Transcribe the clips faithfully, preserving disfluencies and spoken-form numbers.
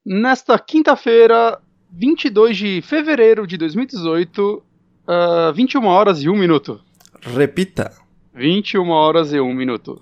Nesta quinta-feira, vinte e dois de fevereiro de dois mil e dezoito, uh, vinte e uma horas e um minuto. Repita. vinte e uma horas e um minuto.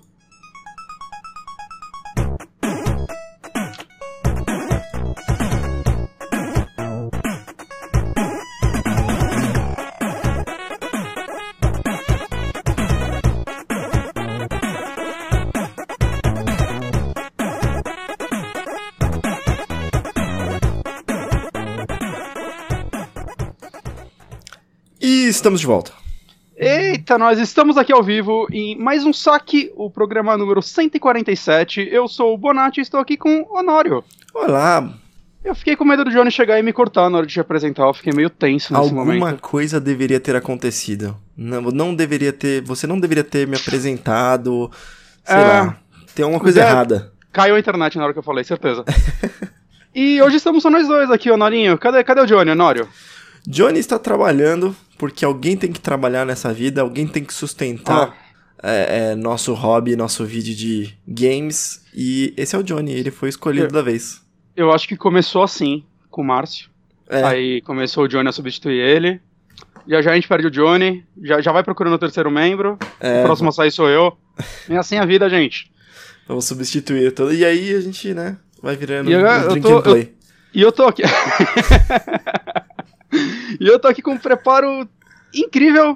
E estamos de volta. Eita, nós estamos aqui ao vivo em mais um saque, o programa número cento e quarenta e sete. Eu sou o Bonatti e estou aqui com o Honório. Olá. Eu fiquei com medo do Johnny chegar e me cortar na hora de te apresentar, eu fiquei meio tenso nesse Alguma momento. Alguma coisa deveria ter acontecido. Não, não deveria ter, você não deveria ter me apresentado, sei é, lá, tem alguma coisa é, errada. Caiu a internet na hora que eu falei, certeza. E hoje estamos só nós dois aqui, Honorinho. Cadê, cadê o Johnny, Honório? Johnny está trabalhando, porque alguém tem que trabalhar nessa vida, alguém tem que sustentar ah. é, é, nosso hobby, nosso vídeo de games, e esse é o Johnny, ele foi escolhido eu, da vez. Eu acho que começou assim, com o Márcio, é. Aí começou o Johnny a substituir ele, já já a gente perde o Johnny, já, já vai procurando o terceiro membro, é, o próximo a sair sou eu, é assim a vida, gente. Vamos substituir todo, e aí a gente, né, vai virando e eu, um eu drink tô, and play. Eu, e eu tô aqui... E eu tô aqui com um preparo incrível.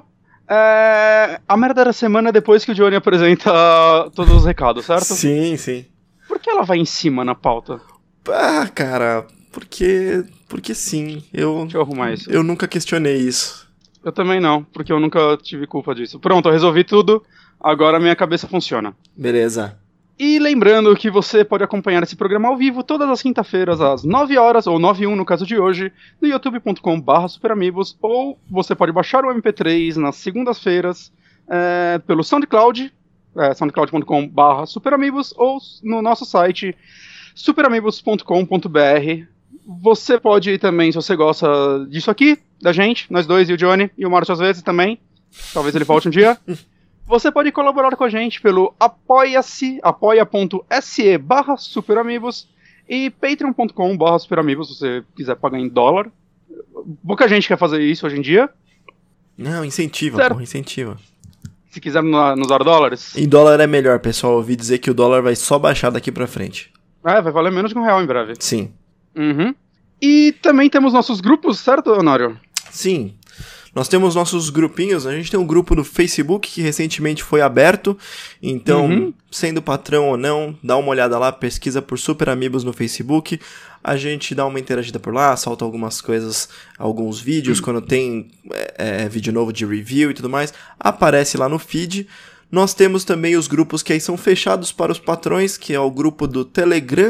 É... A merda da semana depois que o Johnny apresenta todos os recados, certo? Sim, sim. Por que ela vai em cima na pauta? Ah, cara, porque... Porque sim. Eu, Deixa eu arrumar isso. Eu nunca questionei isso. Eu também não, porque eu nunca tive culpa disso. Pronto, eu resolvi tudo. Agora minha cabeça funciona. Beleza. E lembrando que você pode acompanhar esse programa ao vivo todas as quinta-feiras às nove horas, ou nove e um no caso de hoje, no youtube ponto com barra superamigos, ou você pode baixar o M P três nas segundas-feiras é, pelo SoundCloud, é, soundcloud ponto com barra superamigos, ou no nosso site superamigos ponto com ponto br. Você pode ir também, se você gosta disso aqui, da gente, nós dois e o Johnny, e o Márcio às vezes também, talvez ele volte um dia... Você pode colaborar com a gente pelo apoia-se, apoia.se barra superamigos e patreon ponto com barra superamigos, se você quiser pagar em dólar. Pouca gente quer fazer isso hoje em dia. Não, incentiva, certo. Porra, incentiva. Se quiser nos usar dólares. Em dólar é melhor, pessoal. Eu ouvi dizer que o dólar vai só baixar daqui pra frente. É, vai valer menos que um real em breve. Sim. Uhum. E também temos nossos grupos, certo, Honório? Sim. Nós temos nossos grupinhos, a gente tem um grupo no Facebook que recentemente foi aberto, então, uhum. sendo patrão ou não, dá uma olhada lá, pesquisa por Super Amigos no Facebook, a gente dá uma interagida por lá, solta algumas coisas, alguns vídeos, uhum. quando tem é, é, vídeo novo de review e tudo mais, aparece lá no feed. Nós temos também os grupos que aí são fechados para os patrões, que é o grupo do Telegram.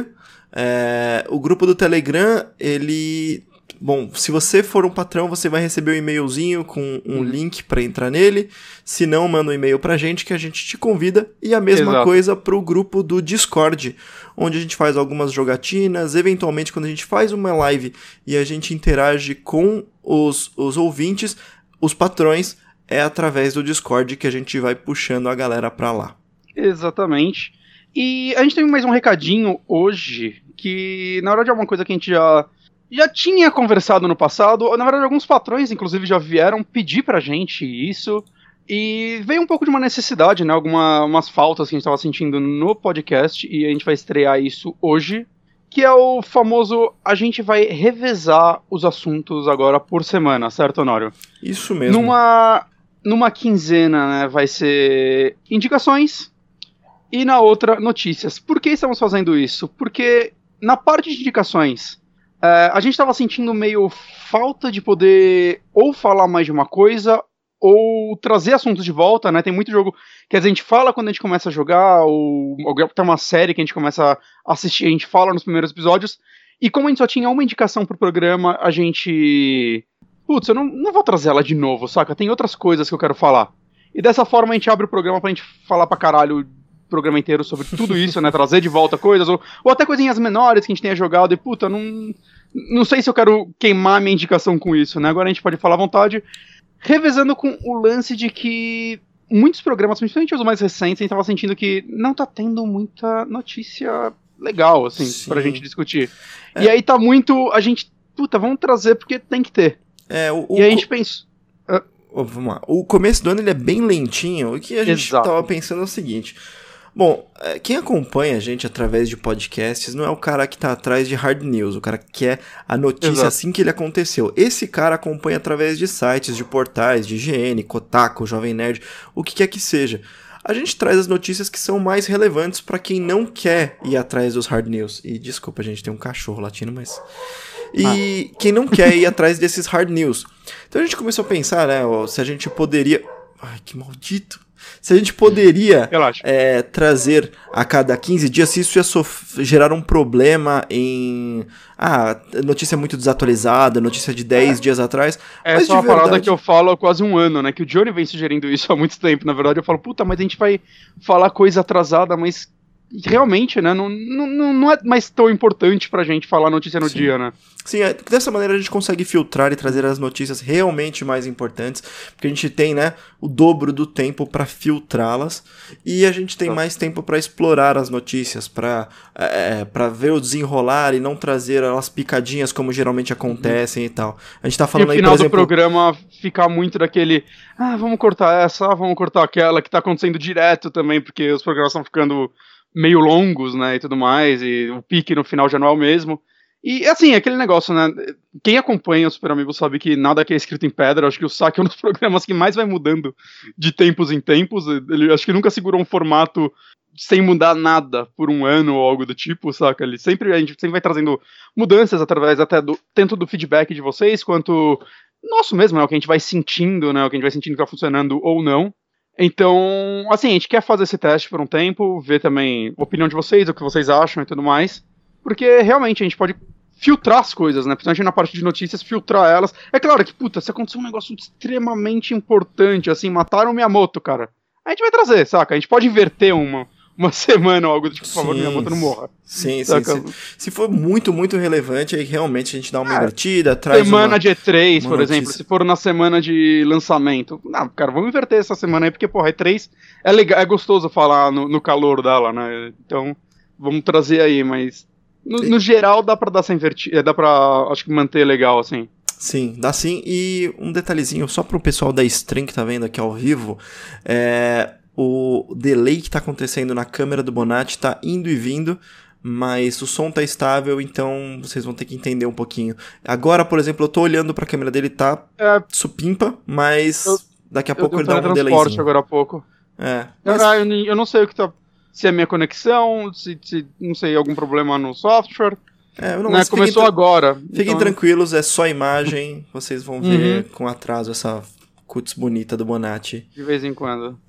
É, o grupo do Telegram, ele... Bom, se você for um patrão, você vai receber um e-mailzinho com um hum. link pra entrar nele. Se não, manda um e-mail pra gente que a gente te convida. E a mesma Exato. coisa pro grupo do Discord, onde a gente faz algumas jogatinas. Eventualmente, quando a gente faz uma live e a gente interage com os, os ouvintes, os patrões, é através do Discord que a gente vai puxando a galera pra lá. Exatamente. E a gente tem mais um recadinho hoje, que na verdade é uma coisa que a gente já... Já tinha conversado no passado, na verdade alguns patrões inclusive já vieram pedir pra gente isso, e veio um pouco de uma necessidade, né, algumas faltas que a gente estava sentindo no podcast, e a gente vai estrear isso hoje, que é o famoso, a gente vai revezar os assuntos agora por semana, certo, Honório? Isso mesmo. Numa, numa quinzena, né, vai ser indicações, e na outra, notícias. Por que estamos fazendo isso? Porque na parte de indicações... Uh, a gente estava sentindo meio falta de poder ou falar mais de uma coisa ou trazer assuntos de volta, né? Tem muito jogo que a gente fala quando a gente começa a jogar, ou, ou tem uma série que a gente começa a assistir, a gente fala nos primeiros episódios, e como a gente só tinha uma indicação pro programa, a gente... Putz, eu não, não vou trazer ela de novo, saca? Tem outras coisas que eu quero falar. E dessa forma a gente abre o programa pra gente falar pra caralho o programa inteiro sobre tudo isso, né? Trazer de volta coisas, ou, ou até coisinhas menores que a gente tenha jogado, e puta, não... Não sei se eu quero queimar minha indicação com isso, né? Agora a gente pode falar à vontade, revezando com o lance de que muitos programas, principalmente os mais recentes, a gente tava sentindo que não tá tendo muita notícia legal, assim, Sim. pra gente discutir. É. E aí tá muito, a gente, puta, vamos trazer porque tem que ter. É, o, e o, a gente pensa... Uh, vamos lá, o começo do ano ele é bem lentinho, o que a gente Exato. tava pensando é o seguinte... Bom, quem acompanha a gente através de podcasts não é o cara que tá atrás de hard news, o cara que quer a notícia Exato. Assim que ele aconteceu. Esse cara acompanha através de sites, de portais, de I G N, Kotaku, Jovem Nerd, o que quer que seja. A gente traz as notícias que são mais relevantes para quem não quer ir atrás dos hard news. E desculpa, a gente tem um cachorro latindo, mas... E ah. quem não quer ir atrás desses hard news. Então a gente começou a pensar, né, ó, se a gente poderia... Ai, que maldito! Se a gente poderia é, trazer a cada quinze dias, se isso ia sof- gerar um problema em... Ah, notícia muito desatualizada, notícia de dez é. dias atrás. Essa mas é uma verdade... parada que eu falo há quase um ano, né? Que o Johnny vem sugerindo isso há muito tempo. Na verdade, eu falo, puta, mas a gente vai falar coisa atrasada, mas realmente, né? Não, não, não é mais tão importante pra gente falar notícia no Sim. dia, né? Sim, dessa maneira a gente consegue filtrar e trazer as notícias realmente mais importantes, porque a gente tem, né, o dobro do tempo para filtrá-las e a gente tem mais tempo para explorar as notícias, para é, para ver o desenrolar e não trazer elas picadinhas como geralmente acontecem uhum. e tal. A gente tá falando aí, por exemplo... E no final do programa ficar muito daquele, ah, vamos cortar essa, ah, vamos cortar aquela, que tá acontecendo direto também, porque os programas estão ficando meio longos, né, e tudo mais, e o pique no final já não é o mesmo. E, assim, aquele negócio, né, quem acompanha o Super Amigos sabe que nada aqui é escrito em pedra. Acho que o Saki é um dos programas que mais vai mudando de tempos em tempos. Ele acho que nunca segurou um formato sem mudar nada por um ano ou algo do tipo, saca? Ele sempre, a gente sempre vai trazendo mudanças através até do, tanto do feedback de vocês, quanto nosso mesmo, né, o que a gente vai sentindo, né, o que a gente vai sentindo que tá funcionando ou não. Então, assim, a gente quer fazer esse teste por um tempo, ver também a opinião de vocês, o que vocês acham e tudo mais, porque realmente a gente pode filtrar as coisas, né, principalmente na parte de notícias, filtrar elas. É claro que, puta, se acontecer um negócio extremamente importante, assim, mataram o Miyamoto, cara, a gente vai trazer, saca? A gente pode inverter uma, uma semana ou algo do tipo, por favor, Miyamoto não morra. Sim, sim, sim. Se for muito, muito relevante, aí realmente a gente dá uma ah, invertida, traz semana uma, de E três, por notícia. exemplo, se for na semana de lançamento. Não, cara, vamos inverter essa semana aí, porque, porra, E três é legal, é gostoso falar no, no calor dela, né? Então, vamos trazer aí, mas no, no geral dá pra dar essa invertida, dá pra, acho que manter legal, assim. Sim, dá sim. E um detalhezinho, só pro pessoal da stream que tá vendo aqui ao vivo, é... o delay que tá acontecendo na câmera do Bonatti tá indo e vindo, mas o som tá estável, então vocês vão ter que entender um pouquinho. Agora, por exemplo, eu tô olhando pra câmera dele, tá é, supimpa, mas eu, daqui a pouco ele dá um delayzinho. agora há pouco. É. Mas... Eu, eu não sei o que tá... Se é minha conexão, se, se não sei, algum problema no software. É, não, né? Começou tra... agora. Fiquem então... tranquilos, é só imagem, vocês vão ver uhum. com atraso essa cutis bonita do Bonatti. De vez em quando. Bom,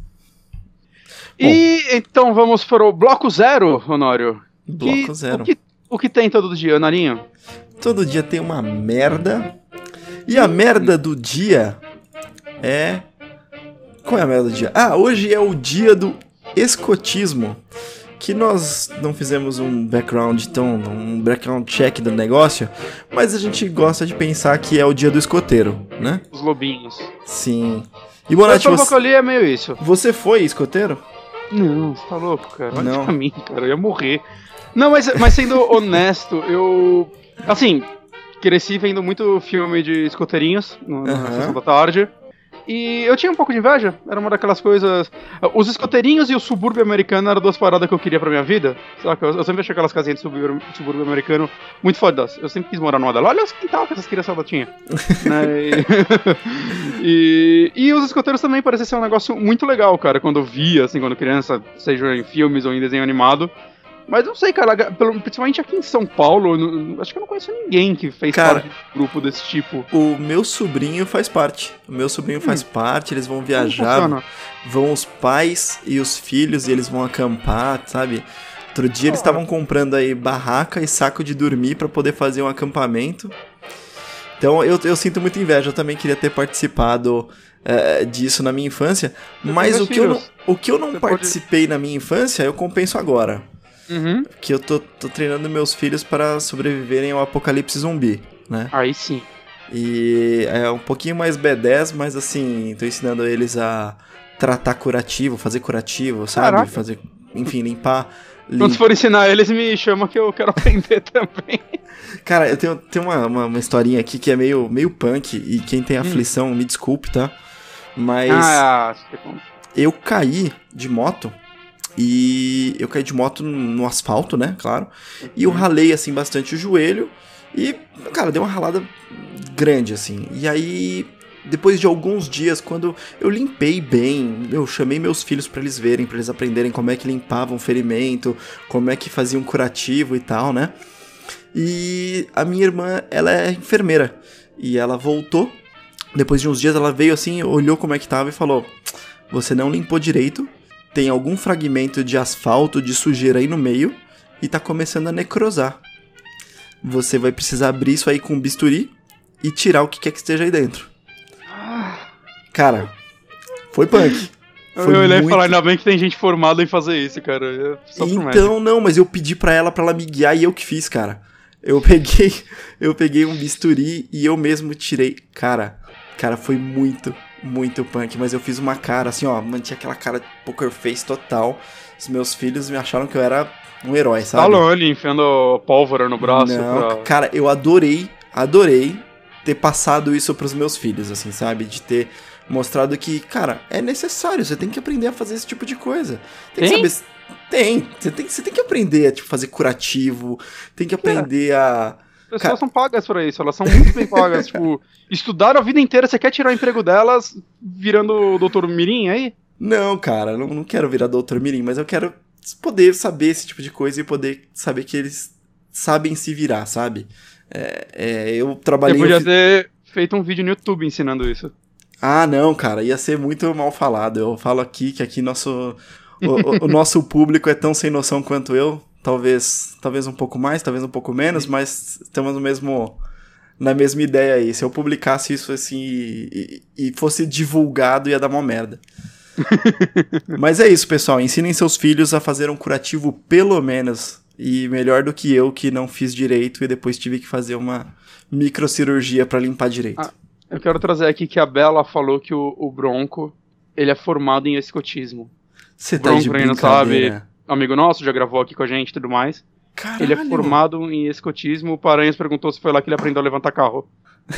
e então vamos para o bloco zero, Honório. Bloco que, zero. O que, o que tem todo dia, Narinho? Todo dia tem uma merda. E a merda do dia é... Qual é a merda do dia? Ah, hoje é o dia do escotismo. Que nós não fizemos um background tão... um background check do negócio, mas a gente gosta de pensar que é o dia do escoteiro, né? Os lobinhos. Sim. E Bonatti, você... que eu li é meio isso. Você foi escoteiro? Não, você tá louco, cara? Olha não. pra mim, cara, eu ia morrer. Não, mas, mas sendo honesto, eu... Assim, cresci vendo muito filme de escoteirinhos no, na uhum. sessão da tarde. E eu tinha um pouco de inveja. Era uma daquelas coisas... Os escoteirinhos e o subúrbio americano eram duas paradas que eu queria pra minha vida. Saca? Eu, eu sempre achei aquelas casinhas de subúrbio, subúrbio americano muito fodas. Eu sempre quis morar numa delas. Olha os quintal que essas criançadas tinham. Né? e, e os escoteiros também parecia ser um negócio muito legal, cara. Quando eu via, assim, quando criança, seja em filmes ou em desenho animado. Mas não sei, cara, principalmente aqui em São Paulo, eu, acho que eu não conheço ninguém que fez cara, parte de um grupo desse tipo. O meu sobrinho faz parte. O meu sobrinho hum. faz parte, eles vão viajar, vão os pais e os filhos e eles vão acampar, sabe? Outro dia ah. eles estavam comprando aí barraca e saco de dormir pra poder fazer um acampamento. Então eu, eu sinto muita inveja, eu também queria ter participado é, disso na minha infância, eu mas o que, eu não, o que eu não Você participei pode... na minha infância, eu compenso agora. Uhum. Que eu tô, tô treinando meus filhos para sobreviverem ao apocalipse zumbi, né? Aí sim. E é um pouquinho mais B dez, mas assim, tô ensinando eles a tratar curativo, fazer curativo, sabe? Caraca. Fazer, enfim, limpar Quando for ensinar eles, me chama que eu quero aprender também. Cara, eu tenho, tenho uma, uma, uma historinha aqui que é meio, meio punk, e quem tem aflição, hum. me desculpe, tá? Mas ah, eu caí de moto, e eu caí de moto no asfalto, né, claro, e eu ralei, assim, bastante o joelho, e, cara, deu uma ralada grande, assim, e aí, depois de alguns dias, quando eu limpei bem, eu chamei meus filhos pra eles verem, pra eles aprenderem como é que limpavam um ferimento, como é que faziam um curativo e tal, né, e a minha irmã, ela é enfermeira, e ela voltou, depois de uns dias ela veio assim, olhou como é que tava e falou, você não limpou direito, tem algum fragmento de asfalto, de sujeira aí no meio, e tá começando a necrosar. Você vai precisar abrir isso aí com um bisturi e tirar o que quer que esteja aí dentro. Cara, foi punk. Foi eu olhei muito... e falar, ainda bem que tem gente formada em fazer isso, cara. Só então, não, mas eu pedi pra ela, pra ela me guiar e eu que fiz, cara. Eu peguei, eu peguei um bisturi e eu mesmo tirei. Cara, cara, foi muito, muito punk. Mas eu fiz uma cara, assim, ó, mantinha aquela cara de poker face total. Os meus filhos me acharam que eu era um herói, sabe? Stallone enfiando pólvora no braço. Não, pra... cara, eu adorei, adorei ter passado isso pros meus filhos, assim, sabe? De ter mostrado que, cara, é necessário, você tem que aprender a fazer esse tipo de coisa. Tem, tem? que saber... Tem, você tem, você tem que aprender a tipo, fazer curativo, tem que aprender é. a... As pessoas Cara... são pagas pra isso, elas são muito bem pagas, tipo, estudaram a vida inteira, você quer tirar o emprego delas virando o doutor Mirim aí? Não, cara, não, não quero virar doutor Mirim, mas eu quero poder saber esse tipo de coisa e poder saber que eles sabem se virar, sabe? É, é, eu trabalhei... Você podia eu fiz... ter feito um vídeo no YouTube ensinando isso. Ah, não, cara, ia ser muito mal falado, eu falo aqui que aqui nosso... O, o nosso público é tão sem noção quanto eu, talvez, talvez um pouco mais, talvez um pouco menos, mas estamos no mesmo, na mesma ideia aí. Se eu publicasse isso assim e, e, e fosse divulgado, ia dar uma merda. Mas é isso, pessoal. Ensinem seus filhos a fazer um curativo pelo menos, e melhor do que eu, que não fiz direito e depois tive que fazer uma microcirurgia para limpar direito. Ah, eu quero trazer aqui que a Bela falou que o, o Bronco, ele é formado em escotismo. Você tá de brincadeira. Não sabe, amigo nosso, já gravou aqui com a gente e tudo mais. Caralho. Ele é formado em escotismo. O Paranhas perguntou se foi lá que ele aprendeu a levantar carro.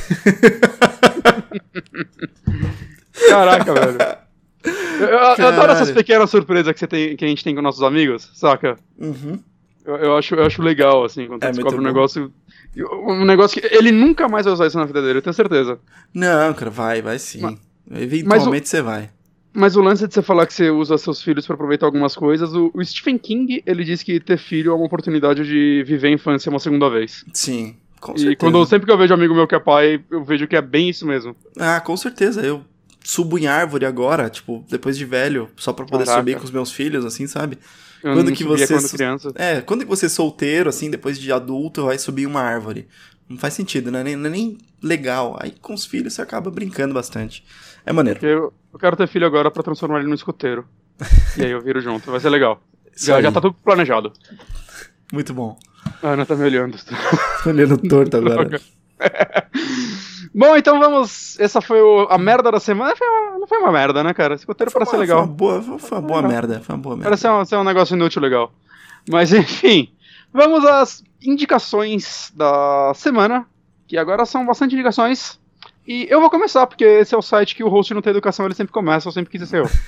Caraca, velho. Eu, eu, eu adoro essas pequenas surpresas que, você tem, que a gente tem com nossos amigos, saca? Uhum. Eu, eu, acho, eu acho legal, assim, quando é você descobre um negócio... Um negócio que ele nunca mais vai usar isso na vida dele, eu tenho certeza. Não, cara, vai, vai sim. Mas, Eventualmente você vai. Mas o lance de você falar que você usa seus filhos pra aproveitar algumas coisas, o, o Stephen King, ele diz que ter filho é uma oportunidade de viver a infância uma segunda vez. Sim, com certeza. E quando, sempre que eu vejo um amigo meu que é pai, eu vejo que é bem isso mesmo. Ah, com certeza. Eu subo em árvore agora, tipo, depois de velho, só pra poder Caraca. subir com os meus filhos, assim, sabe? Eu quando não que subia você quando criança. É, quando que você é solteiro, assim, depois de adulto, vai subir uma árvore? Não faz sentido, né? Nem, não é nem legal. Aí com os filhos você acaba brincando bastante. É maneiro. Eu, eu quero ter filho agora pra transformar ele num escoteiro. E aí eu viro junto, vai ser legal. Já, já tá tudo planejado. Muito bom. A Ana tá me olhando. Tô olhando torto agora. Bom, então vamos. Essa foi o, a merda da semana. Foi uma, não foi uma merda, né, cara? Escoteiro parece ser legal. Foi uma boa, foi uma boa merda. Foi uma boa merda. Parece ser um, ser um negócio inútil legal. Mas enfim. Vamos às indicações da semana. Que agora são bastante indicações. E eu vou começar, porque esse é o site que o host não tem educação, ele sempre começa, eu sempre quis ser eu.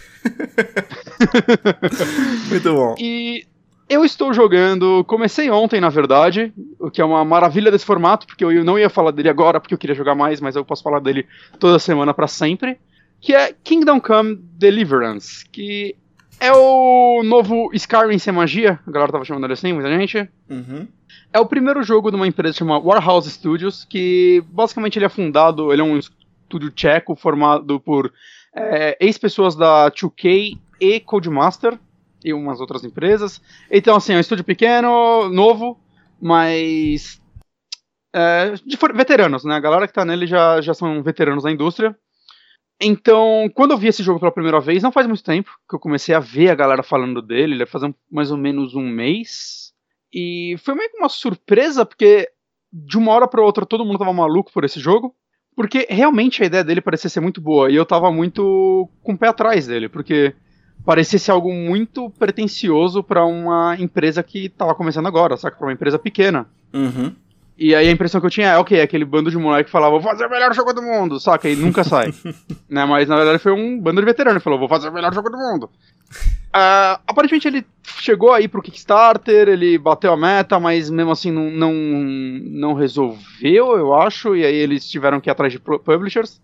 Muito bom. E eu estou jogando, comecei ontem, na verdade, o que é uma maravilha desse formato, porque eu não ia falar dele agora, porque eu queria jogar mais, mas eu posso falar dele toda semana pra sempre, que é Kingdom Come Deliverance, que é o novo Skyrim sem magia, a galera tava chamando ele assim, muita gente. Uhum. É o primeiro jogo de uma empresa chamada Warhouse Studios, que basicamente ele é fundado, ele é um estúdio tcheco formado por é, ex-pessoas da dois K e Codemaster e umas outras empresas. Então, assim, é um estúdio pequeno, novo, mas é, de veteranos, né? A galera que tá nele já, já são veteranos da indústria. Então, quando eu vi esse jogo pela primeira vez, não faz muito tempo que eu comecei a ver a galera falando dele, ele vai fazer mais ou menos um mês. E foi meio que uma surpresa, porque de uma hora pra outra todo mundo tava maluco por esse jogo, porque realmente a ideia dele parecia ser muito boa, e eu tava muito com o pé atrás dele, porque parecia ser algo muito pretensioso pra uma empresa que tava começando agora, saca? Pra uma empresa pequena. Uhum. E aí a impressão que eu tinha é, ok, aquele bando de moleque que falava, vou fazer o melhor jogo do mundo, saca? E nunca sai. Né? Mas na verdade foi um bando de veterano que falou, vou fazer o melhor jogo do mundo. Uh, aparentemente ele chegou aí pro Kickstarter, ele bateu a meta, mas mesmo assim não, não, não resolveu, eu acho, e aí eles tiveram que ir atrás de publishers.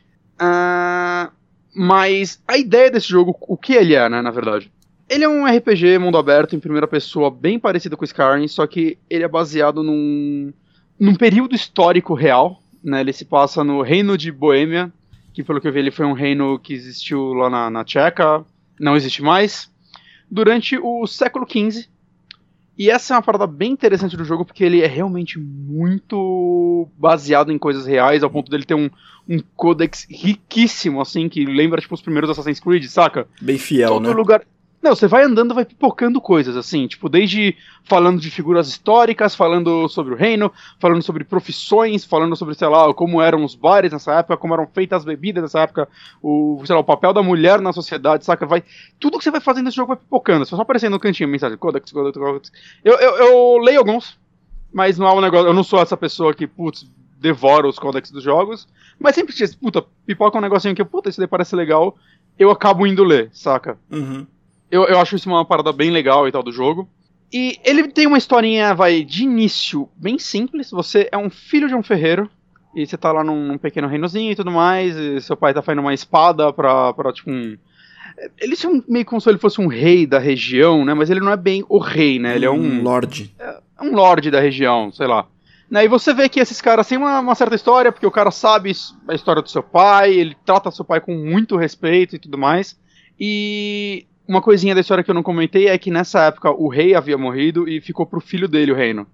Uh, mas a ideia desse jogo, o que ele é, né, na verdade? Ele é um R P G mundo aberto em primeira pessoa bem parecido com o Skyrim, só que ele é baseado num, num período histórico real, né? Ele se passa no Reino de Boêmia, que pelo que eu vi ele foi um reino que existiu lá na, na Tcheca, não existe mais, durante o século quinze. E essa é uma parada bem interessante do jogo, porque ele é realmente muito baseado em coisas reais, ao ponto dele ter um, um codex riquíssimo, assim, que lembra, tipo, os primeiros Assassin's Creed, saca? Bem fiel, Todo né? lugar... Não, você vai andando, vai pipocando coisas, assim, tipo, desde falando de figuras históricas, falando sobre o reino, falando sobre profissões, falando sobre, sei lá, como eram os bares nessa época, como eram feitas as bebidas nessa época, o, sei lá, o papel da mulher na sociedade, saca? Vai, tudo que você vai fazendo nesse jogo vai pipocando, só aparecendo no cantinho, mensagem, codex, codex, codex. Eu, eu, eu leio alguns, mas não é um negócio, eu não sou essa pessoa que, putz, devora os codex dos jogos, mas sempre tinha, puta, pipoca um negocinho que, puta, isso daí parece legal, eu acabo indo ler, saca? Uhum. Eu, eu acho isso uma parada bem legal e tal do jogo. E ele tem uma historinha, vai, de início bem simples. Você é um filho de um ferreiro, e você tá lá num, num pequeno reinozinho e tudo mais, e seu pai tá fazendo uma espada pra, pra tipo, um... Ele é meio como se ele fosse um rei da região, né, mas ele não é bem o rei, né, ele é um... Um lorde. É, é um lorde da região, sei lá. Né, e você vê que esses caras têm uma, uma certa história, porque o cara sabe a história do seu pai, ele trata seu pai com muito respeito e tudo mais, e... Uma coisinha da história que eu não comentei é que nessa época o rei havia morrido e ficou pro filho dele o reino.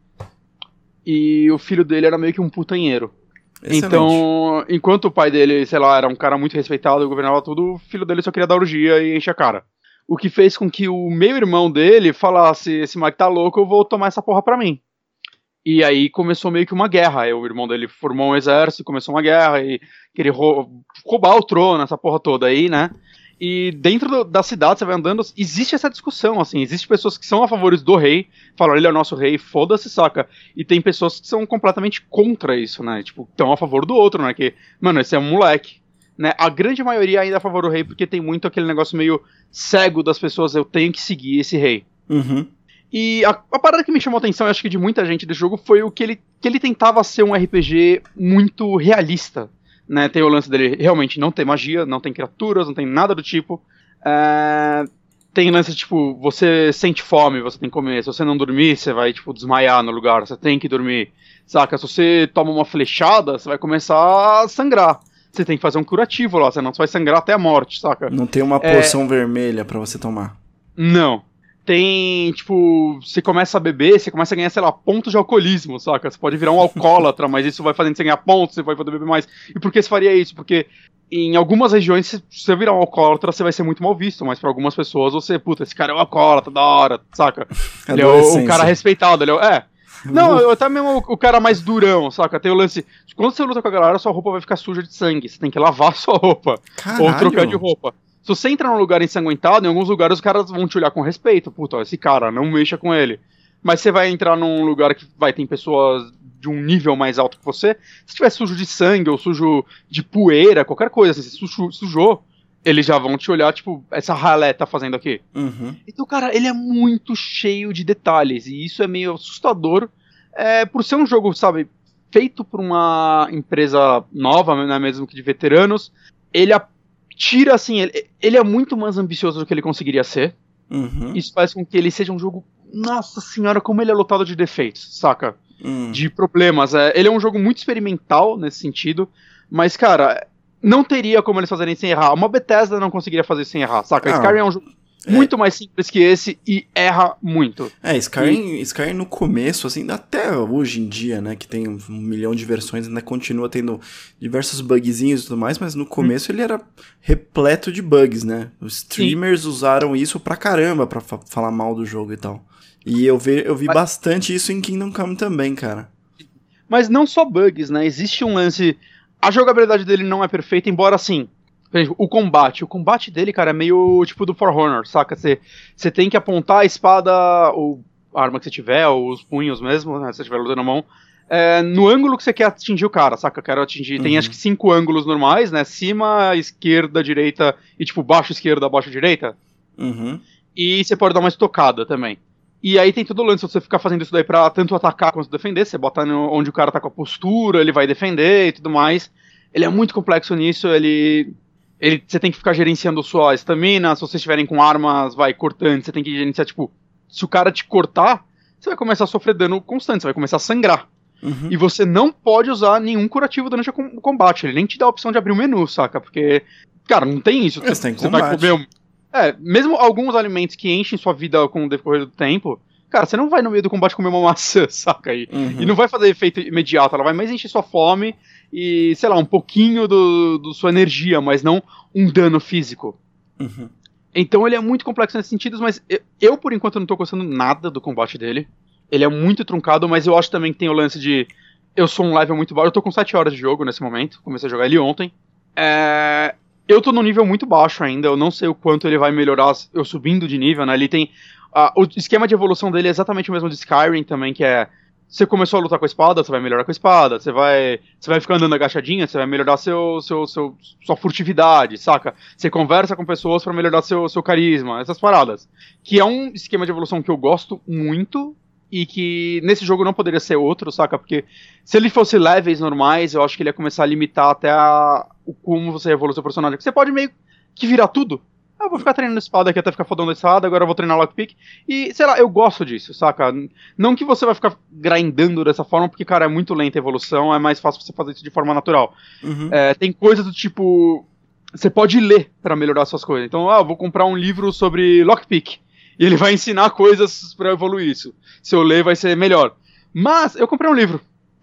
E o filho dele era meio que um putanheiro. Excelente. Então, enquanto o pai dele, sei lá, era um cara muito respeitado e governava tudo, o filho dele só queria dar orgia e encher a cara. O que fez com que o meio-irmão dele falasse, esse Mike tá louco, eu vou tomar essa porra pra mim. E aí começou meio que uma guerra. Aí o irmão dele formou um exército, começou uma guerra e queria roubar o trono, essa porra toda aí, né? E dentro do, da cidade, você vai andando, existe essa discussão, assim, existe pessoas que são a favor do rei, falam, ele é o nosso rei, foda-se, saca? E tem pessoas que são completamente contra isso, né? Tipo, estão a favor do outro, né? Que, mano, esse é um moleque, né? A grande maioria ainda é a favor do rei, porque tem muito aquele negócio meio cego das pessoas, eu tenho que seguir esse rei. Uhum. E a, a parada que me chamou a atenção, acho que de muita gente desse jogo, foi o que ele, que ele tentava ser um R P G muito realista. Né, tem o lance dele realmente não ter magia, não tem criaturas, não tem nada do tipo. É, tem lance tipo, você sente fome, você tem que comer. Se você não dormir, você vai tipo desmaiar no lugar, você tem que dormir. Saca? Se você toma uma flechada, você vai começar a sangrar. Você tem que fazer um curativo lá, senão você vai sangrar até a morte, saca? Não tem uma é... poção vermelha pra você tomar. Não. Tem, tipo, você começa a beber, você começa a ganhar, sei lá, pontos de alcoolismo, saca? Você pode virar um alcoólatra, mas isso vai fazendo você ganhar pontos, você vai poder beber mais. E por que você faria isso? Porque em algumas regiões, se você virar um alcoólatra, você vai ser muito mal visto, mas pra algumas pessoas, você, puta, esse cara é um alcoólatra, da hora, saca? Ele é o, o cara respeitado, ele é o... É. Não, até mesmo o, o cara mais durão, saca? Tem o lance... Quando você luta com a galera, sua roupa vai ficar suja de sangue, você tem que lavar sua roupa. Caralho. Ou trocar de roupa. Se você entra num lugar ensanguentado, em alguns lugares os caras vão te olhar com respeito. Puta, ó, esse cara, não mexa com ele. Mas você vai entrar num lugar que vai ter pessoas de um nível mais alto que você. Se tiver sujo de sangue ou sujo de poeira, qualquer coisa, assim, se sujou, sujou, eles já vão te olhar, tipo, essa ralé tá fazendo aqui. Uhum. Então, cara, ele é muito cheio de detalhes. E isso é meio assustador. É, por ser um jogo, sabe, feito por uma empresa nova, né, mesmo que de veteranos, ele a tira, assim, ele, ele é muito mais ambicioso do que ele conseguiria ser. Uhum. Isso faz com que ele seja um jogo, nossa senhora, como ele é lotado de defeitos, saca? Uhum. De problemas. É, ele é um jogo muito experimental nesse sentido, mas, cara, não teria como eles fazerem sem errar. Uma Bethesda não conseguiria fazer sem errar, saca? Ah, Skyrim é um jogo muito é. mais simples que esse e erra muito. É, Skyrim, e... Skyrim no começo, assim, até hoje em dia, né, que tem um milhão de versões, ainda continua tendo diversos bugzinhos e tudo mais, mas no começo hum. ele era repleto de bugs, né? Os streamers Sim. usaram isso pra caramba pra fa- falar mal do jogo e tal. E eu vi, eu vi mas... bastante isso em Kingdom Come também, cara. Mas não só bugs, né? Existe um lance... A jogabilidade dele não é perfeita, embora, assim, Por exemplo, o combate. O combate dele, cara, é meio tipo do For Honor, saca? Você tem que apontar a espada, ou a arma que você tiver, ou os punhos mesmo, né? Se você estiver lutando na mão, é, no ângulo que você quer atingir o cara, saca? Eu quero atingir. Uhum. Tem acho que cinco ângulos normais, né? Cima, esquerda, direita e tipo baixo, esquerda, baixo, direita. Uhum. E você pode dar uma estocada também. E aí tem todo o lance, se você ficar fazendo isso daí pra tanto atacar quanto defender, você bota no, onde o cara tá com a postura, ele vai defender e tudo mais. Ele é muito complexo nisso, ele... ele você tem que ficar gerenciando sua estamina, se vocês estiverem com armas, vai, cortando, você tem que gerenciar, tipo... Se o cara te cortar, você vai começar a sofrer dano constante, você vai começar a sangrar. Uhum. E você não pode usar nenhum curativo durante o combate, ele nem te dá a opção de abrir o menu, saca? Porque, cara, não tem isso. Você, tem você vai comer um... É, mesmo alguns alimentos que enchem sua vida com o decorrer do tempo, cara, você não vai no meio do combate comer uma maçã, saca aí? Uhum. E não vai fazer efeito imediato, ela vai mais encher sua fome e, sei lá, um pouquinho do, do sua energia, mas não um dano físico. Uhum. Então ele é muito complexo nesses sentidos, mas eu, eu, por enquanto, não tô gostando nada do combate dele. Ele é muito truncado, mas eu acho também que tem o lance de... Eu sou um level muito baixo, eu tô com sete horas de jogo nesse momento, comecei a jogar ele ontem. É... Eu tô num nível muito baixo ainda, eu não sei o quanto ele vai melhorar eu subindo de nível, né? Ele tem... Uh, o esquema de evolução dele é exatamente o mesmo de Skyrim também, que é... Você começou a lutar com a espada, você vai melhorar com a espada. Você vai, você vai ficar andando agachadinha, você vai melhorar seu, seu, seu, sua furtividade, saca? Você conversa com pessoas pra melhorar seu, seu carisma, essas paradas. Que é um esquema de evolução que eu gosto muito e que nesse jogo não poderia ser outro, saca? Porque se ele fosse levels normais, eu acho que ele ia começar a limitar até a, o como você evolui seu personagem. Porque você pode meio que virar tudo. Ah, eu vou ficar treinando espada aqui até ficar fodão da espada, agora eu vou treinar lockpick. E, sei lá, eu gosto disso, saca? Não que você vai ficar grindando dessa forma, porque, cara, é muito lenta a evolução, é mais fácil você fazer isso de forma natural. Uhum. É, tem coisas do tipo... Você pode ler pra melhorar suas coisas. Então, ah, eu vou comprar um livro sobre lockpick. E ele vai ensinar coisas pra evoluir isso. Se eu ler, vai ser melhor. Mas, eu comprei um livro.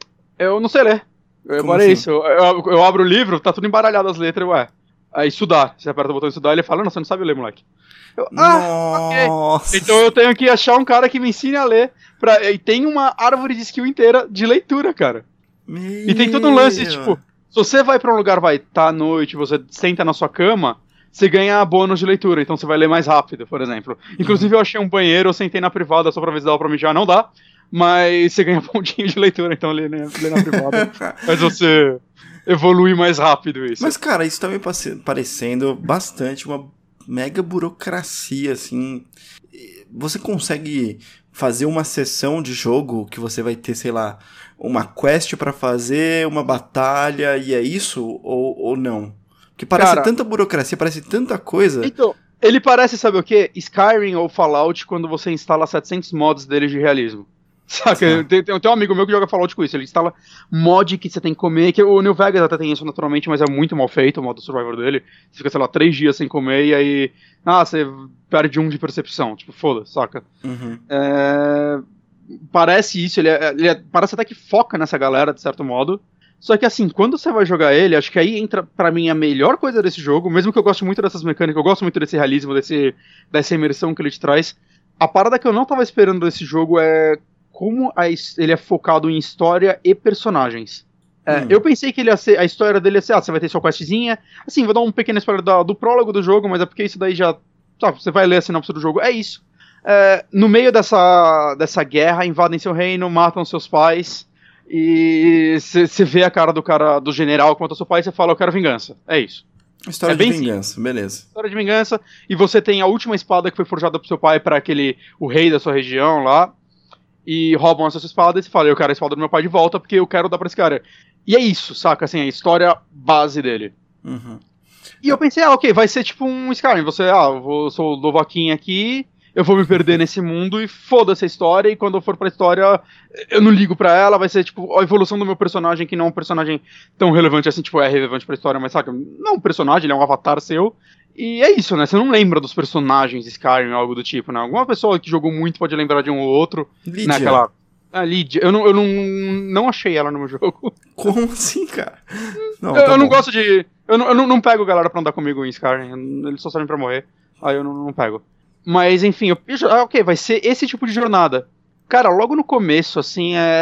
Eu não sei ler. Agora é isso. Eu, eu, eu abro o livro, tá tudo embaralhado as letras, ué. Aí estudar, você aperta o botão de estudar e ele fala, não, você não sabe ler, moleque. Eu, ah, Nossa. ok. Então eu tenho que achar um cara que me ensine a ler. Pra... E tem uma árvore de skill inteira de leitura, cara. Meu. E tem todo um lance, tipo, se você vai pra um lugar, vai, tá à noite, você senta na sua cama, você ganha bônus de leitura, então você vai ler mais rápido, por exemplo. Inclusive eu achei um banheiro, eu sentei na privada só pra ver se dava pra mijar, não dá. Mas você ganha pontinho de leitura, então lê, né, lê na privada. Mas você... evolui mais rápido isso. Mas, cara, isso tá me parecendo bastante uma mega burocracia, assim. Você consegue fazer uma sessão de jogo que você vai ter, sei lá, uma quest pra fazer, uma batalha, e é isso? Ou, ou não? Porque parece Cara, tanta burocracia, parece tanta coisa. Então, ele parece, sabe o quê? Skyrim ou Fallout quando você instala setecentos mods dele de realismo. Saca? Tem, tem, tem um amigo meu que joga Fallout com isso. Ele instala mod que você tem que comer, que o New Vegas até tem isso naturalmente, mas é muito mal feito o modo Survivor dele. Você fica, sei lá, três dias sem comer e aí... Ah, você perde um de percepção. Tipo, foda, saca? Uhum. É... Parece isso, ele, é, ele é, parece até que foca nessa galera, de certo modo. Só que assim, quando você vai jogar ele, acho que aí entra pra mim a melhor coisa desse jogo, mesmo que eu goste muito dessas mecânicas, eu gosto muito desse realismo, desse, dessa imersão que ele te traz. A parada que eu não tava esperando desse jogo é... como a, ele é focado em história e personagens. É, hum. Eu pensei que ele ia ser, a história dele ia ser, ah, você vai ter sua questzinha. Assim, vou dar um pequeno spoiler do, do prólogo do jogo, mas é porque isso daí já... Sabe, você vai ler a sinopse do jogo, é isso. É, no meio dessa, dessa guerra, invadem seu reino, matam seus pais, e você vê a cara do cara, do general que matou seu pai, e você fala, eu quero vingança. É isso. História é de vingança, simples. Beleza. História de vingança, e você tem a última espada que foi forjada pro seu pai para aquele, o rei da sua região lá, e roubam essa espada e você fala, eu quero a espada do meu pai de volta porque eu quero dar pra esse cara. E é isso, saca? Assim, a história base dele. Uhum. E eu pensei, ah, ok, vai ser tipo um Skyrim. Você, ah, eu vou, sou o Dovahkiin aqui, eu vou me perder nesse mundo e foda-se a história, e quando eu for pra história, eu não ligo pra ela, vai ser tipo a evolução do meu personagem, que não é um personagem tão relevante assim, tipo, é relevante pra história, mas saca? Não é um personagem, ele é um avatar seu. E é isso, né? Você não lembra dos personagens de Skyrim ou algo do tipo, né? Alguma pessoa que jogou muito pode lembrar de um ou outro. Lydia. Naquela... Ah, Lydia. Eu, não, eu não, não achei ela no meu jogo. Como assim, cara? Não, eu, tá eu não gosto de... Eu, não, eu não, não pego galera pra andar comigo em Skyrim. Eles só servem pra morrer. Aí eu não, não pego. Mas, enfim, eu... Ah, ok, vai ser esse tipo de jornada. Cara, logo no começo, assim, é...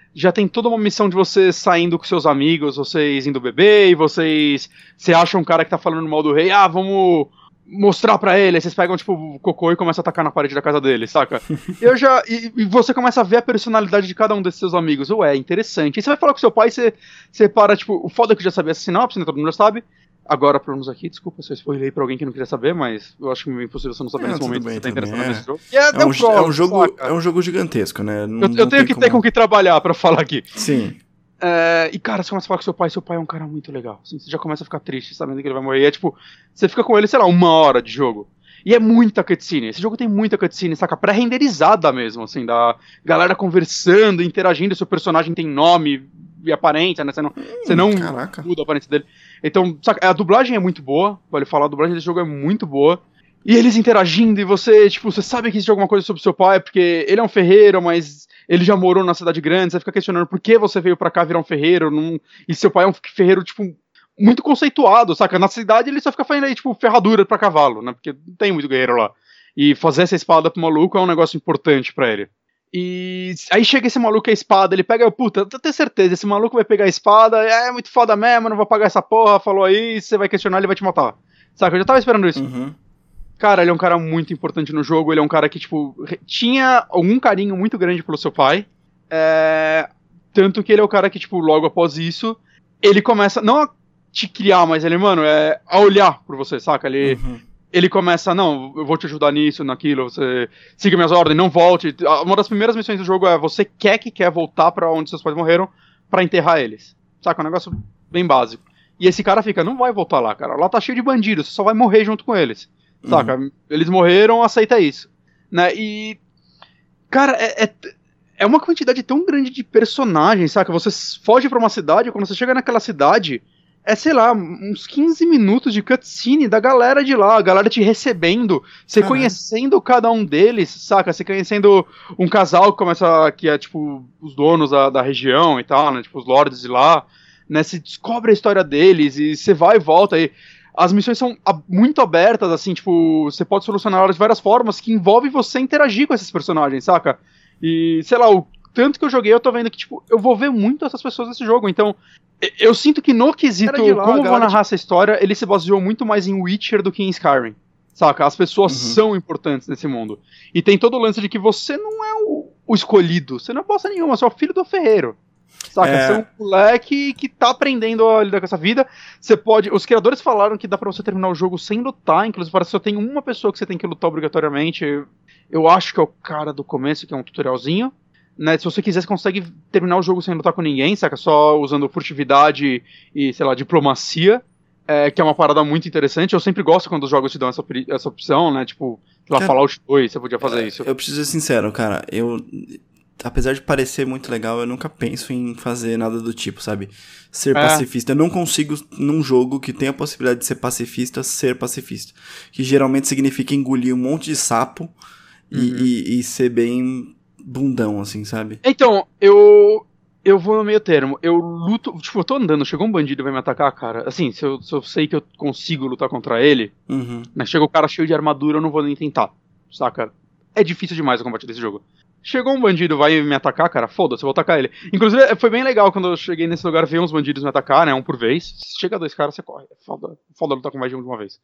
já tem toda uma missão de você saindo com seus amigos, vocês indo beber, e vocês... Você acha um cara que tá falando mal do rei, ah, vamos mostrar pra ele, aí vocês pegam, tipo, o cocô e começam a atacar na parede da casa dele, saca? Eu já... E, e você começa a ver a personalidade de cada um desses seus amigos. Ué, interessante. E você vai falar com seu pai, você, você para, tipo... O foda é que eu já sabia essa sinopse, né? Todo mundo já sabe. Agora, pra uns aqui, desculpa se eu spoilei pra alguém que não queria saber, mas eu acho que é impossível você não saber é, nesse momento bem, se você tá interessado é. nesse jogo. E é, é, um, pro, é, um jogo, é um jogo gigantesco, né? Não, eu, eu tenho que como... ter com que trabalhar pra falar aqui. Sim. É, e cara, você começa a falar com seu pai, seu pai é um cara muito legal. Assim, você já começa a ficar triste sabendo que ele vai morrer. E é tipo, você fica com ele, sei lá, uma hora de jogo. E é muita cutscene. Esse jogo tem muita cutscene, saca? Pré-renderizada mesmo, assim, da galera conversando, interagindo. Seu personagem tem nome e aparência, né? Você não, hum, você não muda a aparência dele. Então, saca? A dublagem é muito boa, vale falar, a dublagem desse jogo é muito boa. E eles interagindo, e você, tipo, você sabe que existe alguma coisa sobre seu pai, porque ele é um ferreiro, mas ele já morou na cidade grande, você fica questionando por que você veio pra cá virar um ferreiro, num... e seu pai é um ferreiro, tipo, muito conceituado, saca? Na cidade ele só fica fazendo aí, tipo, ferradura pra cavalo, né? Porque não tem muito guerreiro lá. E fazer essa espada pro maluco é um negócio importante pra ele. E aí chega esse maluco com a espada, ele pega, puta, eu tenho certeza, esse maluco vai pegar a espada, é muito foda mesmo, não vou pagar essa porra, falou aí, você vai questionar, ele vai te matar. Saca? Eu já tava esperando isso. Uhum. Cara, ele é um cara muito importante no jogo, ele é um cara que, tipo, tinha algum carinho muito grande pelo seu pai, é... tanto que ele é o cara que, tipo, logo após isso, ele começa, não a te criar, mas ele, mano, é a olhar por você, saca? Ele... Uhum. Ele começa, não, eu vou te ajudar nisso, naquilo, você siga minhas ordens, não volte. Uma das primeiras missões do jogo é você quer que quer voltar pra onde seus pais morreram pra enterrar eles. Saca? Um negócio bem básico. E esse cara fica, não vai voltar lá, cara. Lá tá cheio de bandidos, você só vai morrer junto com eles. Saca? Uhum. Eles morreram, aceita isso. Né? E... Cara, é, é, é uma quantidade tão grande de personagens, saca? Você foge pra uma cidade, quando você chega naquela cidade... É, sei lá, uns quinze minutos de cutscene da galera de lá, a galera te recebendo, você Caramba. conhecendo cada um deles, saca? Você conhecendo um casal que começa, que é tipo, os donos da, da região e tal, né? Tipo, os lords de lá, né? Você descobre a história deles e você vai e volta e as missões são muito abertas, assim, tipo, você pode solucionar elas de várias formas que envolve você interagir com esses personagens, saca? E, sei lá, o tanto que eu joguei, eu tô vendo que, tipo, eu vou ver muito essas pessoas nesse jogo, então... Eu sinto que no quesito lá, como eu vou narrar de... essa história, ele se baseou muito mais em Witcher do que em Skyrim. Saca? As pessoas uhum. são importantes nesse mundo. E tem todo o lance de que você não é o, o escolhido. Você não é bosta nenhuma, você é o filho do ferreiro. Saca? É... Você é um moleque que tá aprendendo a lidar com essa vida. Você pode... Os criadores falaram que dá pra você terminar o jogo sem lutar. Inclusive, parece que só tem uma pessoa que você tem que lutar obrigatoriamente. Eu acho que é o cara do começo, que é um tutorialzinho. Né, se você quiser, você consegue terminar o jogo sem lutar com ninguém, saca? Só usando furtividade e, sei lá, diplomacia, é, que é uma parada muito interessante. Eu sempre gosto quando os jogos te dão essa, essa opção, né? Tipo, lá Fallout dois, você podia fazer é, isso. Eu preciso ser sincero, cara. Eu, apesar de parecer muito legal, eu nunca penso em fazer nada do tipo, sabe? Ser é. pacifista. Eu não consigo, num jogo que tem a possibilidade de ser pacifista, ser pacifista. Que geralmente significa engolir um monte de sapo uhum. e, e, e ser bem... bundão, assim, sabe? Então, eu eu vou no meio termo. Eu luto, tipo, eu tô andando, chegou um bandido e vai me atacar, cara. Assim, se eu, se eu sei que eu consigo lutar contra ele, uhum. né, chega o cara cheio de armadura, eu não vou nem tentar, saca? É difícil demais o combate desse jogo. Chegou um bandido, vai me atacar, cara, foda-se, eu vou atacar ele. Inclusive, foi bem legal quando eu cheguei nesse lugar, ver uns bandidos me atacar, né, um por vez. Se chega dois caras, você corre. É foda, foda lutar com mais de um de uma vez.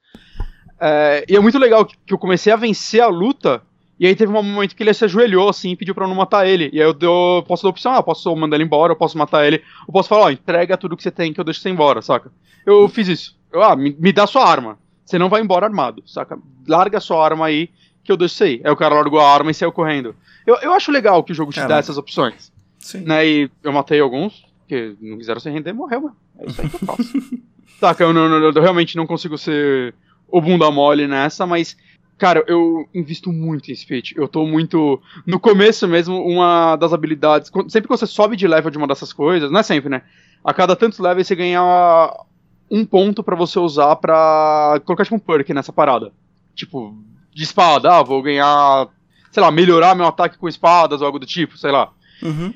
É, e é muito legal que, que eu comecei a vencer a luta. E aí teve um momento que ele se ajoelhou, assim, e pediu pra eu não matar ele. E aí eu, eu posso dar a opção, ah, eu posso mandar ele embora, eu posso matar ele. Eu posso falar, ó, entrega tudo que você tem que eu deixo você embora, saca? Eu fiz isso. Eu, ah, me, me dá sua arma. Você não vai embora armado, saca? Larga sua arma aí que eu deixo você ir. Aí o cara largou a arma e saiu correndo. Eu, eu acho legal que o jogo te Caraca. dá essas opções. Sim. Né? E eu matei alguns, que não quiseram se render, morreu, mano. É isso aí que eu faço. Saca? Eu, não, não, eu realmente não consigo ser o bunda mole nessa, mas... Cara, eu invisto muito em speech. Eu tô muito... No começo mesmo, uma das habilidades... Sempre que você sobe de level de uma dessas coisas... Não é sempre, né? A cada tantos levels você ganha um ponto pra você usar pra... Colocar tipo um perk nessa parada. Tipo, de espada. Ah, vou ganhar... Sei lá, melhorar meu ataque com espadas ou algo do tipo, sei lá. Uhum.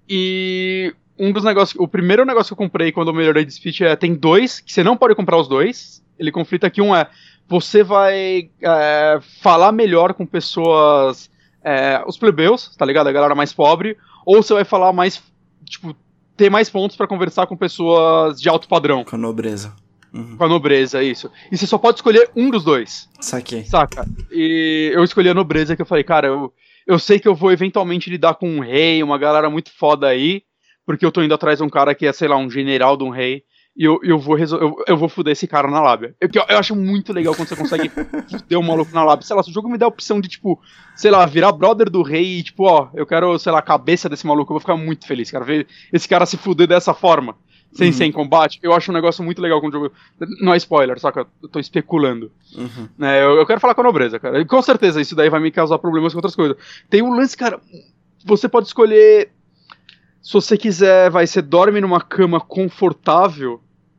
E... Um dos negócios... O primeiro negócio que eu comprei quando eu melhorei de speech é... Tem dois, que você não pode comprar os dois. Ele conflita que um é... Você vai é, falar melhor com pessoas, é, os plebeus, tá ligado? A galera mais pobre, ou você vai falar mais tipo, ter mais pontos pra conversar com pessoas de alto padrão. Com a nobreza. Uhum. Com a nobreza, isso. E você só pode escolher um dos dois. Saquei. Saca? E eu escolhi a nobreza, que eu falei, cara, eu, eu sei que eu vou eventualmente lidar com um rei, uma galera muito foda aí, porque eu tô indo atrás de um cara que é, sei lá, um general de um rei, e eu, eu, vou, resol- eu, eu vou fuder esse cara na lábia. Eu, eu acho muito legal quando você consegue fuder um maluco na lábia. Sei lá, se o jogo me der a opção de, tipo, sei lá, virar brother do rei e, tipo, ó, eu quero, sei lá, a cabeça desse maluco, eu vou ficar muito feliz, cara, ver esse cara se fuder dessa forma. Sem Uhum. ser em combate, eu acho um negócio muito legal com o jogo. Não é spoiler, saca? Eu tô especulando. Uhum. É, eu, eu quero falar com a nobreza, cara. E com certeza isso daí vai me causar problemas com outras coisas. Tem um lance, cara. Você pode escolher. Se você quiser, vai, você dorme numa cama confortável,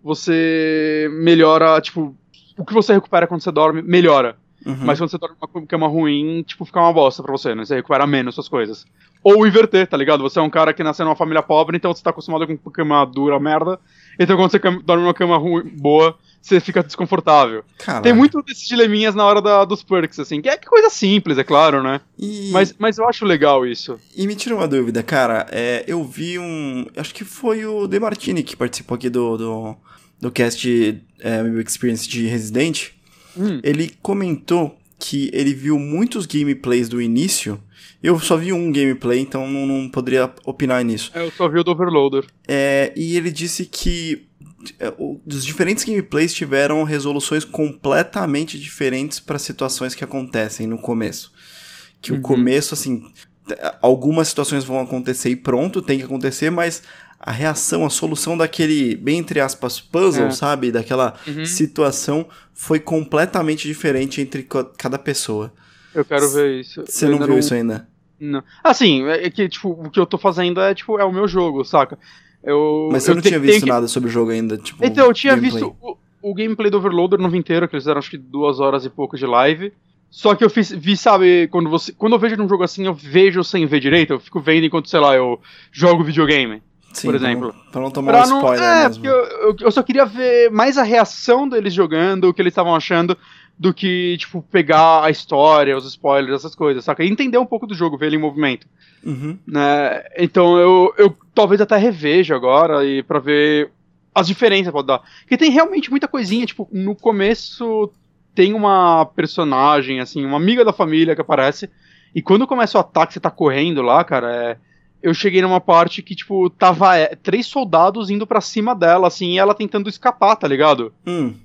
você melhora, tipo. O que você recupera quando você dorme, melhora. Uhum. Mas quando você dorme numa cama ruim, tipo, fica uma bosta pra você, né? Você recupera menos suas coisas. Ou inverter, tá ligado? Você é um cara que nasceu numa família pobre, então você tá acostumado com cama dura, merda. Então quando você cam- dorme numa cama ruim, boa, você fica desconfortável. Caralho. Tem muito desses dileminhas na hora da- dos perks, assim, que é coisa simples, é claro, né? E... Mas, mas eu acho legal isso. E me tira uma dúvida, cara. É, eu vi um. Acho que foi o De Martini que participou aqui do, do, do cast é, Amiibo Experience de Resident. Hum. Ele comentou que ele viu muitos gameplays do início. Eu só vi um gameplay, então não, não poderia opinar nisso. Eu só vi o do Overloader. É, e ele disse que é, o- os diferentes gameplays tiveram resoluções completamente diferentes para situações que acontecem no começo. Que Uhum. o começo, assim, t- algumas situações vão acontecer e pronto, tem que acontecer, mas a reação, a solução daquele, bem entre aspas, puzzle, É. sabe? Daquela Uhum. situação foi completamente diferente entre co- cada pessoa. Eu quero ver isso. Você Eu não ainda viu isso ainda? Não. Assim, é que, tipo, o que eu tô fazendo é, tipo, é o meu jogo, saca? Eu, Mas você eu não te- tinha tenho visto que- nada sobre o jogo ainda? Tipo, Então, eu tinha gameplay. visto o, o gameplay do Overloader no inteiro, que eles fizeram acho que duas horas e pouco de live. Só que eu fiz, vi, sabe, quando você. Quando eu vejo num jogo assim, eu vejo sem ver direito, eu fico vendo enquanto, sei lá, eu jogo videogame. Sim, por pra não- exemplo. Pra não tomar Pra um não, spoiler é, mesmo. porque eu, eu, eu só queria ver mais a reação deles jogando, o que eles estavam achando, do que, tipo, pegar a história, os spoilers, essas coisas, saca? E entender um pouco do jogo, ver ele em movimento. Uhum. Né? Então eu, eu talvez até reveja agora e pra ver as diferenças que pode dar. Porque tem realmente muita coisinha, tipo, no começo tem uma personagem, assim, uma amiga da família que aparece, e quando começa o ataque, você tá correndo lá, cara, é, eu cheguei numa parte que, tipo, tava é, três soldados indo pra cima dela, assim, e ela tentando escapar, tá ligado? Hum.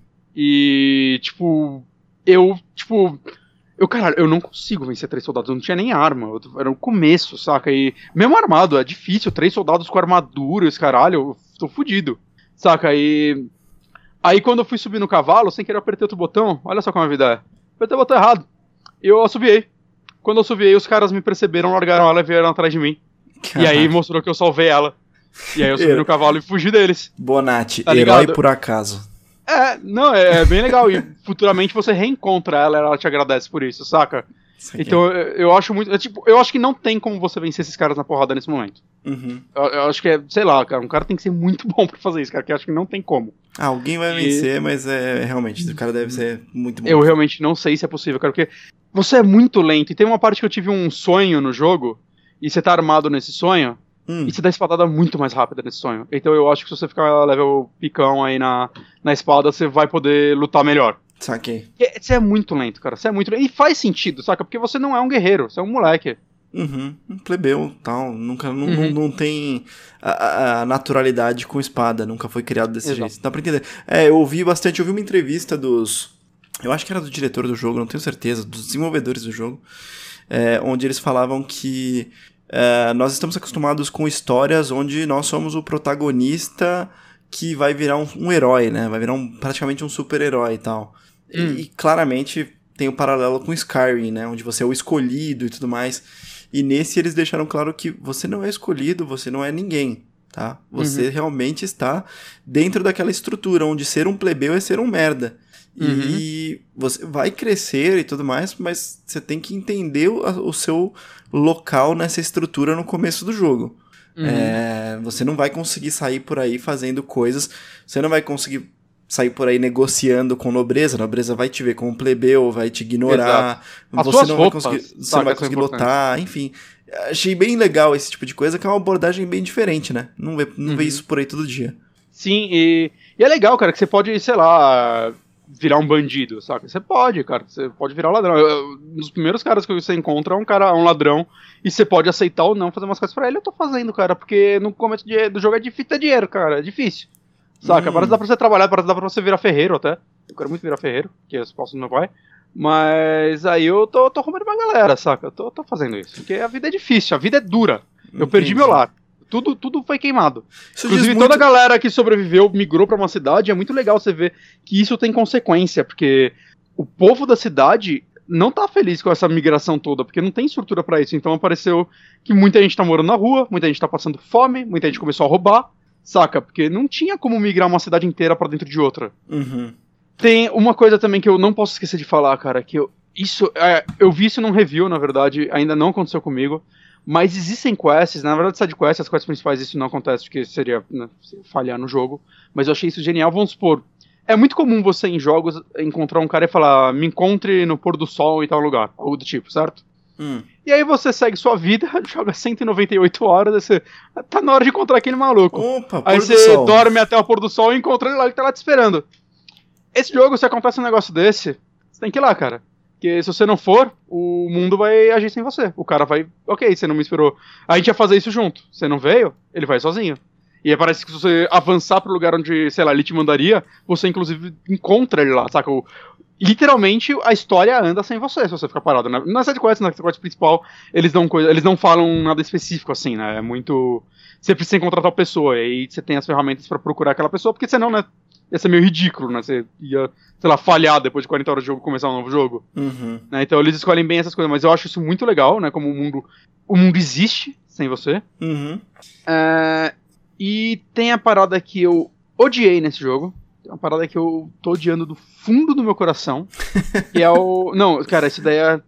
E, tipo, eu, tipo, eu, caralho, eu não consigo vencer três soldados, eu não tinha nem arma, eu- era o começo, saca? E, mesmo armado, é difícil, três soldados com armadura, esse caralho, eu tô fudido, saca? E, aí quando eu fui subir no cavalo, sem querer eu apertei outro botão, olha só como a vida é, apertei o botão errado, e eu assobiei. Quando eu assobiei, os caras me perceberam, largaram ela e vieram atrás de mim. E aí mostrou que eu salvei ela. E aí eu subi no cavalo e fugi deles. Bonatti, Tá herói ligado? por acaso. É, não, é, é bem legal. E futuramente você reencontra ela e ela te agradece por isso, saca? Isso aqui. Então eu, eu acho muito. é, tipo, eu acho que não tem como você vencer esses caras na porrada nesse momento. Uhum. Eu, eu acho que é, sei lá, cara, um cara tem que ser muito bom pra fazer isso, cara, que eu acho que não tem como. Ah, alguém vai E- vencer, mas é realmente, o cara deve ser muito bom. Eu realmente não sei se é possível, cara, porque você é muito lento. E tem uma parte que eu tive um sonho no jogo, e você tá armado nesse sonho, Hum. e você dá espadada muito mais rápida nesse sonho. Então eu acho que se você ficar level picão aí na, na espada, você vai poder lutar melhor. Saquei. Porque você é muito lento, cara. Você é muito lento. E faz sentido, saca? Porque você não é um guerreiro, você é um moleque. Uhum. Um plebeu, tal. Nunca, não, Uhum. não, não tem a, a- a naturalidade com espada. Nunca foi criado desse Exato. jeito. Dá pra entender. É, eu ouvi bastante. Eu vi uma entrevista dos... Eu acho que era do diretor do jogo, não tenho certeza. Dos desenvolvedores do jogo. É, onde eles falavam que... é, nós estamos acostumados com histórias onde nós somos o protagonista que vai virar um, um herói, né? Vai virar um, praticamente um super-herói e tal. E- Hum. E, claramente tem o paralelo com Skyrim, né? Onde você é o escolhido e tudo mais. E nesse eles deixaram claro que você não é escolhido, você não é ninguém, tá? Você Uhum. realmente está dentro daquela estrutura onde ser um plebeu é ser um merda. Uhum. E você vai crescer e tudo mais, mas você tem que entender o, o seu local nessa estrutura no começo do jogo. Uhum. É, você não vai conseguir sair por aí fazendo coisas, você não vai conseguir sair por aí negociando com nobreza, a nobreza vai te ver como plebeu, vai te ignorar, As você suas não roupas, vai conseguir, você saca, não vai são conseguir importantes. lutar, enfim. Achei bem legal esse tipo de coisa, que é uma abordagem bem diferente, né? Não vê, não Uhum. vê isso por aí todo dia. Sim, e, e é legal, cara, que você pode, sei lá, virar um bandido, saca? Você pode, cara, você pode virar um ladrão. Eu, eu, um dos primeiros caras que você encontra é um cara, um ladrão, e você pode aceitar ou não fazer umas coisas pra ele. Eu tô fazendo, cara, porque no começo de- do jogo é difícil ter dinheiro, cara, é difícil. Saca? Hum. Parece que dá pra você trabalhar, parece que dá pra você virar ferreiro até. Eu quero muito virar ferreiro, que é os postos do meu pai. Mas aí eu tô, tô roubando uma galera, saca? Eu tô, tô fazendo isso. Porque a vida é difícil, a vida é dura. Eu Entendi. perdi meu lar. Tudo, tudo foi queimado. Isso Inclusive, diz muito... toda a galera que sobreviveu migrou pra uma cidade. É muito legal você ver que isso tem consequência, porque o povo da cidade não tá feliz com essa migração toda, porque não tem estrutura pra isso. Então apareceu que muita gente tá morando na rua, muita gente tá passando fome, muita gente começou a roubar, saca? Porque não tinha como migrar uma cidade inteira pra dentro de outra. Uhum. Tem uma coisa também que eu não posso esquecer de falar, cara, que eu, isso, é, eu vi isso num review, na verdade, ainda não aconteceu comigo, mas existem quests, na verdade side quests, as quests principais isso não acontece porque seria, né, falhar no jogo, mas eu achei isso genial. Vamos supor, é muito comum você em jogos encontrar um cara e falar, me encontre no pôr do sol em tal lugar, ou do tipo, certo? Hum. E aí você segue sua vida, joga cento e noventa e oito horas, aí você, tá na hora de encontrar aquele maluco. Opa, Aí pôr do você sol. dorme até o pôr do sol e encontra ele lá, ele tá lá te esperando. Esse jogo, se acontece um negócio desse, você tem que ir lá, cara. Porque se você não for, o mundo vai agir sem você. O cara vai, ok, você não me esperou. A gente ia fazer isso junto. Você não veio, ele vai sozinho. E aí parece que se você avançar pro lugar onde, sei lá, ele te mandaria, você inclusive encontra ele lá, saca? O, literalmente, a história anda sem você, se você ficar parado. Né? Na sidequest, na sidequest principal, eles não, coisa, eles não falam nada específico, assim, né? É muito... Você precisa encontrar tal pessoa, e aí você tem as ferramentas pra procurar aquela pessoa, porque senão, né, ia ser meio ridículo, né? Você ia, sei lá, falhar depois de quarenta horas de jogo começar um novo jogo. Uhum. Né? Então eles escolhem bem essas coisas, mas eu acho isso muito legal, né? Como o mundo, o mundo existe sem você. Uhum. É, e tem a parada que eu odiei nesse jogo. Tem uma parada que eu tô odiando do fundo do meu coração. Que é o... Não, cara, essa ideia...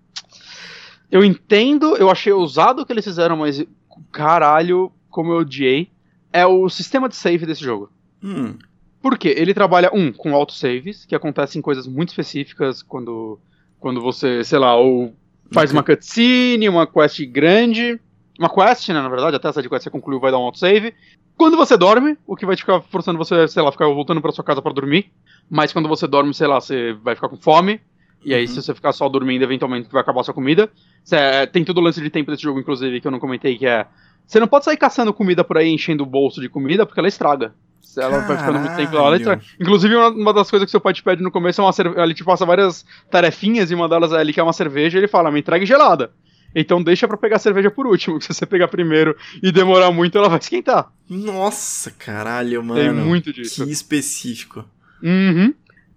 Eu entendo, eu achei ousado o que eles fizeram, mas caralho, como eu odiei. É o sistema de save desse jogo. Hum. Por quê? Ele trabalha, um, com autosaves, que acontecem coisas muito específicas quando, quando você, sei lá, ou faz Ok. uma cutscene, uma quest grande. Uma quest, né, na verdade, até essa de quest você concluiu, vai dar um autosave. Quando você dorme, o que vai te ficar forçando você, sei lá, ficar voltando pra sua casa pra dormir. Mas quando você dorme, sei lá, você vai ficar com fome. E aí, Uhum. se você ficar só dormindo, eventualmente vai acabar a sua comida. Cê, tem todo o lance de tempo desse jogo, inclusive, que eu não comentei, que é... Você não pode sair caçando comida por aí, enchendo o bolso de comida, porque ela estraga. Ela vai ficando muito tempo lá, ela estraga. Inclusive, uma, uma das coisas que seu pai te pede no começo é uma cerveja. Ele te passa várias tarefinhas e uma delas é ali que é uma cerveja e ele fala, me entregue gelada. Então deixa pra pegar a cerveja por último, que se você pegar primeiro e demorar muito, ela vai esquentar. Nossa, caralho, mano. Tem muito disso. Que específico. Uhum.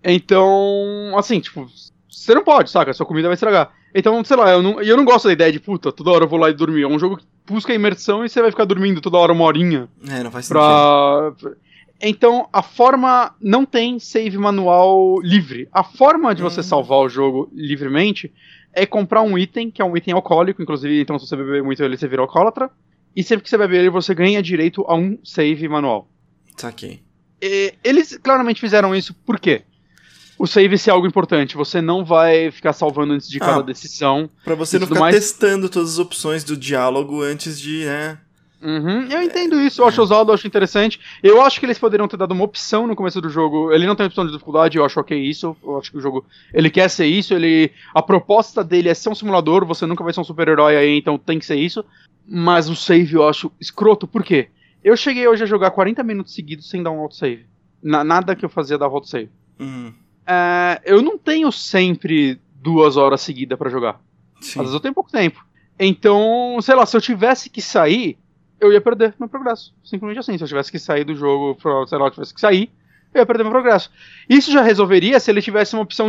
Então, assim, tipo, você não pode, saca? Sua comida vai estragar. Então, sei lá, eu não, e eu não gosto da ideia de, puta, toda hora eu vou lá e dormir. É um jogo que busca imersão e você vai ficar dormindo toda hora uma horinha. É, não faz sentido. Pra... Então, a forma... Não tem save manual livre. A forma de você Hum. salvar o jogo livremente é comprar um item, que é um item alcoólico, inclusive, então se você beber muito ele, você vira alcoólatra. E sempre que você beber ele, você ganha direito a um save manual. Saquei. E eles claramente fizeram isso por quê? O save se é algo importante, você não vai ficar salvando antes de cada Ah, decisão. Pra você e não tudo ficar mais. testando todas as opções do diálogo antes de, né? Uhum, eu entendo isso, eu acho ousado, eu acho interessante. Eu acho que eles poderiam ter dado uma opção no começo do jogo. Ele não tem opção de dificuldade, eu acho ok isso. Eu acho que o jogo, ele quer ser isso, ele... A proposta dele é ser um simulador, você nunca vai ser um super-herói aí, então tem que ser isso. Mas o save eu acho escroto, por quê? Eu cheguei hoje a jogar quarenta minutos seguidos sem dar um autosave. Na, nada que eu fazia dava autosave. Uhum. É, eu não tenho sempre duas horas seguidas pra jogar. Sim. Às vezes eu tenho pouco tempo. Então, sei lá, se eu tivesse que sair, eu ia perder meu progresso. Simplesmente assim. Se eu tivesse que sair do jogo, sei lá, eu tivesse que sair, eu ia perder meu progresso. Isso já resolveria se ele tivesse uma opção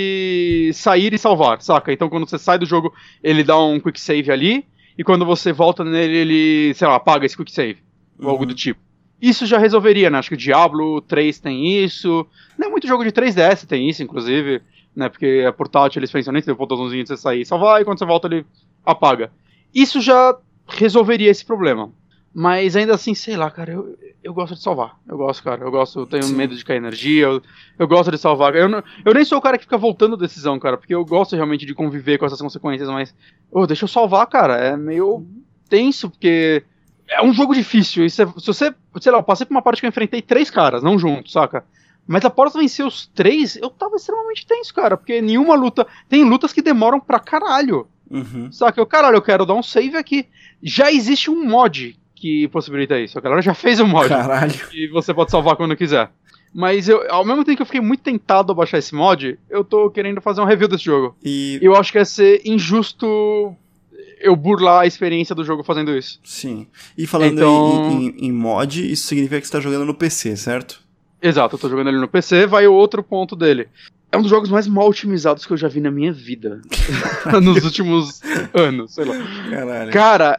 de sair e salvar, saca? Então quando você sai do jogo, ele dá um quick save ali, e quando você volta nele, ele, sei lá, apaga esse quick save. Ou algo do tipo. Isso já resolveria, né? Acho que o Diablo três tem isso. Não é muito jogo de três D S tem isso, inclusive, né? Porque é portátil, eles pensam nisso, tem um botãozinho de você sair e salvar, e quando você volta ele apaga. Isso já resolveria esse problema. Mas ainda assim, sei lá, cara, eu, eu gosto de salvar. Eu gosto, cara. Eu gosto, eu tenho Sim. medo de cair energia. Eu, eu gosto de salvar. Eu, não, eu nem sou o cara que fica voltando decisão, cara, porque eu gosto realmente de conviver com essas consequências, mas. Oh, deixa eu salvar, cara. É meio tenso, porque. É um jogo difícil. E se, se você. Sei lá, eu passei por uma parte que eu enfrentei três caras, não juntos, saca? Mas após vencer os três, eu tava extremamente tenso, cara, porque nenhuma luta. Tem lutas que demoram pra caralho. Uhum. Saca? Eu, caralho, eu quero dar um save aqui. Já existe um mod que possibilita isso. A galera já fez um mod. Caralho. E você pode salvar quando quiser. Mas eu, ao mesmo tempo que eu fiquei muito tentado a baixar esse mod, eu tô querendo fazer um review desse jogo. E eu acho que ia ser injusto eu burlar a experiência do jogo fazendo isso. Sim. E falando então... em, em, em mod, isso significa que você tá jogando no P C, certo? Exato, eu tô jogando ele no P C, vai o outro ponto dele. É um dos jogos mais mal otimizados que eu já vi na minha vida. Nos últimos anos, sei lá. Caralho. Cara,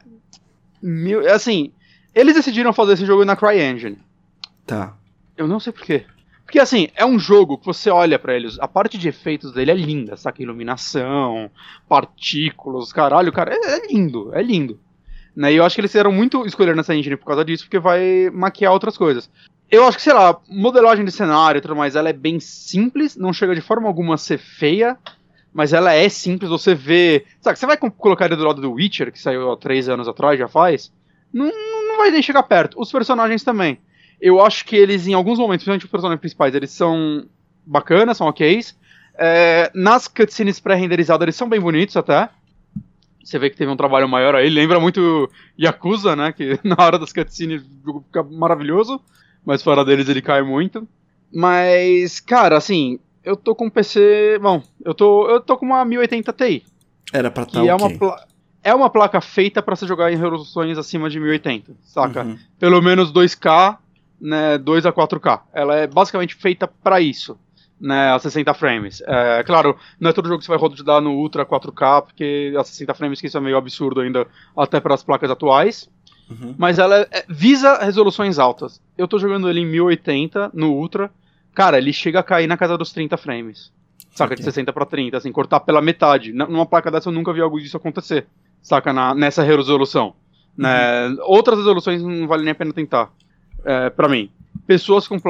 meu, assim, eles decidiram fazer esse jogo na CryEngine. Tá. Eu não sei porquê. Porque, assim, é um jogo que você olha pra eles, a parte de efeitos dele é linda, saca? Iluminação, partículas, caralho, cara, é, é lindo, é lindo. Né? E eu acho que eles fizeram muito escolher nessa engine por causa disso, porque vai maquiar outras coisas. Eu acho que, sei lá, modelagem de cenário e tudo mais, ela é bem simples, não chega de forma alguma a ser feia, mas ela é simples, você vê... Sabe, você vai colocar ele do lado do Witcher, que saiu há três anos atrás, já faz, não, não vai nem chegar perto. Os personagens também. Eu acho que eles, em alguns momentos, principalmente os personagens principais, eles são bacanas, são ok. É, nas cutscenes pré-renderizadas, eles são bem bonitos até. Você vê que teve um trabalho maior aí. Lembra muito Yakuza, né? Que na hora das cutscenes o jogo fica maravilhoso. Mas fora deles ele cai muito. Mas, cara, assim, eu tô com um P C... Bom, eu tô, eu tô com uma mil e oitenta Ti. Era pra estar que é ok. uma pla- É uma placa feita pra se jogar em resoluções acima de mil e oitenta, saca? Uhum. Pelo menos dois K, né, dois a quatro K. Ela é basicamente feita pra isso, né, a sessenta frames. É, claro, não é todo jogo que você vai rodar no Ultra quatro K, porque a sessenta frames, que isso é meio absurdo ainda, até para as placas atuais. Uhum. Mas ela é, visa resoluções altas. Eu tô jogando ele em mil e oitenta, no Ultra. Cara, ele chega a cair na casa dos trinta frames. Saca, okay. De sessenta pra trinta, assim, cortar pela metade. N- numa placa dessa eu nunca vi algo disso acontecer. Saca, na, nessa resolução. Uhum. Né? Outras resoluções não vale nem a pena tentar. É, pra mim. Pessoas com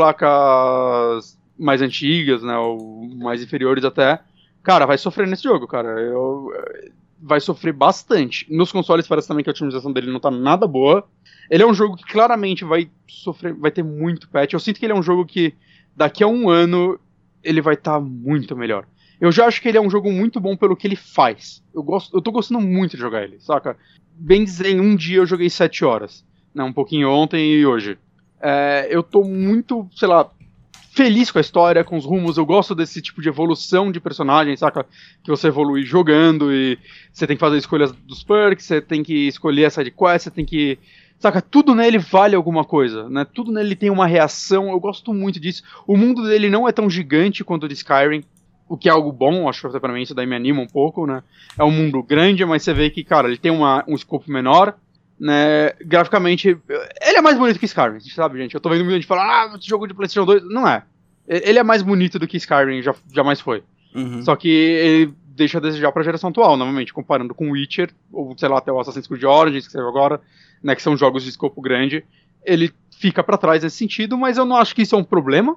placas mais antigas, né, ou mais inferiores até, cara, vai sofrer nesse jogo, cara. Eu, vai sofrer bastante. Nos consoles parece também que a otimização dele não tá nada boa. Ele é um jogo que claramente vai sofrer, vai ter muito patch. Eu sinto que ele é um jogo que daqui a um ano ele vai estar tá muito melhor. Eu já acho que ele é um jogo muito bom pelo que ele faz. Eu, gosto, eu tô gostando muito de jogar ele, saca? Bem dizer, em um dia eu joguei sete horas. Né, um pouquinho ontem e hoje. É, eu tô muito, sei lá, feliz com a história, com os rumos. Eu gosto desse tipo de evolução de personagem, saca? Que você evolui jogando e você tem que fazer escolhas dos perks, você tem que escolher a sidequest, você tem que... Saca? Tudo nele vale alguma coisa, né? Tudo nele tem uma reação, eu gosto muito disso. O mundo dele não é tão gigante quanto o de Skyrim, o que é algo bom, acho que até pra mim isso daí me anima um pouco, né? É um mundo grande, mas você vê que, cara, ele tem uma, um escopo menor, né, graficamente, ele é mais bonito que Skyrim, sabe, gente? Eu tô vendo muita gente falar, ah, esse jogo de PlayStation dois, não é. Ele é mais bonito do que Skyrim já, jamais foi. Uhum. Só que ele deixa a desejar pra geração atual, novamente, comparando com Witcher, ou sei lá, até o Assassin's Creed Origins, que saiu agora, né, que são jogos de escopo grande, ele fica pra trás nesse sentido, mas eu não acho que isso é um problema,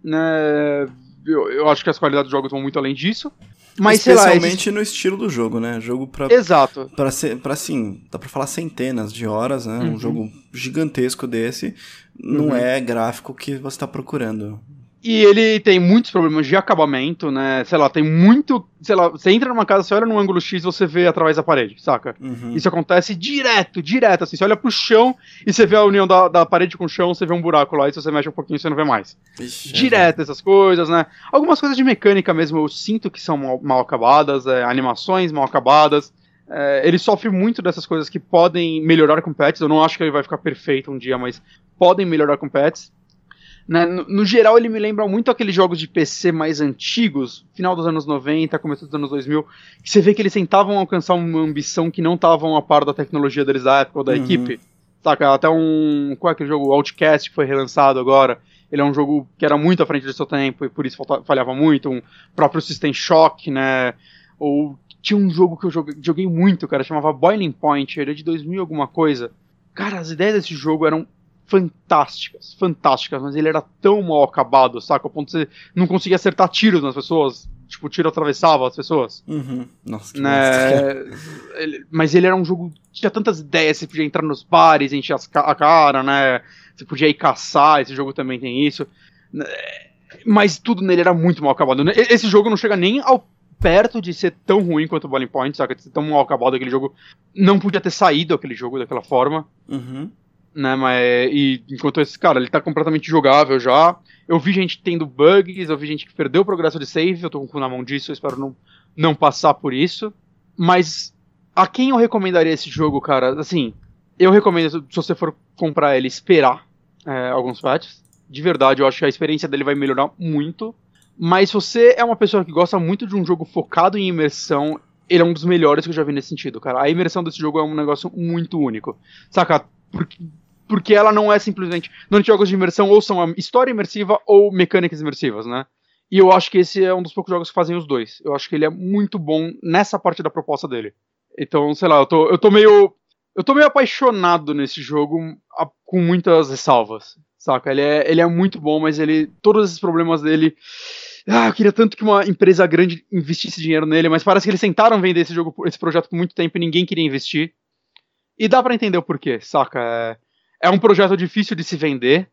né, eu, eu acho que as qualidades dos jogos vão muito além disso. Mas, especialmente sei lá, no estilo do jogo, né? Jogo pra... Exato. Pra, ser, pra assim, dá pra falar centenas de horas, né? Uhum. Um jogo gigantesco desse não uhum. é gráfico que você tá procurando. E ele tem muitos problemas de acabamento, né? Sei lá, tem muito... Sei lá, você entra numa casa, você olha no ângulo X, você vê através da parede, saca? Uhum. Isso acontece direto, direto, assim. Você olha pro chão e você vê a união da, da parede com o chão, você vê um buraco lá, e se você mexe um pouquinho, você não vê mais. Ixi, direto, é essas coisas, né? Algumas coisas de mecânica mesmo, eu sinto que são mal, mal acabadas, é, animações mal acabadas. É, ele sofre muito dessas coisas que podem melhorar com patches. Eu não acho que ele vai ficar perfeito um dia, mas podem melhorar com patches. Né, no, no geral ele me lembra muito aqueles jogos de P C mais antigos, final dos anos noventa, começo dos anos dois mil, que você vê que eles tentavam alcançar uma ambição que não estavam a par da tecnologia deles da época ou da uhum. equipe, saca? Até um, qual é aquele jogo? Outcast, que foi relançado agora, ele é um jogo que era muito à frente do seu tempo e por isso falta, falhava muito, um próprio System Shock, né, ou tinha um jogo que eu joguei, joguei muito, cara, chamava Boiling Point, ele é de dois mil alguma coisa. Cara, as ideias desse jogo eram fantásticas, fantásticas, mas ele era tão mal acabado, saca? Ao ponto de você não conseguia acertar tiros nas pessoas. Tipo, o tiro atravessava as pessoas. Uhum. Nossa, que né? ele, Mas ele era um jogo que tinha tantas ideias, você podia entrar nos bares, encher as, a cara, né? Você podia ir caçar, esse jogo também tem isso. Mas tudo nele era muito mal acabado. Esse jogo não chega nem ao perto de ser tão ruim quanto o Boiling Point, saca? De ser tão mal acabado aquele jogo. Não podia ter saído aquele jogo daquela forma. Uhum. Né, mas, e enquanto esse cara, ele tá completamente jogável já. Eu vi gente tendo bugs, eu vi gente que perdeu o progresso de save, eu tô com o cu na mão disso, eu espero não, não passar por isso. Mas a quem eu recomendaria esse jogo, cara? Assim, eu recomendo, se você for comprar ele, esperar é, alguns patches. De verdade, eu acho que a experiência dele vai melhorar muito. Mas se você é uma pessoa que gosta muito de um jogo focado em imersão, ele é um dos melhores que eu já vi nesse sentido, cara. A imersão desse jogo é um negócio muito único. Saca? Porque... Porque ela não é simplesmente... Normalmente jogos de imersão ou são história imersiva ou mecânicas imersivas, né? E eu acho que esse é um dos poucos jogos que fazem os dois. Eu acho que ele é muito bom nessa parte da proposta dele. Então, sei lá, eu tô, eu tô meio... Eu tô meio apaixonado nesse jogo a, com muitas ressalvas, saca? Ele é, ele é muito bom, mas ele... Todos esses problemas dele... Ah, eu queria tanto que uma empresa grande investisse dinheiro nele, mas parece que eles tentaram vender esse jogo, esse projeto por muito tempo e ninguém queria investir. E dá pra entender o porquê, saca? É... É um projeto difícil de se vender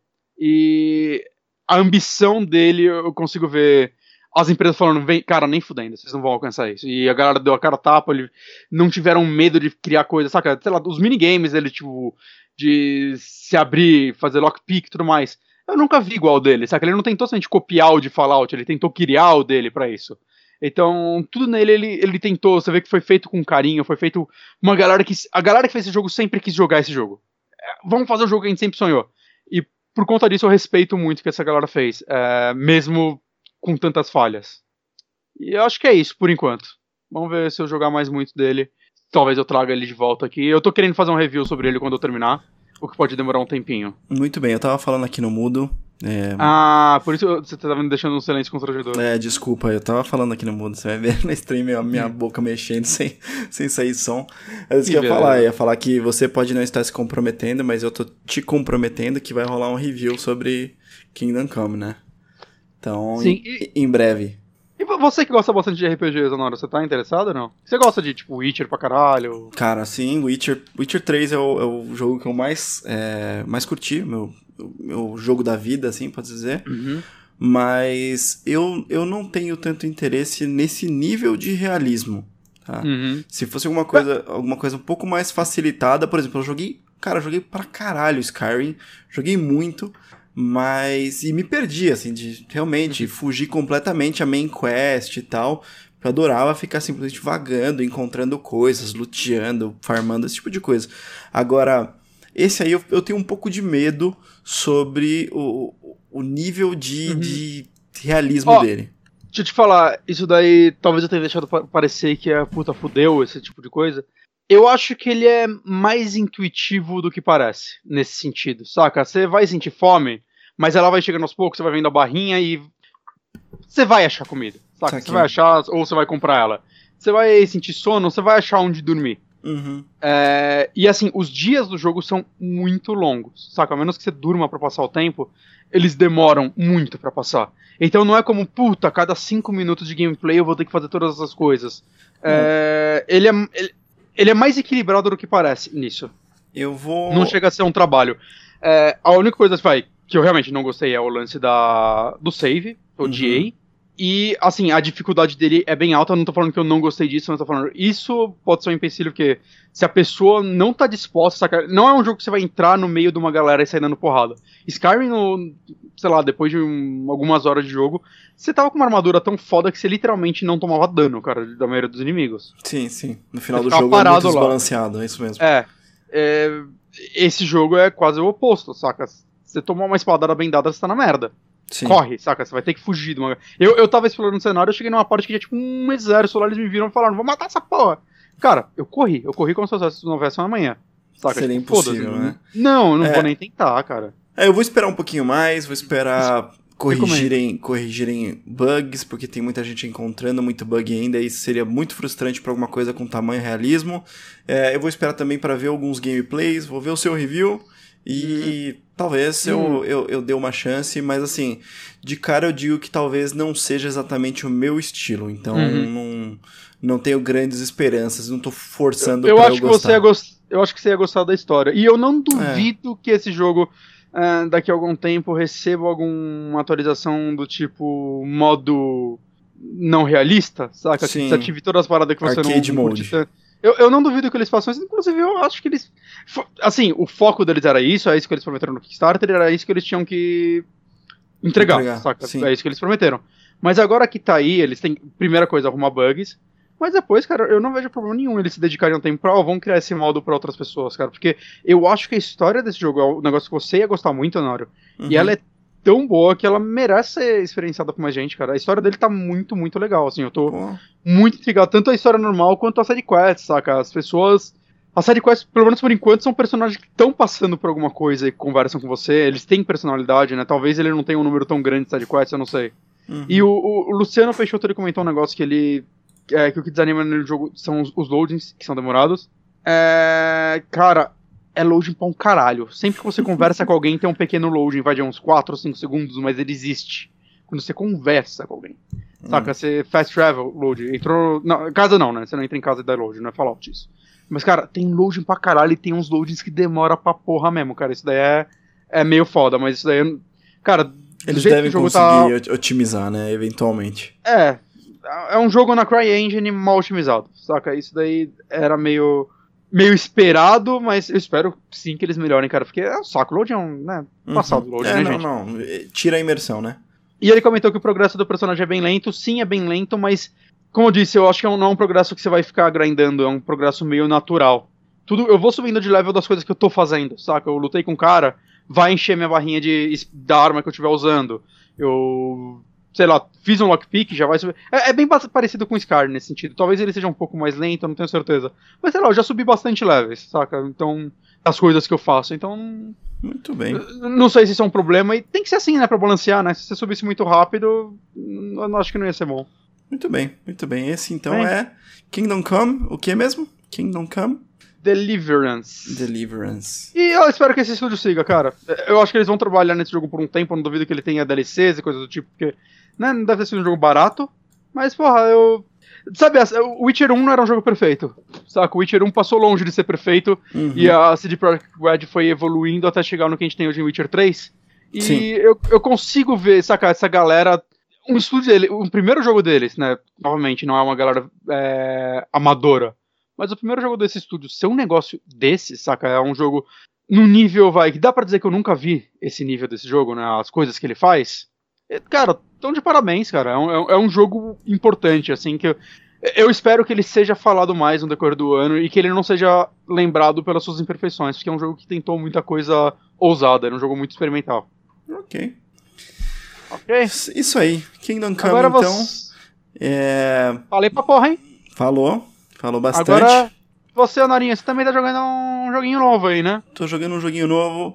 e a ambição dele, eu consigo ver as empresas falando, vem, cara, nem fudendo, vocês não vão alcançar isso. E a galera deu a cara a tapa, eles não tiveram medo de criar coisas, saca? Sei lá, os minigames dele, tipo, de se abrir, fazer lockpick e tudo mais. Eu nunca vi igual dele, saca? Ele não tentou somente copiar o de Fallout, ele tentou criar o dele pra isso. Então, tudo nele ele, ele tentou, você vê que foi feito com carinho, foi feito uma galera que... A galera que fez esse jogo sempre quis jogar esse jogo. Vamos fazer o jogo que a gente sempre sonhou. E por conta disso eu respeito muito o que essa galera fez, é, mesmo com tantas falhas. E eu acho que é isso, por enquanto. Vamos ver se eu jogar mais muito dele. Talvez eu traga ele de volta aqui. Eu tô querendo fazer um review sobre ele quando eu terminar, o que pode demorar um tempinho. Muito bem, eu tava falando aqui no mudo. É... Ah, por isso você tava me deixando um silêncio constrangedor. É, desculpa, eu tava falando aqui no mudo, você vai ver na stream a minha boca mexendo sem, sem sair som. É isso que, que eu ia falar, eu ia falar que você pode não estar se comprometendo, mas eu tô te comprometendo que vai rolar um review sobre Kingdom Come, né? Então, Sim, em, e... em breve. E você que gosta bastante de R P Gs, Honora, você tá interessado ou não? Você gosta de, tipo, Witcher pra caralho? Cara, sim, Witcher, Witcher três é o, é o jogo que eu mais, é, mais curti, meu, meu jogo da vida, assim, pode dizer. Uhum. Mas eu, eu não tenho tanto interesse nesse nível de realismo, tá? Uhum. Se fosse alguma coisa, alguma coisa um pouco mais facilitada, por exemplo, eu joguei, cara, eu joguei pra caralho Skyrim, joguei muito... Mas, e me perdi, assim, de realmente fugir completamente a main quest e tal. Eu adorava ficar simplesmente vagando, encontrando coisas, luteando, farmando, esse tipo de coisa. Agora, esse aí eu, eu tenho um pouco de medo sobre o, o nível de, uhum. de realismo oh, dele. Deixa eu te falar, isso daí talvez eu tenha deixado parecer que é puta fudeu, esse tipo de coisa. Eu acho que ele é mais intuitivo do que parece, nesse sentido, saca? Você vai sentir fome, mas ela vai chegando aos poucos, você vai vendo a barrinha e você vai achar comida, saca? Você vai achar, ou você vai comprar ela. Você vai sentir sono, você vai achar onde dormir. Uhum. É, e assim, os dias do jogo são muito longos, saca? A menos que você durma pra passar o tempo, eles demoram muito pra passar. Então não é como, puta, a cada cinco minutos de gameplay eu vou ter que fazer todas essas coisas. Uhum. É, ele é... Ele, Ele é mais equilibrado do que parece nisso. Eu vou... Não chega a ser um trabalho. É, a única coisa vai, que eu realmente não gostei é o lance da, do save, eu odiei. Uhum. E, assim, a dificuldade dele é bem alta. Eu não tô falando que eu não gostei disso, mas tô falando... Isso pode ser um empecilho, porque se a pessoa não tá disposta, saca? Não é um jogo que você vai entrar no meio de uma galera e sair dando porrada. Skyrim, no, sei lá, depois de um, algumas horas de jogo, você tava com uma armadura tão foda que você literalmente não tomava dano, cara, da maioria dos inimigos. Sim, sim. No final você do jogo é muito desbalanceado, é isso mesmo. É, é. Esse jogo é quase o oposto, saca? Você tomar uma espadada bem dada, você tá na merda. Sim. Corre, saca? Você vai ter que fugir de uma... Eu, eu tava explorando o cenário, eu cheguei numa parte que tinha tipo um exército lá, eles me viram e falaram, vou matar essa porra. Cara, eu corri, eu corri como se não houvesse uma manhã. Saca? Seria tipo, impossível, né? Não, não é. vou nem tentar, cara. É, eu vou esperar um pouquinho mais, vou esperar corrigirem, corrigirem bugs, porque tem muita gente encontrando muito bug ainda, e isso seria muito frustrante para alguma coisa com tamanho realismo. É, eu vou esperar também para ver alguns gameplays, vou ver o seu review, e hum. talvez hum. Eu, eu, eu dê uma chance, mas assim, de cara eu digo que talvez não seja exatamente o meu estilo, então uhum. não, não tenho grandes esperanças, não tô forçando eu, eu pra acho eu que gostar. Você ia gost... Eu acho que você ia gostar da história, e eu não duvido é. que esse jogo... Uh, daqui a algum tempo recebo alguma atualização do tipo modo não realista, saca? Sim. Que desative todas as paradas que você Arcade não, não mode. curte. Eu, eu não duvido que eles façam isso, inclusive eu acho que eles... Assim, o foco deles era isso, é isso que eles prometeram no Kickstarter, era isso que eles tinham que entregar, entregar saca? Sim. É isso que eles prometeram. Mas agora que tá aí, eles têm, primeira coisa, arrumar bugs. Mas depois, cara, eu não vejo problema nenhum eles se dedicarem um tempo pra, ó, vamos criar esse modo pra outras pessoas, cara. Porque eu acho que a história desse jogo é um negócio que você ia gostar muito, Nário. Uhum. E ela é tão boa que ela merece ser experienciada por mais gente, cara. A história dele tá muito, muito legal, assim. Eu tô Pô. muito intrigado. Tanto a história normal quanto a sidequest, saca? As pessoas... As sidequests, pelo menos por enquanto, são personagens que estão passando por alguma coisa e conversam com você. Eles têm personalidade, né? Talvez ele não tenha um número tão grande de sidequests, eu não sei. Uhum. E o, o, o Luciano Peixoto, ele comentou um negócio que ele... É, que o que desanima no jogo são os, os loadings, que são demorados. É, cara, é loading pra um caralho. Sempre que você conversa com alguém, tem um pequeno loading, vai de uns quatro ou cinco segundos, mas ele existe. Quando você conversa com alguém. Hum. Saca? Você fast travel, load. Entrou... Não, casa não, né? Você não entra em casa e dá load, não é Fallout isso. Mas, cara, tem loading pra caralho e tem uns loadings que demora pra porra mesmo, cara. Isso daí é, é meio foda, mas isso daí... É... Cara, eles devem que o jogo conseguir tá... otimizar, né? Eventualmente. É... É um jogo na CryEngine mal otimizado, saca? Isso daí era meio meio esperado, mas eu espero sim que eles melhorem, cara, porque é um saco, load é um, né, passado uhum. load, é, né, não, gente? não, tira a imersão, né? E ele comentou que o progresso do personagem é bem lento, sim, é bem lento, mas, como eu disse, eu acho que não é um progresso que você vai ficar grindando, é um progresso meio natural. Tudo, eu vou subindo de level das coisas que eu tô fazendo, saca? Eu lutei com um cara, vai encher minha barrinha de, da arma que eu estiver usando. Eu... sei lá, fiz um lockpick, já vai subir. É, é bem parecido com o Scar nesse sentido. Talvez ele seja um pouco mais lento, eu não tenho certeza. Mas sei lá, eu já subi bastante levels, saca? Então, as coisas que eu faço. Então. Muito bem. Não sei se isso é um problema. E tem que ser assim, né? Pra balancear, né? Se você subisse muito rápido, eu não acho que não ia ser bom. Muito bem, muito bem. Esse então bem. é Kingdom Come. O que mesmo? Kingdom Come? Deliverance. Deliverance. E eu espero que esse estúdio siga, cara. Eu acho que eles vão trabalhar nesse jogo por um tempo. Eu não duvido que ele tenha D L Cs e coisas do tipo, porque. Né, não deve ter sido um jogo barato, mas, porra, eu... Sabe, o Witcher um não era um jogo perfeito, saca? O Witcher um passou longe de ser perfeito, uhum. e a C D Projekt Red foi evoluindo até chegar no que a gente tem hoje em Witcher três. E eu, eu consigo ver, saca, essa galera... Um estúdio dele, o primeiro jogo deles, né, novamente, não é uma galera é, amadora, mas o primeiro jogo desse estúdio ser um negócio desse, saca? É um jogo no nível, vai, que dá pra dizer que eu nunca vi esse nível desse jogo, né, as coisas que ele faz... Cara, tão de parabéns, cara. É um, é um jogo importante, assim, que eu, eu espero que ele seja falado mais no decorrer do ano e que ele não seja lembrado pelas suas imperfeições, porque é um jogo que tentou muita coisa ousada, era um jogo muito experimental. Ok. Ok. Isso aí. Kingdom Come, Agora então. Você... É... Falei pra porra, hein? Falou. Falou bastante. Agora, você, Narinha, você também tá jogando um joguinho novo aí, né? Tô jogando um joguinho novo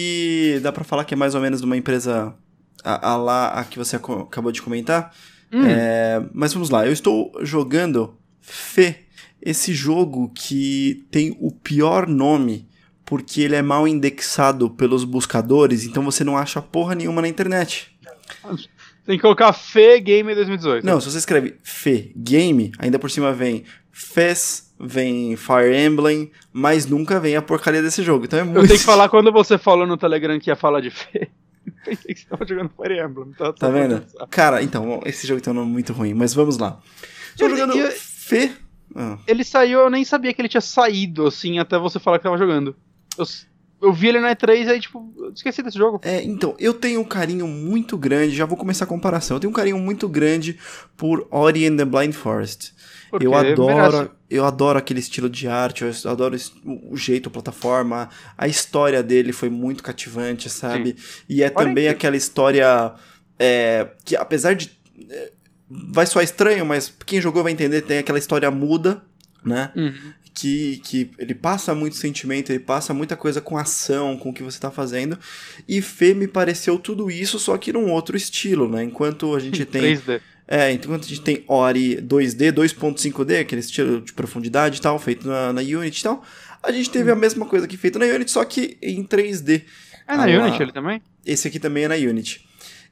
e dá pra falar que é mais ou menos de uma empresa... A, a lá, a que você acabou de comentar. Hum. É, mas vamos lá, eu estou jogando Fê, esse jogo que tem o pior nome, porque ele é mal indexado pelos buscadores, então você não acha porra nenhuma na internet. Tem que colocar Fê Game dois mil e dezoito. Não, se você escreve Fê Game, ainda por cima vem Fez, vem Fire Emblem, mas nunca vem a porcaria desse jogo. Então é muito... Eu tenho que falar quando você falou no Telegram que ia falar de Fê. Pensei que você tava jogando Fire Emblem. Tá, tá vendo? Cara, então, esse jogo tem um nome muito ruim, mas vamos lá. Tô ele, jogando eu, Fê. Ah. Ele saiu, eu nem sabia que ele tinha saído, assim, até você falar que tava jogando. Eu, eu vi ele na E três e aí, tipo, eu esqueci desse jogo. É, então, eu tenho um carinho muito grande, já vou começar a comparação. Eu tenho um carinho muito grande por Ori and the Blind Forest. Porque eu adoro, merece. eu adoro aquele estilo de arte, eu adoro o jeito, a plataforma, a história dele foi muito cativante, sabe? Sim. E é Ori também que... aquela história é, que apesar de... É, vai soar estranho, mas quem jogou vai entender, tem aquela história muda, né? Uhum. que, que ele passa muito sentimento, ele passa muita coisa com ação, com o que você tá fazendo, e Fê me pareceu tudo isso, só que num outro estilo, né? Enquanto a gente tem... três D. É, enquanto a gente tem Ori dois D, dois ponto cinco D, aquele estilo de profundidade e tal, feito na, na Unity e tal, a gente teve hum. a mesma coisa que feito na Unity, só que em três D. É na ah, Unity ele também? Esse aqui também é na Unity.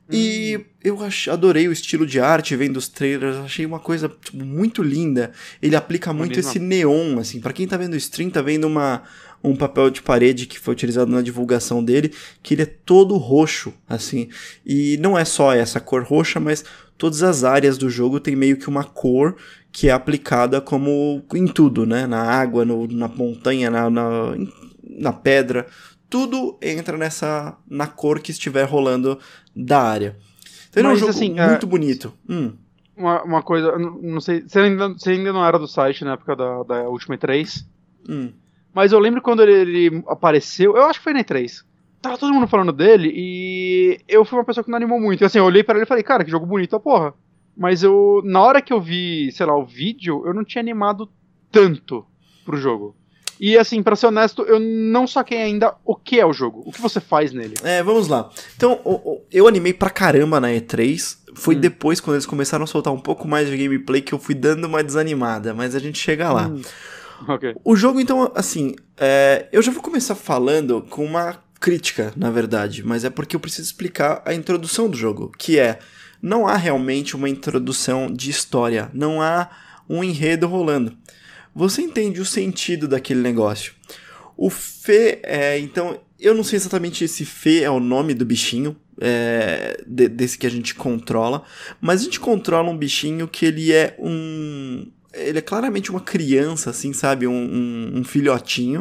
E eu ach, adorei o estilo de arte, vendo os trailers, achei uma coisa tipo, muito linda. Ele aplica muito Bonito. esse neon, assim, pra quem tá vendo o stream, tá vendo uma, um papel de parede que foi utilizado na divulgação dele, que ele é todo roxo, assim. E não é só essa cor roxa, mas todas as áreas do jogo tem meio que uma cor que é aplicada como em tudo, né? Na água, no, na montanha, na, na, na pedra... Tudo entra nessa na cor que estiver rolando da área. Então ele é um jogo assim, muito é, bonito. Hum. Uma, uma coisa, não sei, você ainda, você ainda não era do site na época da, da última E três, hum. mas eu lembro quando ele, ele apareceu, eu acho que foi na E três, tava todo mundo falando dele e eu fui uma pessoa que não animou muito. Assim, eu olhei pra ele e falei, cara, que jogo bonito a porra. Mas eu, na hora que eu vi, sei lá, o vídeo, eu não tinha animado tanto pro jogo. E assim, pra ser honesto, eu não saquei ainda o que é o jogo. O que você faz nele? É, vamos lá. Então, eu animei pra caramba na E três. Foi hum. depois, quando eles começaram a soltar um pouco mais de gameplay, que eu fui dando uma desanimada. Mas a gente chega lá. Hum. Okay. O jogo, então, assim... É, eu já vou começar falando com uma crítica, na verdade. Mas é porque eu preciso explicar a introdução do jogo. Que é... Não há realmente uma introdução de história. Não há um enredo rolando. Você entende o sentido daquele negócio. O Fê, é, então, eu não sei exatamente se Fê é o nome do bichinho, é, de, desse que a gente controla, mas a gente controla um bichinho que ele é um... Ele é claramente uma criança, assim, sabe? Um, um, um filhotinho.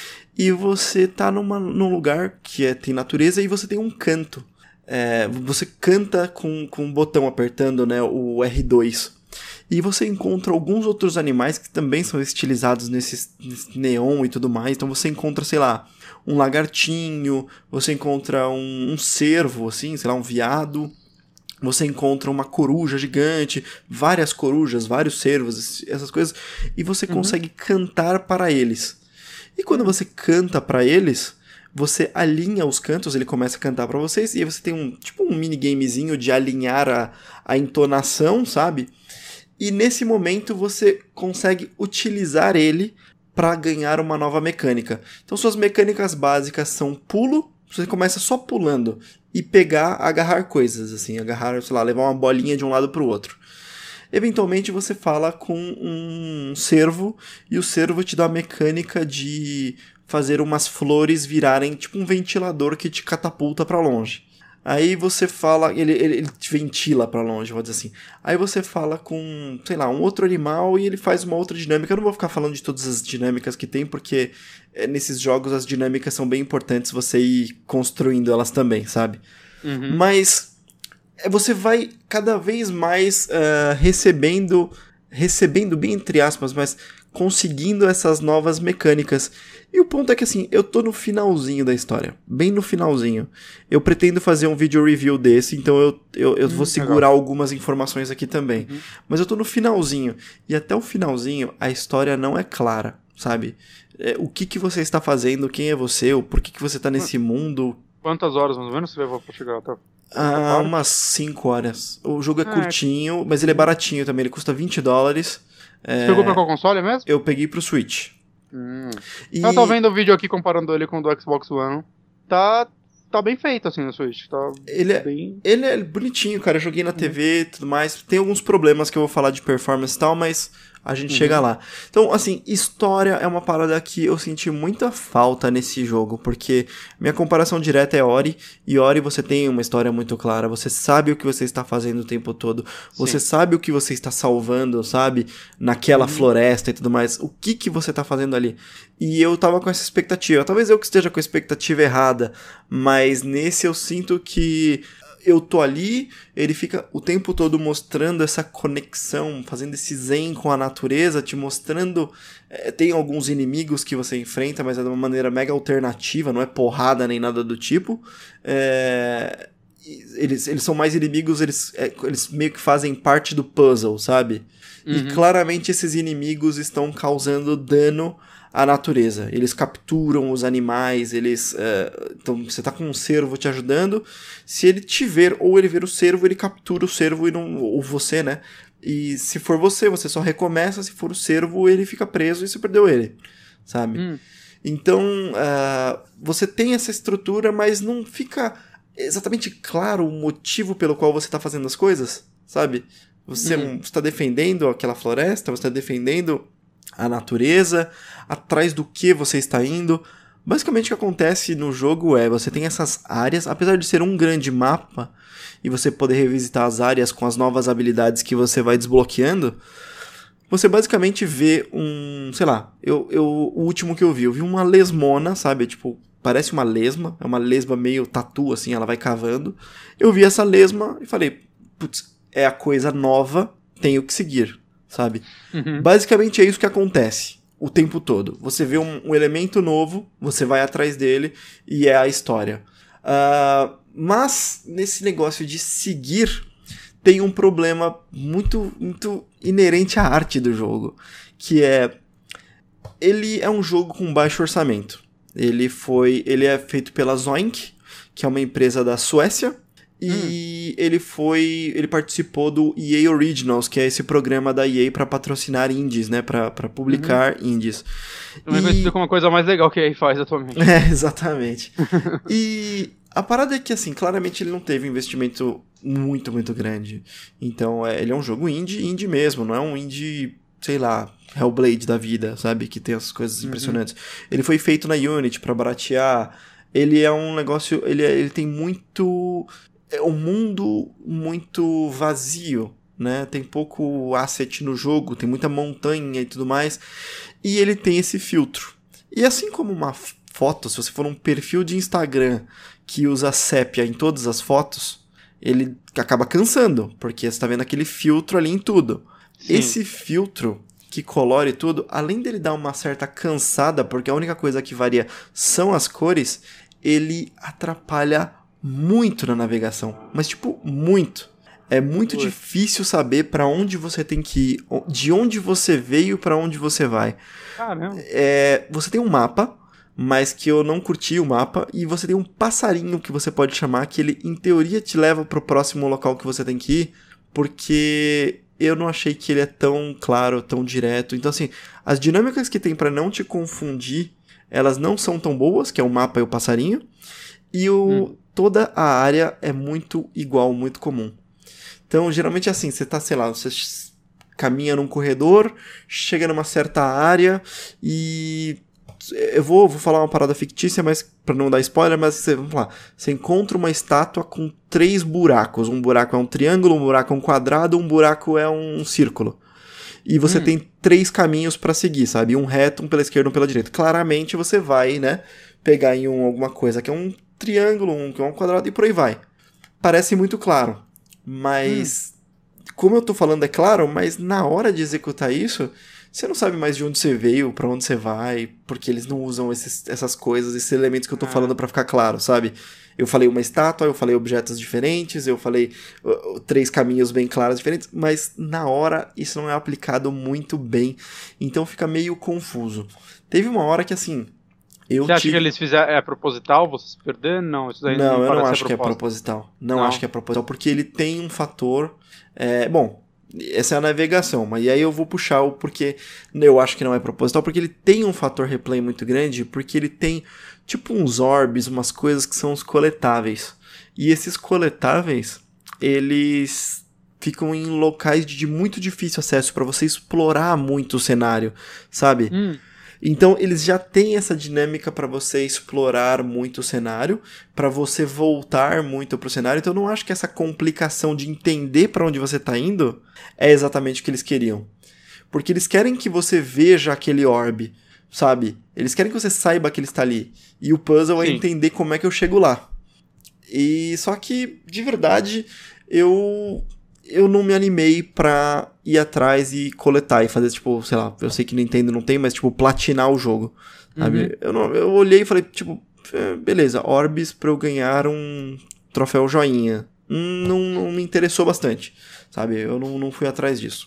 E você tá numa, num lugar que é, tem natureza e você tem um canto. É, você canta com, com um botão apertando, né, o R dois. E você encontra alguns outros animais que também são estilizados nesse, nesse neon e tudo mais. Então você encontra, sei lá, um lagartinho, você encontra um, um cervo, assim, sei lá, um veado. Você encontra uma coruja gigante, várias corujas, vários cervos, essas coisas. E você uhum. consegue cantar para eles. E quando você canta para eles, você alinha os cantos, ele começa a cantar para vocês. E aí você tem um tipo um minigamezinho de alinhar a, a entonação, sabe? E nesse momento você consegue utilizar ele para ganhar uma nova mecânica. Então suas mecânicas básicas são pulo, você começa só pulando e pegar, agarrar coisas, assim, agarrar, sei lá, levar uma bolinha de um lado para o outro. Eventualmente você fala com um cervo e o cervo te dá a mecânica de fazer umas flores virarem tipo um ventilador que te catapulta para longe. Aí você fala, ele, ele, ele te ventila pra longe, vou dizer assim. Aí você fala com, sei lá, um outro animal e ele faz uma outra dinâmica. Eu não vou ficar falando de todas as dinâmicas que tem, porque é, nesses jogos as dinâmicas são bem importantes você ir construindo elas também, sabe? Uhum. Mas é, você vai cada vez mais uh, recebendo, recebendo bem entre aspas, mas conseguindo essas novas mecânicas. E o ponto é que assim, eu tô no finalzinho da história, bem no finalzinho. Eu pretendo fazer um vídeo review desse, então eu, eu, eu hum, vou segurar legal. algumas informações aqui também. Uhum. Mas eu tô no finalzinho, e até o finalzinho a história não é clara, sabe? É, o que que você está fazendo, quem é você, o por que que você tá nesse mundo. Quantas horas mais ou menos você levou pra chegar até? Ah, umas cinco horas. O jogo é, é curtinho, mas ele é baratinho também, ele custa vinte dólares. Você é... pegou pra qual console mesmo? Eu peguei pro Switch. Hum. E... Eu tô vendo o vídeo aqui comparando ele com o do Xbox One. Tá, tá bem feito assim no Switch. Tá ele, é, bem... ele é bonitinho, cara. Eu joguei na T V e tudo mais. Tem alguns problemas que eu vou falar de performance e tal, mas a gente uhum. chega lá. Então, assim, história é uma parada que eu senti muita falta nesse jogo, porque minha comparação direta é Ori, e Ori você tem uma história muito clara, você sabe o que você está fazendo o tempo todo, você Sim. sabe o que você está salvando, sabe, naquela uhum. floresta e tudo mais, o que que você está fazendo ali. E eu tava com essa expectativa, talvez eu que esteja com a expectativa errada, mas nesse eu sinto que eu tô ali, ele fica o tempo todo mostrando essa conexão, fazendo esse zen com a natureza, te mostrando... É, tem alguns inimigos que você enfrenta, mas é de uma maneira mega alternativa, não é porrada nem nada do tipo. É, eles, eles são mais inimigos, eles, é, eles meio que fazem parte do puzzle, sabe? Uhum. E claramente esses inimigos estão causando dano à natureza. Eles capturam os animais, eles... Uh, então você tá com um cervo te ajudando, se ele te ver ou ele ver o cervo, ele captura o cervo e não, ou você, né? E se for você, você só recomeça, se for o cervo, ele fica preso e você perdeu ele, sabe? Hum. Então, uh, você tem essa estrutura, mas não fica exatamente claro o motivo pelo qual você está fazendo as coisas, sabe? Você hum. está defendendo aquela floresta, você está defendendo a natureza, atrás do que você está indo. Basicamente o que acontece no jogo é, você tem essas áreas, apesar de ser um grande mapa, e você poder revisitar as áreas com as novas habilidades que você vai desbloqueando, você basicamente vê um, sei lá, eu, eu, o último que eu vi, eu vi uma lesmona, sabe, tipo, parece uma lesma, é uma lesma meio tatu, assim, ela vai cavando. Eu vi essa lesma e falei, putz, é a coisa nova, tenho que seguir, sabe? Uhum. Basicamente é isso que acontece o tempo todo. Você vê um, um elemento novo, você vai atrás dele e é a história. Uh, mas, nesse negócio de seguir, tem um problema muito, muito inerente à arte do jogo, que é... Ele é um jogo com baixo orçamento. Ele foi, ele é feito pela Zoink, que é uma empresa da Suécia, e hum. ele foi, ele participou do E A Originals, que é esse programa da E A para patrocinar indies, né, para para publicar uhum. indies. Também conhecido como a coisa mais legal que a E A faz atualmente. É, exatamente. E a parada é que, assim, claramente ele não teve um investimento muito, muito grande. Então, é, ele é um jogo indie, indie mesmo, não é um indie, sei lá, Hellblade da vida, sabe? Que tem essas coisas uhum. impressionantes. Ele foi feito na Unity pra baratear. Ele é um negócio... Ele, é, ele tem muito... É um mundo muito vazio, né? Tem pouco asset no jogo, tem muita montanha e tudo mais. E ele tem esse filtro. E assim como uma foto, se você for um perfil de Instagram que usa sépia em todas as fotos, ele acaba cansando, porque você tá vendo aquele filtro ali em tudo. Sim. Esse filtro que colore tudo, além dele dar uma certa cansada, porque a única coisa que varia são as cores, ele atrapalha muito na navegação. Mas, tipo, muito. É muito Ui. difícil saber pra onde você tem que ir, de onde você veio pra onde você vai. Caramba. É, você tem um mapa, mas que eu não curti o mapa, e você tem um passarinho que você pode chamar, que ele, em teoria, te leva pro próximo local que você tem que ir, porque eu não achei que ele é tão claro, tão direto. Então, assim, as dinâmicas que tem pra não te confundir, elas não são tão boas, que é o mapa e o passarinho, e o, hum. toda a área é muito igual, muito comum. Então, geralmente é assim, você tá, sei lá, você caminha num corredor, chega numa certa área e... Eu vou, vou falar uma parada fictícia, mas pra não dar spoiler, mas você, vamos lá, você encontra uma estátua com três buracos. Um buraco é um triângulo, um buraco é um quadrado, um buraco é um círculo. E você hum. tem três caminhos pra seguir, sabe? Um reto, um pela esquerda, um pela direita. Claramente você vai, né, pegar em um, alguma coisa que é um triângulo, um que é um quadrado e por aí vai. Parece muito claro. Mas, hum. como eu tô falando é claro, mas na hora de executar isso, você não sabe mais de onde você veio, pra onde você vai, porque eles não usam esses, essas coisas, esses elementos que eu tô ah. falando pra ficar claro, sabe? Eu falei uma estátua, eu falei objetos diferentes, eu falei uh, três caminhos bem claros diferentes, mas na hora isso não é aplicado muito bem, então fica meio confuso. Teve uma hora que assim... Eu Você acha tive... que eles fizeram, é proposital, você se perder? Não, isso daí não, não eu não parece acho que é proposital. Não, não acho que é proposital, porque ele tem um fator... É, bom, essa é a navegação, mas e aí eu vou puxar o porquê eu acho que não é proposital, porque ele tem um fator replay muito grande, porque ele tem tipo uns orbes, umas coisas que são os coletáveis. E esses coletáveis, eles ficam em locais de muito difícil acesso para você explorar muito o cenário, sabe? Hum. Então, eles já têm essa dinâmica para você explorar muito o cenário, para você voltar muito pro cenário. Então, eu não acho que essa complicação de entender para onde você tá indo é exatamente o que eles queriam. Porque eles querem que você veja aquele orbe, sabe? Eles querem que você saiba que ele está ali. E o puzzle Sim. é entender como é que eu chego lá. E só que, de verdade, eu... eu não me animei pra ir atrás e coletar e fazer, tipo, sei lá, eu sei que Nintendo não tem, mas, tipo, platinar o jogo, sabe? Uhum. Eu, não, eu olhei e falei, tipo, beleza, orbes pra eu ganhar um troféu joinha. Não, não me interessou bastante, sabe? Eu não, não fui atrás disso.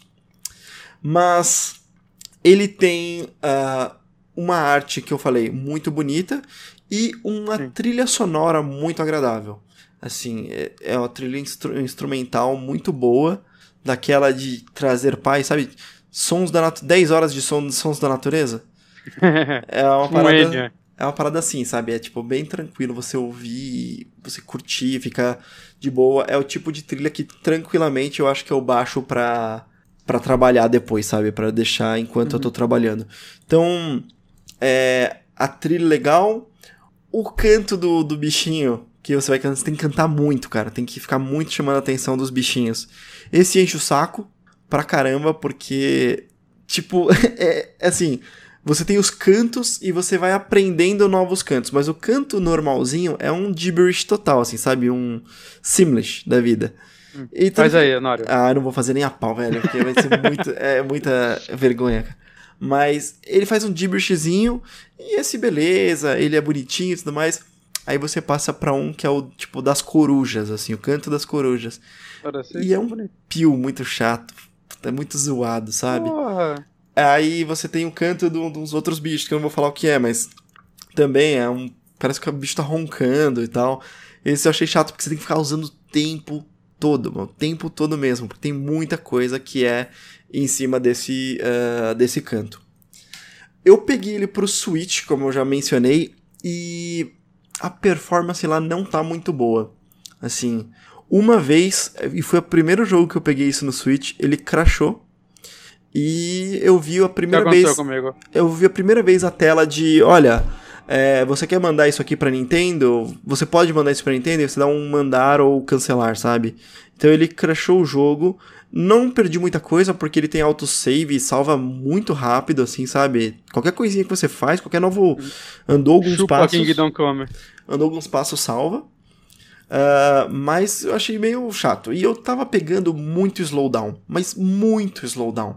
Mas ele tem uh, uma arte que eu falei muito bonita e uma Sim. trilha sonora muito agradável. Assim, é, é uma trilha instru- instrumental muito boa, daquela de trazer paz, sabe? Sons da nat- dez horas de som, sons da natureza. É uma parada, é uma parada assim, sabe? É tipo bem tranquilo você ouvir, você curtir, ficar de boa. É o tipo de trilha que tranquilamente eu acho que eu baixo pra, pra trabalhar depois, sabe? Pra deixar enquanto uhum. eu tô trabalhando. Então, é, a trilha legal, o canto do, do bichinho, que você vai cantar, você tem que cantar muito, cara. Tem que ficar muito chamando a atenção dos bichinhos. Esse enche o saco pra caramba, porque, tipo, é, é assim... Você tem os cantos e você vai aprendendo novos cantos. Mas o canto normalzinho é um gibberish total, assim, sabe? Um Simlish da vida. Hum, então, faz aí, Honório. Ah, eu não vou fazer nem a pau, velho. Porque vai ser muito, é, muita vergonha. Mas ele faz um gibberishzinho e esse beleza, ele é bonitinho e tudo mais. Aí você passa pra um que é o tipo das corujas, assim, o canto das corujas. Parece e é um bonito. pio muito chato. É muito zoado, sabe? Porra. Aí você tem o canto do, dos outros bichos, que eu não vou falar o que é, mas também é um... Parece que o bicho tá roncando e tal. Esse eu achei chato, porque você tem que ficar usando o tempo todo, mano. O tempo todo mesmo, porque tem muita coisa que é em cima desse, uh, desse canto. Eu peguei ele pro Switch, como eu já mencionei, e a performance lá não tá muito boa. Assim, uma vez, e foi o primeiro jogo que eu peguei isso no Switch, ele crashou. E eu vi a primeira vez. Comigo? Eu vi a primeira vez a tela de, olha, é, você quer mandar isso aqui pra Nintendo? Você pode mandar isso pra Nintendo e você dá um mandar ou cancelar, sabe? Então ele crashou o jogo. Não perdi muita coisa porque ele tem autosave e salva muito rápido, assim, sabe? Qualquer coisinha que você faz, qualquer novo. Andou alguns Chupa passos. Kingdom Come. Andou alguns passos, salva. Uh, mas eu achei meio chato. E eu tava pegando muito slowdown, mas muito slowdown.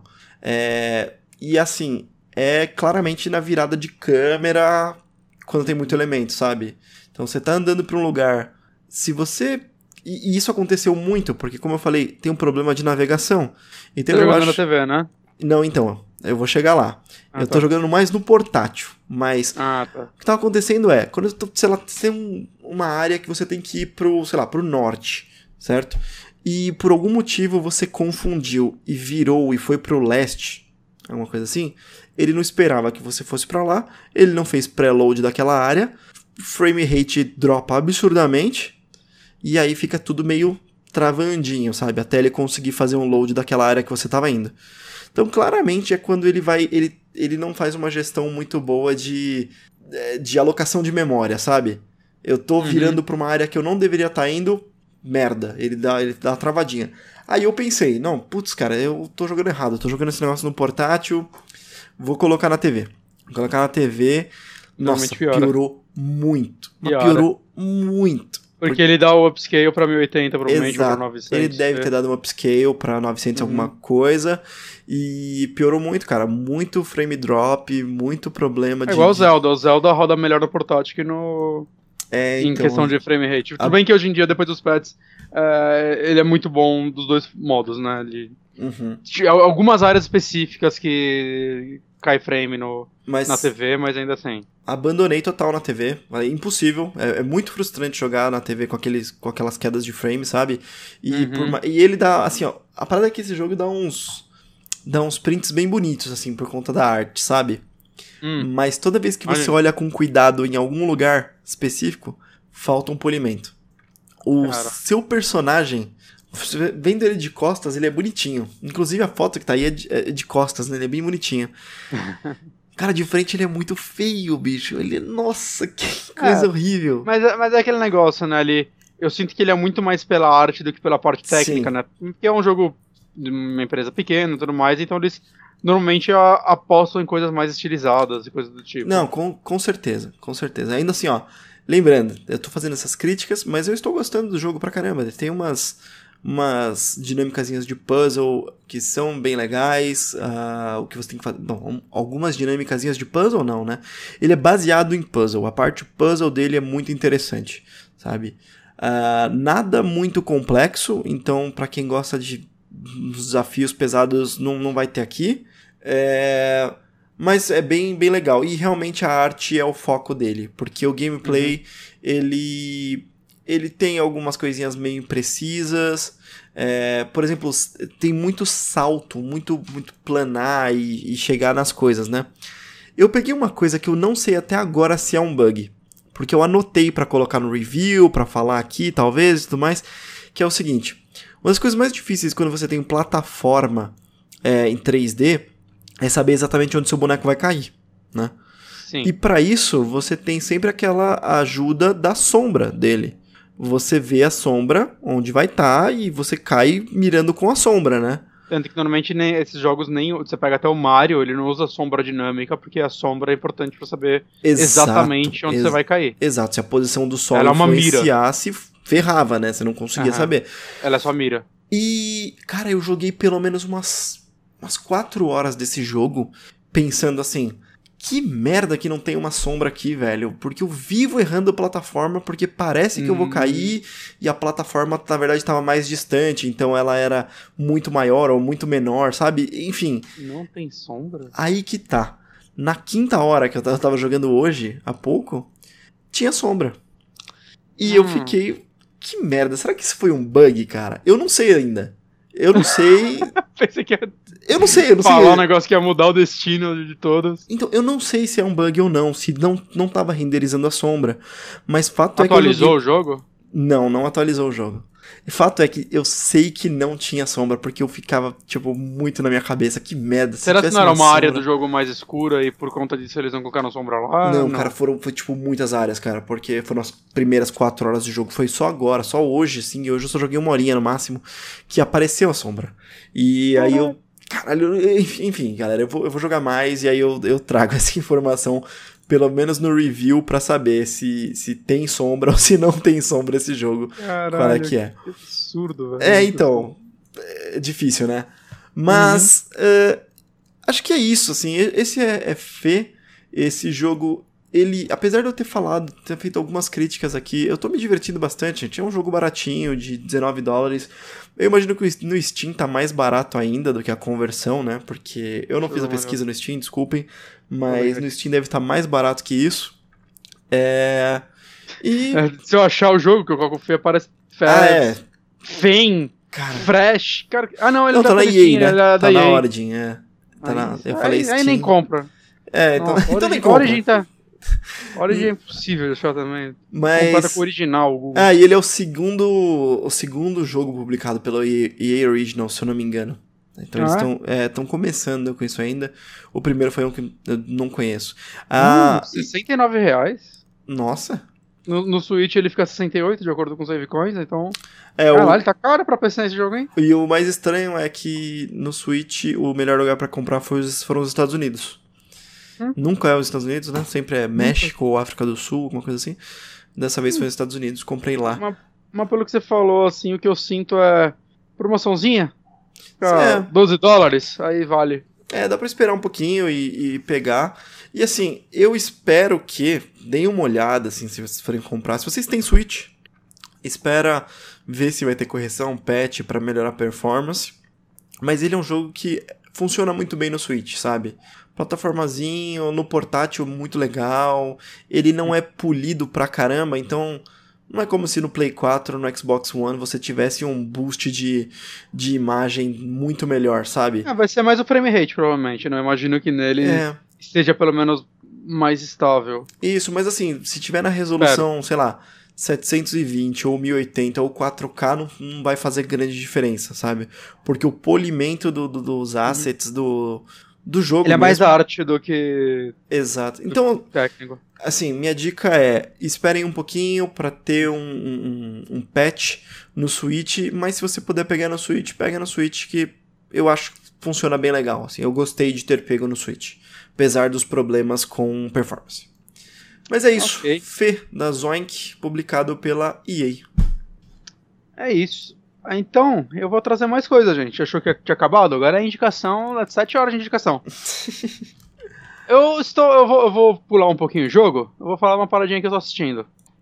É, e assim, é claramente na virada de câmera quando tem muito elemento, sabe? Então você tá andando pra um lugar, se você... E, e isso aconteceu muito, porque como eu falei, tem um problema de navegação. Então tá eu jogando acho... na T V, né? Não, então, eu vou chegar lá. Ah, eu tô tá. jogando mais no portátil, mas ah, tá. o que tá acontecendo é, quando eu tô, sei lá, tem um, uma área que você tem que ir pro, sei lá, pro norte, certo? E por algum motivo você confundiu e virou e foi pro leste, alguma coisa assim, ele não esperava que você fosse pra lá, ele não fez preload daquela área, frame rate dropa absurdamente, e aí fica tudo meio travandinho, sabe? Até ele conseguir fazer um load daquela área que você tava indo. Então, claramente, é quando ele vai, ele, ele não faz uma gestão muito boa de, de alocação de memória, sabe? Eu tô uhum. virando pra uma área que eu não deveria estar indo, merda, ele dá, ele dá uma travadinha. Aí eu pensei, não, putz, cara, eu tô jogando errado, eu tô jogando esse negócio no portátil, vou colocar na T V. Vou colocar na T V, nossa, piora. piorou muito, mas piorou muito. Porque, porque ele dá o upscale pra mil e oitenta, provavelmente, Exato. ou pra novecentos. Ele deve ter dado um upscale pra novecentos uhum. alguma coisa, e piorou muito, cara, muito frame drop, muito problema é de... É igual o de... Zelda, o Zelda roda melhor no portátil que no... É, em então, questão de frame rate. Tudo a... bem que hoje em dia, depois dos patches, uh, ele é muito bom dos dois modos, né? Ele... Uhum. Algumas áreas específicas que cai frame no, mas na T V, mas ainda assim. Abandonei total na T V. É impossível. É, é muito frustrante jogar na T V com, aqueles, com aquelas quedas de frame, sabe? E, uhum. por, e ele dá, assim, ó... A parada é que esse jogo dá uns... Dá uns prints bem bonitos, assim, por conta da arte, sabe? Hum. Mas toda vez que você olha com cuidado em algum lugar específico, falta um polimento. O Cara. seu personagem, vendo ele de costas, ele é bonitinho. Inclusive a foto que tá aí é de, é de costas, né? Ele é bem bonitinho. Cara, de frente ele é muito feio, bicho. Ele, nossa, que coisa é, horrível. Mas, mas é aquele negócio, né? Ele, eu sinto que ele é muito mais pela arte do que pela parte técnica, Sim. né? Porque é um jogo de uma empresa pequena e tudo mais, então eles... Normalmente a, apostam em coisas mais estilizadas e coisas do tipo. Não, com, com certeza, com certeza. Ainda assim, ó, lembrando, eu tô fazendo essas críticas, mas eu estou gostando do jogo pra caramba. Tem umas, umas dinâmicazinhas de puzzle que são bem legais. Uh, o que você tem que fazer... Bom, algumas dinâmicazinhas de puzzle não, né? Ele é baseado em puzzle. A parte puzzle dele é muito interessante, sabe? Uh, nada muito complexo, então para quem gosta de desafios pesados não, não vai ter aqui. É... Mas é bem, bem legal. E realmente a arte é o foco dele. Porque o gameplay, uhum. ele, ele tem algumas coisinhas meio imprecisas. É, por exemplo, tem muito salto, muito, muito planar e, e chegar nas coisas, né? Eu peguei uma coisa que eu não sei até agora se é um bug. Porque eu anotei pra colocar no review, pra falar aqui, talvez, e tudo mais. Que é o seguinte. Uma das coisas mais difíceis quando você tem plataforma é, em três D... é saber exatamente onde seu boneco vai cair, né? Sim. E pra isso, você tem sempre aquela ajuda da sombra dele. Você vê a sombra onde vai estar tá, e você cai mirando com a sombra, né? Tanto que normalmente nem, esses jogos nem... Você pega até o Mario, ele não usa sombra dinâmica, porque a sombra é importante pra saber Exato, exatamente onde ex- você vai cair. Exato, se a posição do solo influenciasse, ferrava, né? Você não conseguia uhum. saber. Ela é só mira. E, cara, eu joguei pelo menos umas... umas quatro horas desse jogo, pensando assim, que merda que não tem uma sombra aqui, velho, porque eu vivo errando a plataforma, porque parece que hum. eu vou cair, e a plataforma, na verdade, estava mais distante, então ela era muito maior ou muito menor, sabe? Enfim. Não tem sombra? Aí que tá. Na quinta hora que eu tava jogando hoje, há pouco, tinha sombra. E hum. eu fiquei, que merda, será que isso foi um bug, cara? Eu não sei ainda. Eu não sei... Pensei que ia... Eu não sei, eu não Falar sei. um negócio que ia mudar o destino de todos. Então, eu não sei se é um bug ou não, se não, não tava renderizando a sombra. Mas fato é que Atualizou o jogo? Não, não atualizou o jogo. Fato é que eu sei que não tinha sombra, porque eu ficava, tipo, muito na minha cabeça. Que merda. Será que não era uma sombra... área do jogo mais escura e por conta disso eles não colocaram sombra lá? Não, não, cara, foram, foi tipo muitas áreas, cara, porque foram as primeiras quatro horas de jogo. Foi só agora, só hoje, assim, e hoje eu só joguei uma horinha no máximo, que apareceu a sombra. E uhum. aí eu... Caralho, enfim, galera, eu vou, eu vou jogar mais e aí eu, eu trago essa informação, pelo menos no review, pra saber se, se tem sombra ou se não tem sombra esse jogo. Caralho, qual é que é. Que absurdo, velho. É, então, é difícil, né? Mas, uhum. uh, acho que é isso, assim, esse é, é Fê, esse jogo... Ele, apesar de eu ter falado, ter feito algumas críticas aqui, eu tô me divertindo bastante. Tinha um jogo baratinho de dezenove dólares. Eu imagino que no Steam tá mais barato ainda do que a conversão, né? Porque eu não fiz a pesquisa no Steam, desculpem. Mas no Steam deve estar mais barato que isso. É... E... É, se eu achar o jogo, que eu coloco Fê, aparece... Ah, é. Fem, cara. Fresh. Cara... Ah, não, ele não, tá, tá na E A, né? Ele é tá da na E A. Origin, é. Tá aí, na... Eu aí, falei Steam. Aí nem compra. É, então, não, então Origin, nem compra. Origin tá... Origin é impossível deixar também. Mas... Completa com o original. O... Ah, e ele é o segundo, o segundo jogo publicado pelo E A Original, se eu não me engano. Então ah, eles estão é, tão começando com isso ainda. O primeiro foi um que eu não conheço. Ah, hum, sessenta e nove reais. Nossa. No, no Switch ele fica sessenta e oito, de acordo com os Save Coins, então... É, Caralho, o... ele tá caro pra P C esse jogo, hein? E o mais estranho é que no Switch o melhor lugar pra comprar foi os, foram os Estados Unidos. Hum? Nunca é os Estados Unidos, né? Sempre é México ou África do Sul, alguma coisa assim. Dessa vez hum. foi nos Estados Unidos, comprei lá. Mas, mas pelo que você falou, assim, o que eu sinto é promoçãozinha. É. doze dólares, aí vale. É, dá pra esperar um pouquinho e, e pegar. E assim, eu espero que deem uma olhada, assim, se vocês forem comprar. Se vocês têm Switch, espera ver se vai ter correção, patch pra melhorar a performance. Mas ele é um jogo que funciona muito bem no Switch, sabe? Plataformazinho, no portátil muito legal, ele não é polido pra caramba, então não é como se no Play quatro, no Xbox One, você tivesse um boost de, de imagem muito melhor, sabe? Ah, vai ser mais o frame rate, provavelmente, né? Eu imagino que nele é. esteja pelo menos mais estável. Isso, mas assim, se tiver na resolução, Pera. sei lá, setecentos e vinte ou mil e oitenta ou quatro K, não, não vai fazer grande diferença, sabe? Porque o polimento do, do, dos assets, uhum. do... do jogo. Ele é mesmo. mais arte do que... Exato. Então, técnico. Assim, minha dica é, esperem um pouquinho pra ter um, um, um patch no Switch, mas se você puder pegar no Switch, pega no Switch, que eu acho que funciona bem legal. Assim, eu gostei de ter pego no Switch, apesar dos problemas com performance. Mas é isso. Okay. Fê, da Zoink, publicado pela E A. É isso. Então, eu vou trazer mais coisa, gente. Achou que tinha acabado? Agora é indicação, sete horas de indicação. eu estou, eu vou, eu vou pular um pouquinho o jogo. Eu vou falar uma paradinha que eu tô assistindo.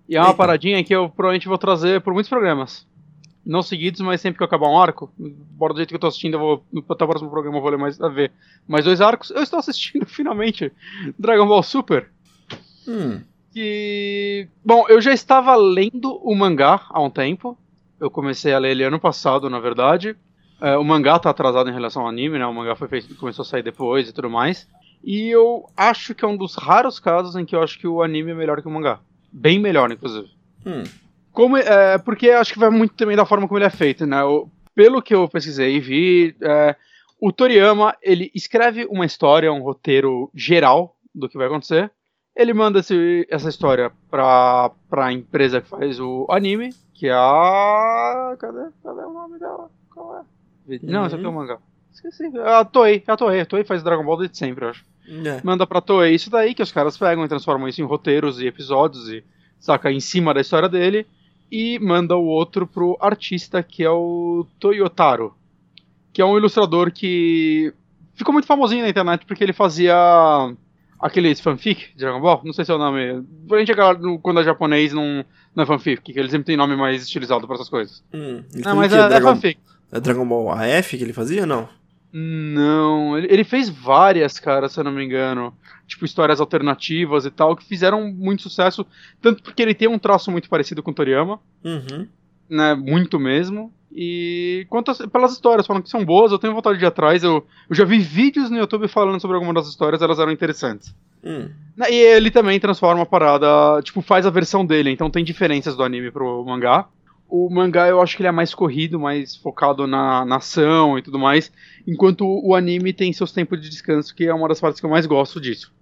E é uma Eita. paradinha que eu provavelmente vou trazer por muitos programas. Não seguidos, mas sempre que eu acabar um arco, embora do jeito que eu tô assistindo, eu vou, até o próximo programa eu vou ler mais, a ver mais dois arcos. Eu estou assistindo, finalmente, Dragon Ball Super. Hum. Que... Bom, eu já estava lendo o mangá há um tempo. Eu comecei a ler ele ano passado, na verdade. É, o mangá tá atrasado em relação ao anime, né? O mangá foi feito, começou a sair depois e tudo mais. E eu acho que é um dos raros casos em que eu acho que o anime é melhor que o mangá. Bem melhor, inclusive. Hum. Como, é, porque acho que vai muito também da forma como ele é feito, né? O, pelo que eu pesquisei e vi, é, o Toriyama, ele escreve uma história, um roteiro geral do que vai acontecer. Ele manda esse, essa história pra, pra empresa que faz o anime, que é a... Cadê? Cadê o nome dela? Qual é? Não, Uhum. esse aqui é o mangá. Esqueci. É a Toei, é a Toei. A Toei faz Dragon Ball desde sempre, eu acho. É. Manda pra Toei isso daí, que os caras pegam e transformam isso em roteiros e episódios e saca em cima da história dele. E manda o outro pro artista, que é o Toyotaro, que é um ilustrador que ficou muito famosinho na internet porque ele fazia aqueles fanfic de Dragon Ball. Não sei se é o nome. A gente, quando é japonês, não, não é fanfic, que eles sempre tem nome mais estilizado pra essas coisas. Hum. Ele Não, fazia mas o quê? é, é Dragon... fanfic. É Dragon Ball A F que ele fazia, não? Não, ele, ele fez várias, cara, se eu não me engano. Tipo, histórias alternativas e tal, que fizeram muito sucesso. Tanto porque ele tem um traço muito parecido com o Toriyama, Uhum. né? Muito mesmo. E quanto a, pelas histórias, falando que são boas, eu tenho vontade de ir atrás. Eu, eu já vi vídeos no YouTube falando sobre algumas das histórias, elas eram interessantes. Hum. E ele também transforma a parada, tipo, faz a versão dele, então tem diferenças do anime pro mangá. O mangá eu acho que ele é mais corrido, mais focado na, na ação e tudo mais, enquanto o anime tem seus tempos de descanso, que é uma das partes que eu mais gosto disso.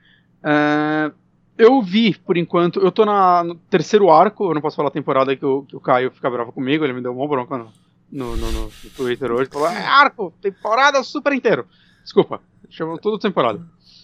É, eu vi, por enquanto, eu tô na, no terceiro arco, eu não posso falar a temporada que, eu, que o Caio fica bravo comigo, ele me deu uma bronca no, no, no, no Twitter hoje, falou, é arco, temporada super inteiro. Desculpa, chamou tudo temporada.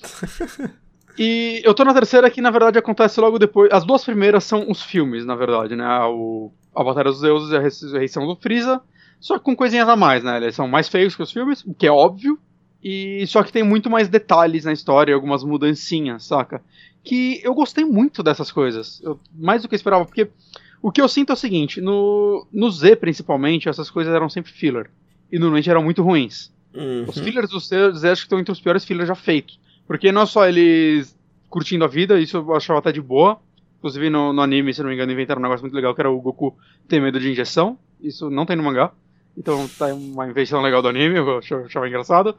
E eu tô na terceira que, na verdade, acontece logo depois. As duas primeiras são os filmes, na verdade, né? O, a Batalha dos Deuses e a Ressurreição do Freeza. Só que com coisinhas a mais, né? Eles são mais feios que os filmes, o que é óbvio. E só que tem muito mais detalhes na história, algumas mudancinhas, saca? Que eu gostei muito dessas coisas. Eu, mais do que eu esperava, porque o que eu sinto é o seguinte: no, no Z, principalmente, essas coisas eram sempre filler. E normalmente eram muito ruins. Uhum. Os fillers do Z acho que estão entre os piores fillers já feitos. Porque não só eles curtindo a vida, isso eu achava até de boa. Inclusive no, no anime, se não me engano, inventaram um negócio muito legal, que era o Goku ter medo de injeção. Isso não tem no mangá. Então tá uma invenção legal do anime, eu achava, achava engraçado.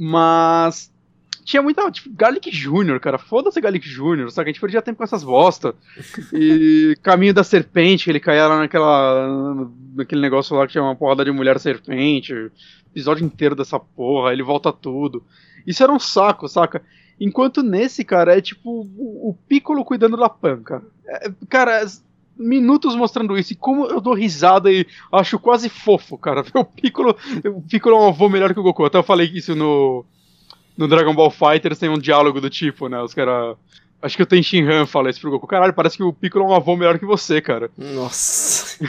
Mas tinha muita, tipo, Garlic Júnior, cara. Foda-se Garlic Júnior, sabe? A gente perdia tempo com essas bosta. E Caminho da Serpente, que ele caía lá naquela, naquele negócio lá que tinha uma porrada de mulher serpente. Episódio inteiro dessa porra, ele volta tudo. Isso era um saco, saca? Enquanto nesse, cara, é tipo o, o Piccolo cuidando da Pan, cara. É, cara, minutos mostrando isso. E como eu dou risada e acho quase fofo, cara. O Piccolo, o Piccolo é um avô melhor que o Goku. Até eu falei isso no, no Dragon Ball FighterZ, tem um diálogo do tipo, né? Os caras... Acho que o Ten Shinhan fala isso pro Goku. Caralho, parece que o Piccolo é um avô melhor que você, cara. Nossa...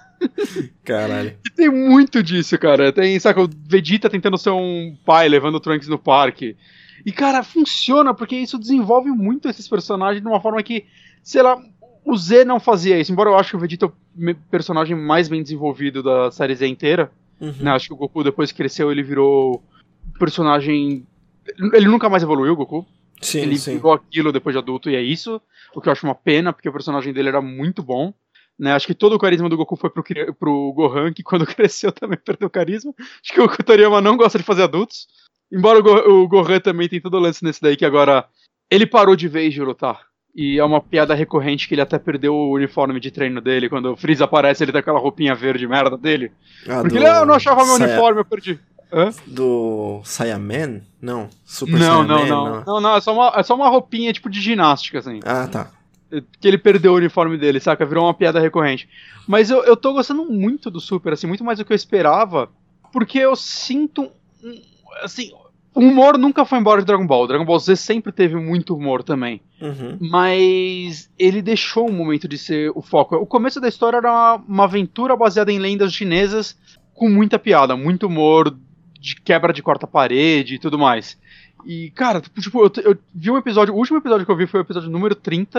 Caralho. E tem muito disso, cara. Tem, saca, o Vegeta tentando ser um pai, levando o Trunks no parque. E, cara, funciona, porque isso desenvolve muito esses personagens de uma forma que, sei lá, o Z não fazia isso. Embora eu acho que o Vegeta é o personagem mais bem desenvolvido da série Z inteira. Uhum. Né? Acho que o Goku, depois que cresceu, ele virou personagem... Ele nunca mais evoluiu, o Goku. Sim, ele sim. virou aquilo depois de adulto, e é isso. O que eu acho uma pena, porque o personagem dele era muito bom. Né, acho que todo o carisma do Goku foi pro, pro Gohan, que quando cresceu também perdeu o carisma. Acho que o Toriyama não gosta de fazer adultos. Embora o, Go, o Gohan também tenha todo o lance nesse daí, que agora ele parou de vez de lutar. E é uma piada recorrente que ele até perdeu o uniforme de treino dele. Quando o Freeza aparece, ele tá com aquela roupinha verde merda dele. Ah, Porque ele, ah, eu não achava meu Saya... uniforme, eu perdi. Hã? Do Saiyaman? Não. Super não, Saiyaman? Não, não, não. Não, não, é só, uma, é só uma roupinha tipo de ginástica, assim. Ah, tá. Que ele perdeu o uniforme dele, saca? Virou uma piada recorrente. Mas eu, eu tô gostando muito do Super, assim, muito mais do que eu esperava, porque eu sinto, assim, o humor nunca foi embora de Dragon Ball. Dragon Ball Z sempre teve muito humor também. Uhum. Mas ele deixou um momento de ser o foco. O começo da história era uma, uma aventura baseada em lendas chinesas com muita piada, muito humor, de quebra de quarta-parede e tudo mais. E, cara, tipo, eu, eu vi um episódio, o último episódio que eu vi foi o episódio número trinta,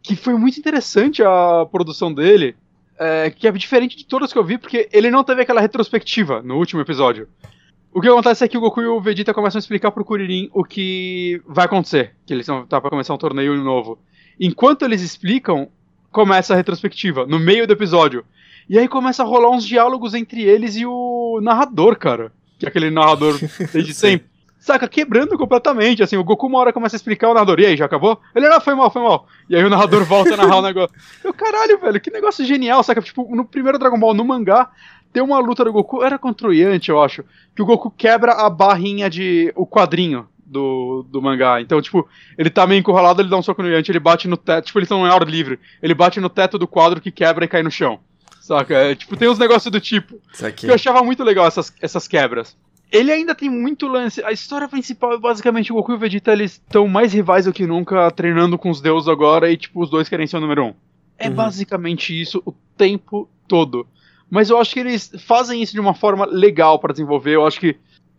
que foi muito interessante a produção dele, é, que é diferente de todas que eu vi, porque ele não teve aquela retrospectiva no último episódio. O que acontece é que o Goku e o Vegeta começam a explicar pro Kuririn o que vai acontecer, que eles estão tá pra começar um torneio novo. Enquanto eles explicam, começa a retrospectiva, no meio do episódio. E aí começa a rolar uns diálogos entre eles e o narrador, cara. Que é aquele narrador desde sempre. Saca, quebrando completamente, assim, o Goku uma hora começa a explicar o narrador, e aí, já acabou? Ele, não, foi mal, foi mal. E aí o narrador volta a narrar o negócio. Eu, caralho, velho, que negócio genial, saca? Tipo, no primeiro Dragon Ball, no mangá, tem uma luta do Goku, era contra o Yanti, eu acho, que o Goku quebra a barrinha de... o quadrinho do, do mangá. Então, tipo, ele tá meio encurralado, ele dá um soco no Yanti, ele bate no teto, tipo, eles estão em hora livre, ele bate no teto do quadro que quebra e cai no chão. Saca? É, tipo, tem uns negócios do tipo. Que eu achava muito legal essas, essas quebras. Ele ainda tem muito lance. A história principal é basicamente o Goku e o Vegeta, eles estão mais rivais do que nunca, treinando com os deuses agora, e tipo, os dois querem ser o número um. É uhum. basicamente isso o tempo todo. Mas eu acho que eles fazem isso de uma forma legal pra desenvolver. Eu acho que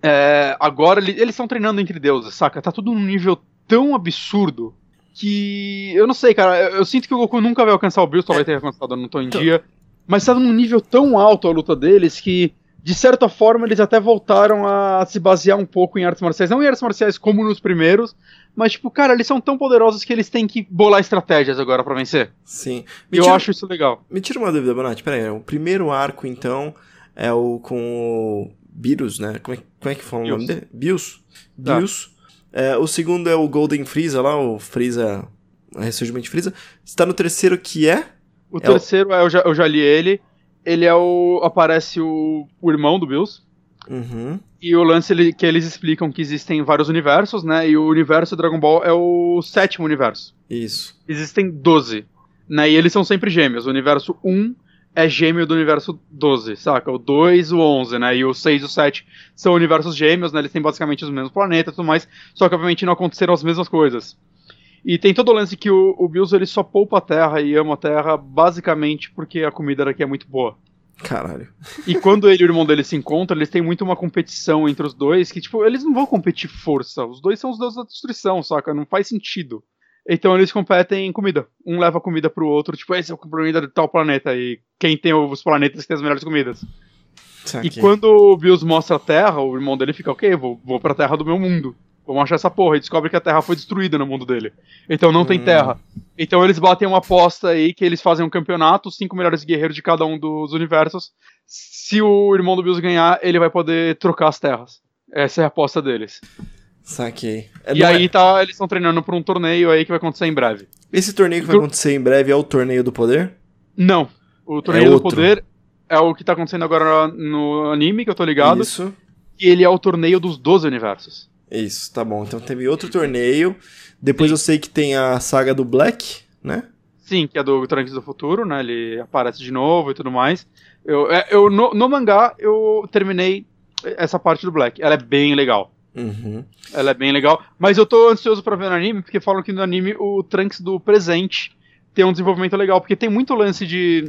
é, agora eles estão treinando entre deuses, saca? Tá tudo num nível tão absurdo que... Eu não sei, cara. Eu, eu sinto que o Goku nunca vai alcançar o Bills, só vai ter alcançado, eu não tô em dia. Mas tá num nível tão alto a luta deles que... De certa forma, eles até voltaram a se basear um pouco em artes marciais. Não em artes marciais como nos primeiros, mas, tipo, cara, eles são tão poderosos que eles têm que bolar estratégias agora pra vencer. Sim. E eu tira... acho isso legal. Me tira uma dúvida, Bonatti. Pera aí, o primeiro arco, então, é o com o Beerus, né? Como é, como é que fala o nome dele? Beerus. Beerus. Tá. É, o segundo é o Golden Freeza lá, o Freeza... Ressurgimento de Freeza. Você tá no terceiro, que é? O é terceiro, o... é, eu, já, eu já li ele... Ele é o... Aparece o, o irmão do Bills. Uhum. E o lance ele, que eles explicam que existem vários universos, né? E o universo Dragon Ball é o sétimo universo. Isso. Existem doze. Né? E eles são sempre gêmeos. O universo um é gêmeo do universo doze, saca? O dois, o onze, né? E o seis e o sete são universos gêmeos, né? Eles têm basicamente os mesmos planetas e tudo mais. Só que obviamente não aconteceram as mesmas coisas. E tem todo o lance que o, o Bills ele só poupa a Terra e ama a Terra basicamente porque a comida daqui é muito boa. Caralho. E quando ele e o irmão dele se encontram, eles têm muito uma competição entre os dois, que tipo, eles não vão competir força. Os dois são os deuses da destruição, saca? Não faz sentido. Então eles competem em comida. Um leva comida pro outro, tipo, esse é a comida de tal planeta, e quem tem os planetas que tem as melhores comidas. Saquei. E quando o Bills mostra a Terra, o irmão dele fica, ok, vou, vou pra Terra do meu mundo. Vamos achar essa porra. E descobre que a Terra foi destruída no mundo dele. Então não hum. tem Terra. Então eles batem uma aposta aí que eles fazem um campeonato, os cinco melhores guerreiros de cada um dos universos. Se o irmão do Bills ganhar, ele vai poder trocar as terras. Essa é a aposta deles. Saquei. É, e aí é... tá, eles estão treinando pra um torneio aí que vai acontecer em breve. Esse torneio que vai acontecer em breve é o Torneio do Poder? Não. O Torneio é do outro. Poder é o que tá acontecendo agora no anime, que eu tô ligado. Isso. E ele é o torneio dos doze universos. Isso, tá bom. Então teve outro torneio. Depois Sim. eu sei que tem a saga do Black, né? Sim, que é do Trunks do Futuro, né? Ele aparece de novo e tudo mais. Eu, eu, no, no mangá, eu terminei essa parte do Black. Ela é bem legal. Uhum. Ela é bem legal. Mas eu tô ansioso pra ver no anime, porque falam que no anime o Trunks do presente tem um desenvolvimento legal. Porque tem muito lance de...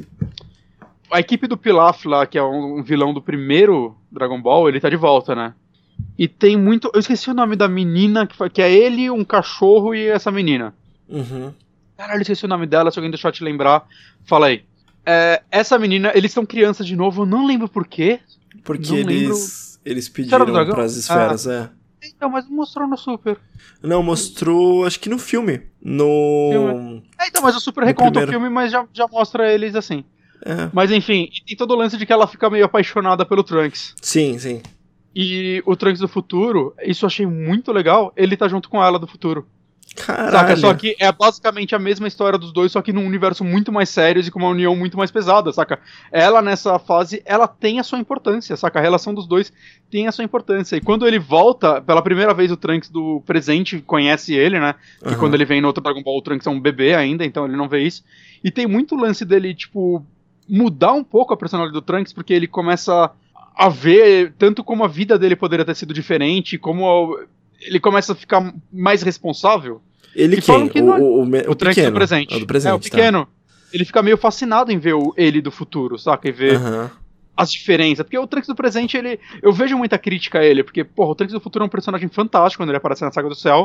A equipe do Pilaf lá, que é um vilão do primeiro Dragon Ball, ele tá de volta, né? E tem muito... Eu esqueci o nome da menina, que, foi, que é ele, um cachorro e essa menina. Uhum. Caralho, eu esqueci o nome dela, se alguém deixar te lembrar, fala aí. É, essa menina, eles são crianças de novo, eu não lembro por quê. Porque não eles, lembro... eles pediram pras esferas, ah. é. Então, mas mostrou no Super. Não, mostrou, acho que no filme. No... Filme. É, então, mas o Super reconta primeiro... o filme, mas já, já mostra eles assim. É. Mas enfim, tem todo o lance de que ela fica meio apaixonada pelo Trunks. Sim, sim. E o Trunks do futuro, isso eu achei muito legal, ele tá junto com ela do futuro. Caralho. Saca? Só que é basicamente a mesma história dos dois, só que num universo muito mais sério e com uma união muito mais pesada, saca? Ela, nessa fase, ela tem a sua importância, saca? A relação dos dois tem a sua importância. E quando ele volta, pela primeira vez o Trunks do presente conhece ele, né? Que uhum. quando ele vem no outro Dragon Ball, o Trunks é um bebê ainda, então ele não vê isso. E tem muito lance dele, tipo, mudar um pouco a personalidade do Trunks, porque ele começa a ver tanto como a vida dele poderia ter sido diferente, como ele começa a ficar mais responsável. Ele quem? Que o, não, o, o, o Trunks do presente. É, do presente, é, o pequeno. Tá. Ele fica meio fascinado em ver o, ele do futuro, saca? E ver uhum. as diferenças. Porque o Trunks do presente, ele... Eu vejo muita crítica a ele, porque, porra, o Trunks do futuro é um personagem fantástico quando ele aparece na Saga do Céu.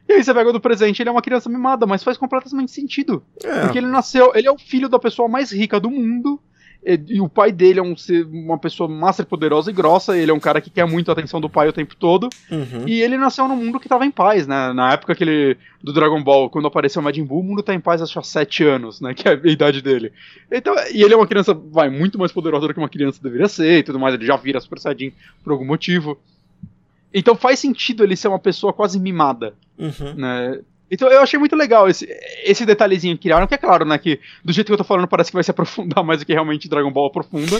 E aí você pega o do presente, ele é uma criança mimada, mas faz completamente sentido. É. Porque ele nasceu, ele é o filho da pessoa mais rica do mundo, e, e o pai dele é um, uma pessoa master poderosa e grossa, ele é um cara que quer muito a atenção do pai o tempo todo, Uhum. e ele nasceu num mundo que tava em paz, né? Na época que ele, do Dragon Ball, quando apareceu o Majin Buu, o mundo tá em paz acho há sete anos, né? Que é a idade dele. Então, e ele é uma criança, vai, muito mais poderosa do que uma criança deveria ser e tudo mais, ele já vira Super Saiyajin por algum motivo. Então faz sentido ele ser uma pessoa quase mimada, Uhum. né? Então eu achei muito legal esse, esse detalhezinho que criaram, que é claro, né, que do jeito que eu tô falando parece que vai se aprofundar mais do que realmente Dragon Ball aprofunda.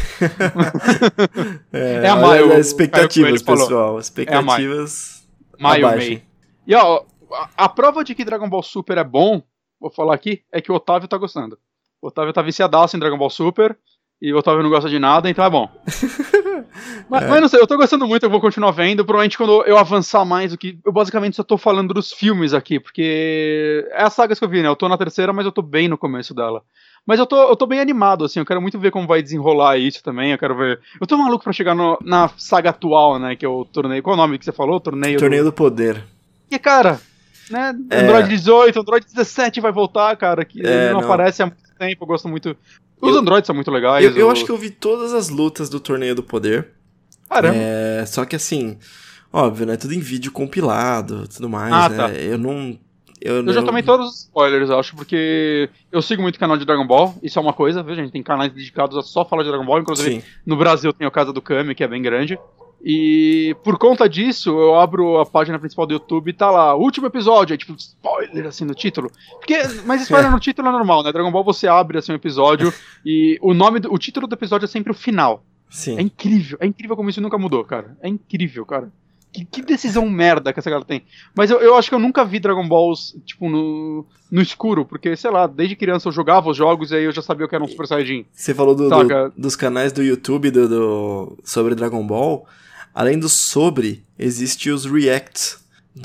É, É a olha Maio, as expectativas, o Caio Coelho pessoal. falou. Expectativas Maio, abaixem. Mei. E ó, a, a prova de que Dragon Ball Super é bom, vou falar aqui, é que o Otávio tá gostando. O Otávio tá viciadaço em Dragon Ball Super, e o Otávio não gosta de nada, então é bom. Mas, é. mas não sei, eu tô gostando muito, eu vou continuar vendo. Provavelmente quando eu avançar mais do que. Eu basicamente só tô falando dos filmes aqui, porque é as sagas que eu vi, né? Eu tô na terceira, mas eu tô bem no começo dela. Mas eu tô, eu tô bem animado, assim, eu quero muito ver como vai desenrolar isso também. Eu quero ver. Eu tô maluco pra chegar no, na saga atual, né? Que é o torneio. Qual é o nome que você falou? O torneio. Torneio do, do Poder. Que, cara, né? É. Android dezoito, Android dezessete vai voltar, cara. Que É, ele não, não. aparece há muito tempo, eu gosto muito. Os Eu- androids são muito legais. Eu, eu o- acho que eu vi todas as lutas do Torneio do Poder. Caramba. É, só que assim, óbvio, né? Tudo em vídeo compilado, tudo mais, Ah, né? tá. Eu não. Eu, Eu já não- tomei todos os spoilers, eu acho, porque eu sigo muito canal de Dragon Ball, isso é uma coisa, viu, gente? Tem canais dedicados a só falar de Dragon Ball, inclusive Sim. no Brasil tem a Casa do Kami, que é bem grande. E por conta disso, eu abro a página principal do YouTube e tá lá, último episódio, aí tipo, spoiler assim no título. Porque, mas spoiler no título é normal, né? Dragon Ball você abre assim um episódio e o nome, do, o título do episódio é sempre o final. Sim. É incrível, é incrível como isso nunca mudou, cara. É incrível, cara. Que, que decisão merda que essa galera tem. Mas eu, eu acho que eu nunca vi Dragon Balls, tipo, no, no escuro, porque, sei lá, desde criança eu jogava os jogos e aí eu já sabia o que era um Super Saiyajin. Você falou do, Saca? do- dos canais do YouTube do, do- sobre Dragon Ball. Além do sobre, existe os reacts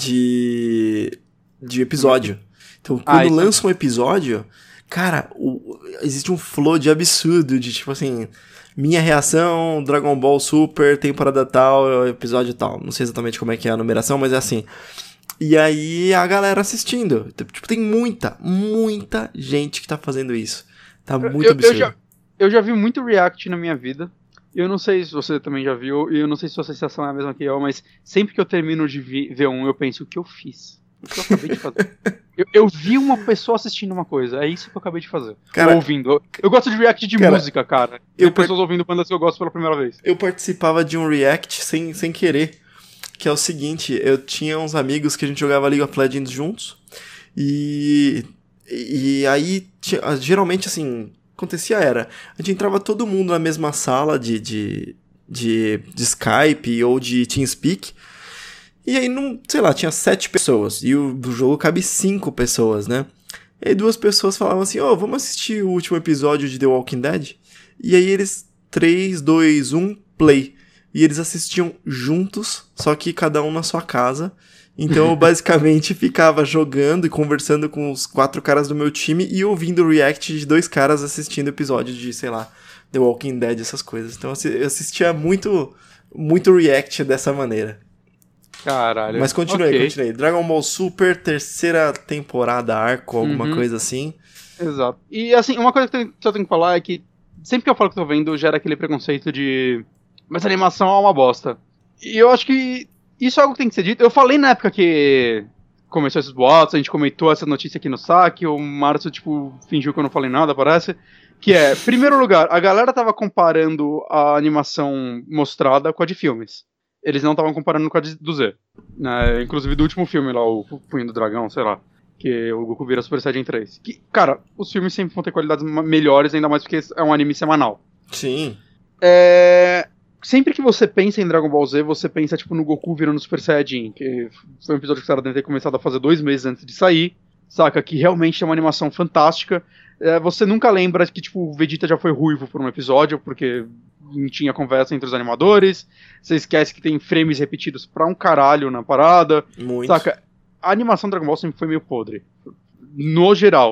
de, de episódio. Então, Ah, quando isso é- lança um episódio, cara, o- existe um flow de absurdo, de tipo assim, minha reação, Dragon Ball Super, temporada tal, episódio tal. Não sei exatamente como é que é a numeração, mas é assim. E aí a galera assistindo. Tipo, tem muita, muita gente que tá fazendo isso. Tá muito eu, eu, absurdo. já, eu já vi muito react na minha vida. Eu não sei se você também já viu, e eu não sei se sua sensação é a mesma que eu, mas sempre que eu termino de vi- ver um, eu penso, o que eu fiz? O que eu acabei de fazer? eu, eu vi uma pessoa assistindo uma coisa, é isso que eu acabei de fazer. Cara- Ou ouvindo. Eu, eu gosto de react de Cara, música, cara. eu Eu pessoas ouvindo bandas que eu gosto pela primeira vez. Eu participava de um react sem, sem querer, que é o seguinte, eu tinha uns amigos que a gente jogava League of Legends juntos, e, e aí, tinha- geralmente assim, acontecia era, a gente entrava todo mundo na mesma sala de, de, de, de Skype ou de TeamSpeak, e aí, não, sei lá, tinha sete pessoas, e o, o jogo cabe cinco pessoas, né? E aí duas pessoas falavam assim, ó, vamos assistir o último episódio de The Walking Dead? E aí eles, três, dois, um, play. E eles assistiam juntos, só que cada um na sua casa. Então eu basicamente ficava jogando e conversando com os quatro caras do meu time e ouvindo o react de dois caras assistindo episódio de, sei lá, The Walking Dead, essas coisas. Então eu assistia muito, muito react dessa maneira. Caralho. Mas continuei, Ok. continuei. Dragon Ball Super, terceira temporada, arco, alguma Uhum. coisa assim. Exato. E assim, uma coisa que eu tenho- que eu tenho que falar é que sempre que eu falo que tô vendo, gera aquele preconceito de. Mas a animação é uma bosta. E eu acho que isso é algo que tem que ser dito. Eu falei na época que começou esses boatos, a gente comentou essa notícia aqui no saque, o Márcio, tipo, fingiu que eu não falei nada, parece. Que é, primeiro lugar, a galera tava comparando a animação mostrada com a de filmes. Eles não estavam comparando com a de- do Z. Né? Inclusive do último filme lá, o Punho do Dragão, sei lá. Que o Goku vira Super Saiyajin três. Que, cara, os filmes sempre vão ter qualidades ma- melhores, ainda mais porque é um anime semanal. Sim. É... Sempre que você pensa em Dragon Ball Z, você pensa tipo no Goku virando Super Saiyajin, que foi um episódio que o cara deve ter começado a fazer dois meses antes de sair, saca? Que realmente é uma animação fantástica. É, você nunca lembra que tipo o Vegeta já foi ruivo por um episódio, porque não tinha conversa entre os animadores. Você esquece que tem frames repetidos pra um caralho na parada. Muito. Saca? A animação do Dragon Ball sempre foi meio podre. No geral.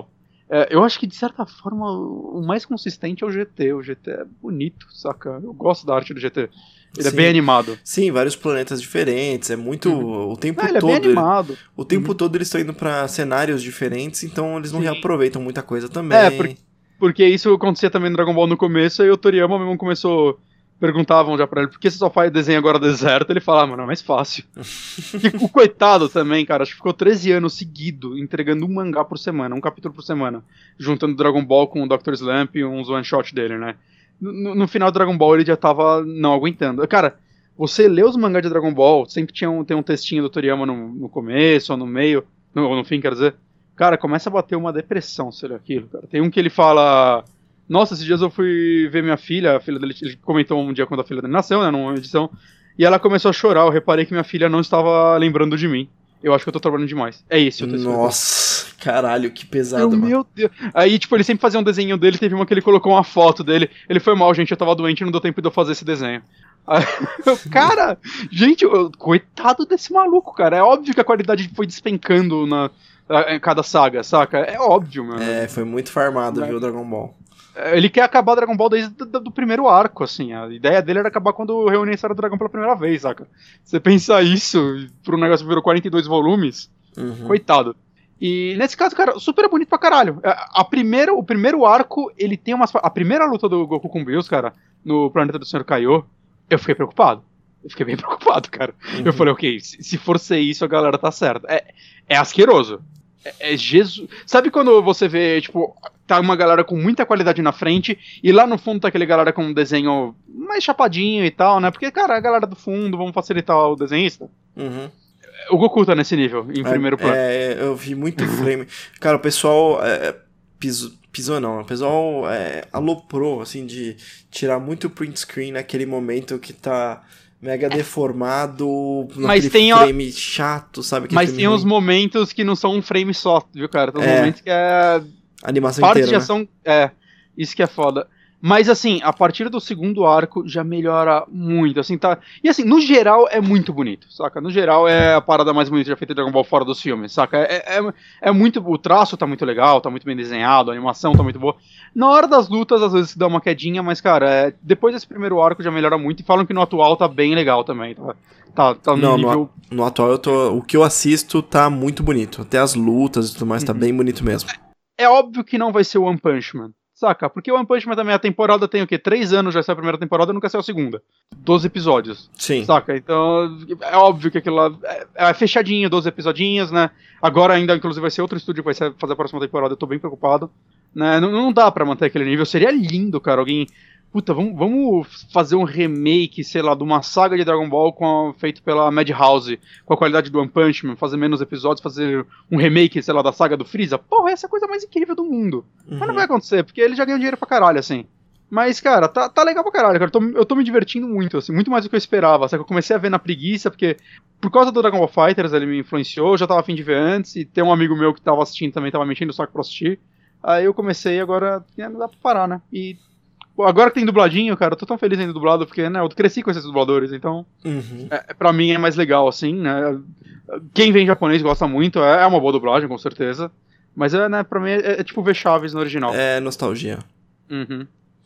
É, eu acho que, de certa forma, o mais consistente é o G T. O G T é bonito, saca? Eu gosto da arte do G T. Ele Sim. é bem animado. Sim, vários planetas diferentes, é muito... Uhum. O tempo Ah, ele todo... é bem animado. Ele, o tempo uhum. todo eles estão indo pra cenários diferentes, então eles não Sim. reaproveitam muita coisa também. É, porque, porque isso acontecia também no Dragon Ball no começo, e o Toriyama mesmo começou... Perguntavam já pra ele, por que você só faz desenho agora deserto? Ele falava, ah, mano, é mais fácil. E o coitado também, cara, acho que ficou treze anos seguido entregando um mangá por semana, um capítulo por semana, juntando Dragon Ball com o doutor Slump e uns one-shot dele, né? No, no final do Dragon Ball ele já tava não aguentando. Cara, você lê os mangás de Dragon Ball, sempre tinha um, tem um textinho do Toriyama no, no começo ou no meio, no, no fim, quer dizer. Cara, começa a bater uma depressão se olha aquilo, cara. Tem um que ele fala... Nossa, esses dias eu fui ver minha filha, a filha dele, ele comentou um dia quando a filha dele nasceu, né, numa edição, e ela começou a chorar, eu reparei que minha filha não estava lembrando de mim. Eu acho que eu tô trabalhando demais. É esse o texto. Nossa, caralho, que pesado, eu, mano. Meu Deus. Aí, tipo, ele sempre fazia um desenho dele, teve uma que ele colocou uma foto dele, ele foi mal, gente, eu tava doente e não deu tempo de eu fazer esse desenho. Aí, cara, gente, eu, coitado desse maluco, cara, é óbvio que a qualidade foi despencando na, em cada saga, saca? É óbvio, mano. É, foi muito farmado, é. viu, o Dragon Ball. Ele quer acabar Dragon Ball desde do, do primeiro arco, assim. A ideia dele era acabar quando reúne a história do dragão pela primeira vez, saca? Você pensar isso pro negócio que virou quarenta e dois volumes, uhum. coitado. E nesse caso, cara, super bonito pra caralho. A, a primeira, o primeiro arco, ele tem umas... A primeira luta do Goku com Bills, cara, no planeta do senhor Kaiô, eu fiquei preocupado. Eu fiquei bem preocupado, cara. Uhum. Eu falei, ok, se, se for ser isso, a galera tá certa. É, é asqueroso. É, é Jesus. Sabe quando você vê, tipo, tá uma galera com muita qualidade na frente e lá no fundo tá aquele galera com um desenho mais chapadinho e tal, né? Porque, cara, a galera do fundo, vamos facilitar o desenhista. Uhum. O Goku tá nesse nível, em é, primeiro plano. É, eu vi muito frame. Cara, o pessoal é, pisou, pisou não, o pessoal é, aloprou, assim, de tirar muito print screen naquele momento que tá... mega deformado, mas tem frame o... chato, sabe? Que mas tem ruim. uns momentos que não são um frame só, viu, cara? Tem uns é. momentos que é... animação parte inteira, de ação, né? É, isso que é foda. Mas, assim, a partir do segundo arco já melhora muito, assim, tá... E, assim, no geral é muito bonito, saca? No geral é a parada mais bonita já feita de Dragon Ball fora dos filmes, saca? É, é, é muito... O traço tá muito legal, tá muito bem desenhado, a animação tá muito boa. Na hora das lutas, às vezes dá uma quedinha, mas, cara, é, depois desse primeiro arco já melhora muito. E falam que no atual tá bem legal também, tá? Tá, tá no Não, nível... no, no atual eu tô... O que eu assisto tá muito bonito. Até as lutas e tudo mais, uhum. tá bem bonito mesmo. É, é óbvio que não vai ser o One Punch Man. Saca? Porque o One Punch Man também, a temporada tem o quê? Três anos já saiu a primeira temporada e nunca saiu a segunda. Doze episódios. Sim. Saca? Então, é óbvio que aquilo lá é, é fechadinho, doze episodinhos, né? Agora ainda, inclusive, vai ser outro estúdio que vai ser, fazer a próxima temporada, eu tô bem preocupado. Né? Não, não dá pra manter aquele nível. Seria lindo, cara, alguém... Puta, vamos, vamos fazer um remake, sei lá, de uma saga de Dragon Ball com a, feito pela Madhouse, com a qualidade do One Punch Man, fazer menos episódios, fazer um remake, sei lá, da saga do Freeza. Porra, essa é a coisa mais incrível do mundo. Uhum. Mas não vai acontecer, porque ele já ganhou dinheiro pra caralho, assim. Mas, cara, tá, tá legal pra caralho, cara. Eu tô, eu tô me divertindo muito, assim, muito mais do que eu esperava. Só que eu comecei a ver na preguiça, porque por causa do Dragon Ball FighterZ ele me influenciou, eu já tava a fim de ver antes, e tem um amigo meu que tava assistindo também, tava me enchendo o saco pra assistir. Aí eu comecei e agora não dá pra parar, né? E agora que tem dubladinho, cara, eu tô tão feliz em dublado, porque, né, eu cresci com esses dubladores, então, uhum. é, pra mim é mais legal, assim, né, quem vem em japonês gosta muito, é, é uma boa dublagem, com certeza, mas, é, né, pra mim é, é tipo ver Chaves no original. É nostalgia. Uhum.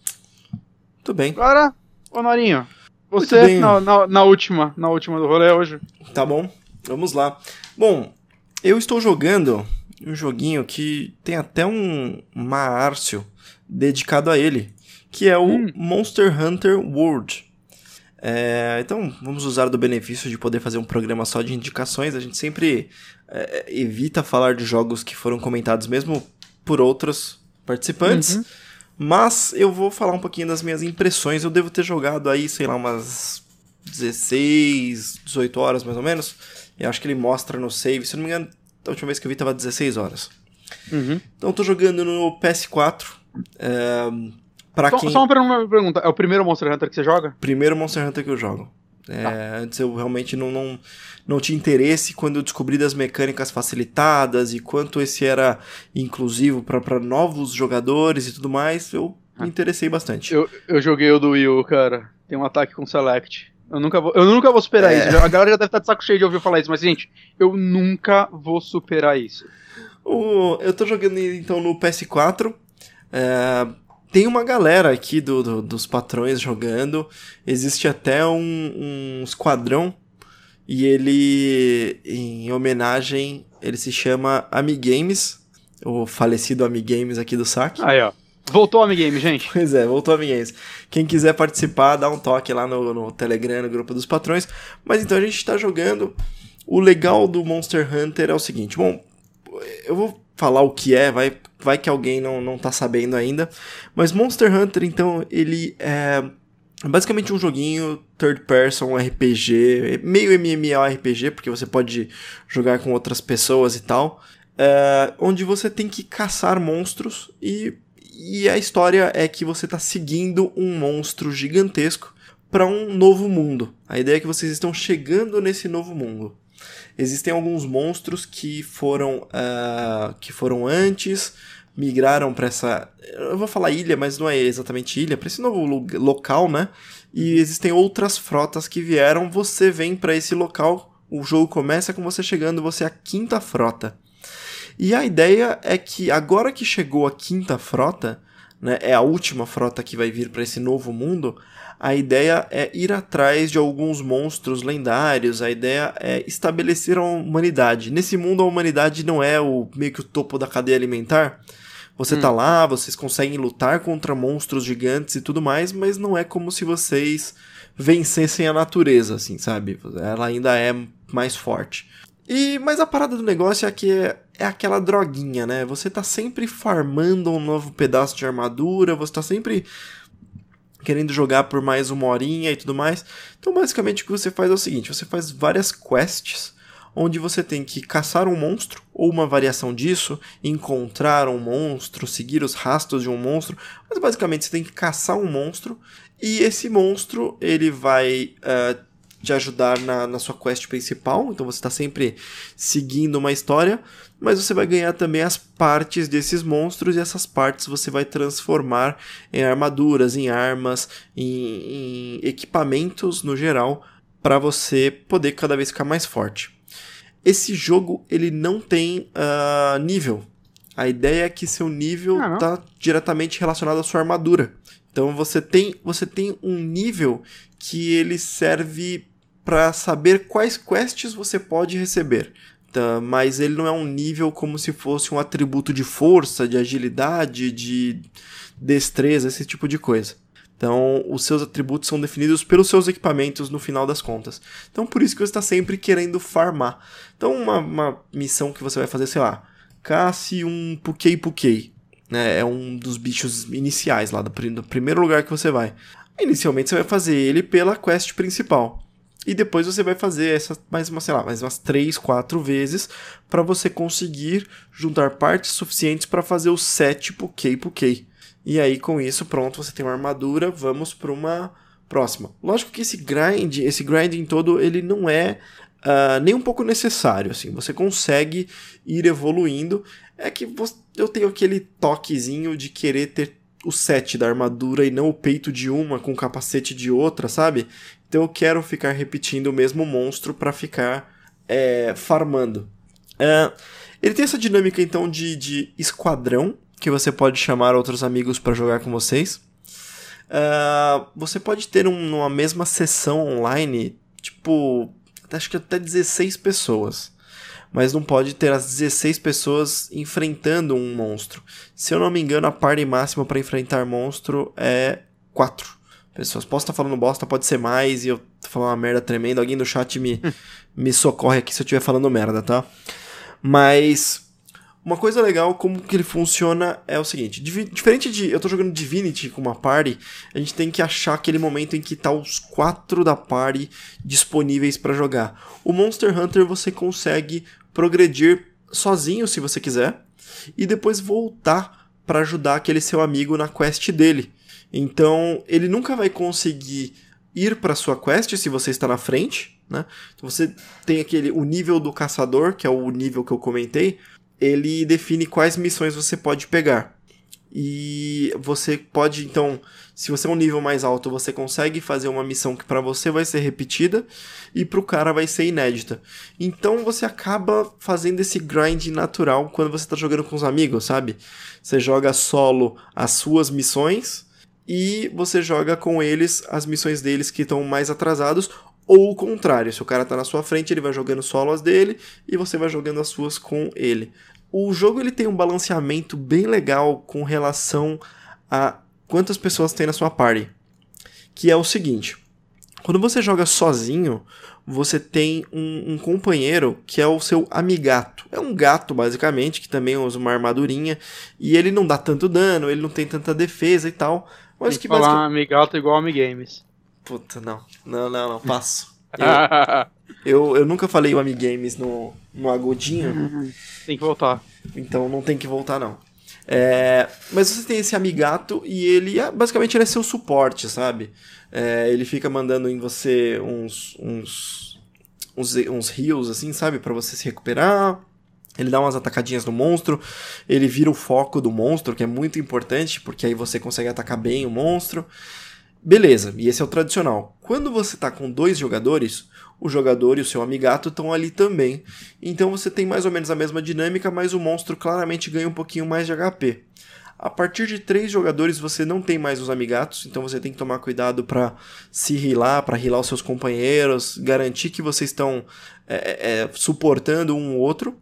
Muito bem. Agora, ô Norinho, você na, na, na última, na última do rolê hoje. Tá bom, vamos lá. Bom, eu estou jogando um joguinho que tem até um Márcio dedicado a ele, que é o hum. Monster Hunter World. É, então, vamos usar do benefício de poder fazer um programa só de indicações. A gente sempre é, evita falar de jogos que foram comentados mesmo por outros participantes. Uhum. Mas eu vou falar um pouquinho das minhas impressões. Eu devo ter jogado aí, sei lá, umas dezesseis, dezoito horas mais ou menos. Eu acho que ele mostra no save. Se eu não me engano, a última vez que eu vi tava dezesseis horas. Uhum. Então eu tô jogando no P S quatro. É... Pra só, quem... só uma pergunta, é o primeiro Monster Hunter que você joga? Primeiro Monster Hunter que eu jogo. É, tá. Antes eu realmente não, não, não tinha interesse. Quando eu descobri das mecânicas facilitadas e quanto esse era inclusivo para novos jogadores e tudo mais, eu ah. me interessei bastante. Eu, eu joguei o do Wii U, cara. Tem um ataque com Select. Eu nunca vou, eu nunca vou superar é. isso. A galera já deve estar de saco cheio de ouvir falar isso, mas, gente, eu nunca vou superar isso. O, eu tô jogando então no P S quatro. É, tem uma galera aqui do, do, dos patrões jogando. Existe até um, um esquadrão. E ele, em homenagem, ele se chama Amigames. O falecido Amigames aqui do saque. Aí, ó. Voltou o Amigames, gente. Pois é, voltou o Amigames. Quem quiser participar, dá um toque lá no, no Telegram, no grupo dos patrões. Mas então a gente tá jogando. O legal do Monster Hunter é o seguinte. Bom, eu vou falar o que é, vai, vai que alguém não, não tá sabendo ainda. Mas Monster Hunter, então, ele é basicamente um joguinho third person, R P G, meio MMORPG, porque você pode jogar com outras pessoas e tal. É, onde você tem que caçar monstros e... E a história é que você está seguindo um monstro gigantesco para um novo mundo. A ideia é que vocês estão chegando nesse novo mundo. Existem alguns monstros que foram, uh, que foram antes, migraram para essa... Eu vou falar ilha, mas não é exatamente ilha, para esse novo lo- local, né? E existem outras frotas que vieram, você vem para esse local, o jogo começa com você chegando, você é a quinta frota. E a ideia é que agora que chegou a quinta frota, né, é a última frota que vai vir para esse novo mundo, a ideia é ir atrás de alguns monstros lendários, a ideia é estabelecer a humanidade. Nesse mundo a humanidade não é o meio que o topo da cadeia alimentar. Você hum. tá lá, vocês conseguem lutar contra monstros gigantes e tudo mais, mas não é como se vocês vencessem a natureza, assim, sabe? Ela ainda é mais forte. E, mas a parada do negócio é que é, é aquela droguinha, né? Você tá sempre farmando um novo pedaço de armadura, você tá sempre querendo jogar por mais uma horinha e tudo mais. Então, basicamente, o que você faz é o seguinte, você faz várias quests, onde você tem que caçar um monstro, ou uma variação disso, encontrar um monstro, seguir os rastros de um monstro, mas basicamente você tem que caçar um monstro, e esse monstro, ele vai... Uh, te ajudar na, na sua quest principal, então você está sempre seguindo uma história, mas você vai ganhar também as partes desses monstros, e essas partes você vai transformar em armaduras, em armas, em, em equipamentos no geral, para você poder cada vez ficar mais forte. Esse jogo ele não tem uh, nível. A ideia é que seu nível está diretamente relacionado à sua armadura. Então você tem, você tem um nível que ele serve para saber quais quests você pode receber. Então, mas ele não é um nível como se fosse um atributo de força, de agilidade, de destreza, esse tipo de coisa. Então, os seus atributos são definidos pelos seus equipamentos no final das contas. Então, por isso que você está sempre querendo farmar. Então, uma, uma missão que você vai fazer, sei lá, caça um Pukei Pukei. Né? É um dos bichos iniciais lá, do, do primeiro lugar que você vai. Inicialmente, você vai fazer ele pela quest principal. E depois você vai fazer essa mais uma, sei lá, mais umas três, quatro vezes para você conseguir juntar partes suficientes para fazer o sete Pukei Pukei. E aí com isso, pronto, você tem uma armadura, vamos para uma próxima. Lógico que esse grind, esse grinding todo, ele não é uh, nem um pouco necessário, assim. Você consegue ir evoluindo. É que você, eu tenho aquele toquezinho de querer ter o set da armadura e não o peito de uma com o capacete de outra, sabe? Então eu quero ficar repetindo o mesmo monstro para ficar é, farmando. É, ele tem essa dinâmica então de, de esquadrão, que você pode chamar outros amigos para jogar com vocês. É, você pode ter um, uma mesma sessão online, tipo, acho que até dezesseis pessoas. Mas não pode ter as dezesseis pessoas enfrentando um monstro. Se eu não me engano, a party máxima para enfrentar monstro é quatro pessoas. Posso estar falando bosta, pode ser mais, e eu tô falando uma merda tremenda. Alguém do chat me, me socorre aqui se eu estiver falando merda, tá? Mas uma coisa legal, como que ele funciona é o seguinte. Diferente de... Eu tô jogando Divinity com uma party, a gente tem que achar aquele momento em que tá os quatro da party disponíveis para jogar. O Monster Hunter você consegue progredir sozinho, se você quiser, e depois voltar para ajudar aquele seu amigo na quest dele. Então, ele nunca vai conseguir ir para sua quest se você está na frente, né? Então, você tem aquele, o nível do caçador, que é o nível que eu comentei, ele define quais missões você pode pegar. e você pode, então, se você é um nível mais alto, você consegue fazer uma missão que pra você vai ser repetida e pro cara vai ser inédita. Então você acaba fazendo esse grind natural quando você tá jogando com os amigos, sabe? Você joga solo as suas missões e você joga com eles as missões deles que estão mais atrasados, ou o contrário, se o cara tá na sua frente, ele vai jogando solo as dele e você vai jogando as suas com ele. O jogo ele tem um balanceamento bem legal com relação a quantas pessoas tem na sua party, que é o seguinte: quando você joga sozinho, você tem um, um companheiro que é o seu amigato. É um gato, basicamente, que também usa uma armadurinha, e ele não dá tanto dano, ele não tem tanta defesa e tal. Mas tem que, que falar basic... amigato igual Amigames. Puta, não. Não, não, não, passo. Eu, eu, eu nunca falei o Amigames no, no agudinho. Tem que voltar. Então não tem que voltar, não. É, mas você tem esse amigato e ele, basicamente, ele é seu suporte, sabe? É, ele fica mandando em você uns, uns, uns, uns heals, assim, sabe? Pra você se recuperar. Ele dá umas atacadinhas no monstro. Ele vira o foco do monstro, que é muito importante, porque aí você consegue atacar bem o monstro. Beleza, e esse é o tradicional. Quando você tá com dois jogadores, o jogador e o seu amigato estão ali também. Então você tem mais ou menos a mesma dinâmica, mas o monstro claramente ganha um pouquinho mais de H P. A partir de três jogadores você não tem mais os amigatos, então você tem que tomar cuidado para se healar, para healar os seus companheiros, garantir que vocês estão é, é, suportando um ou outro.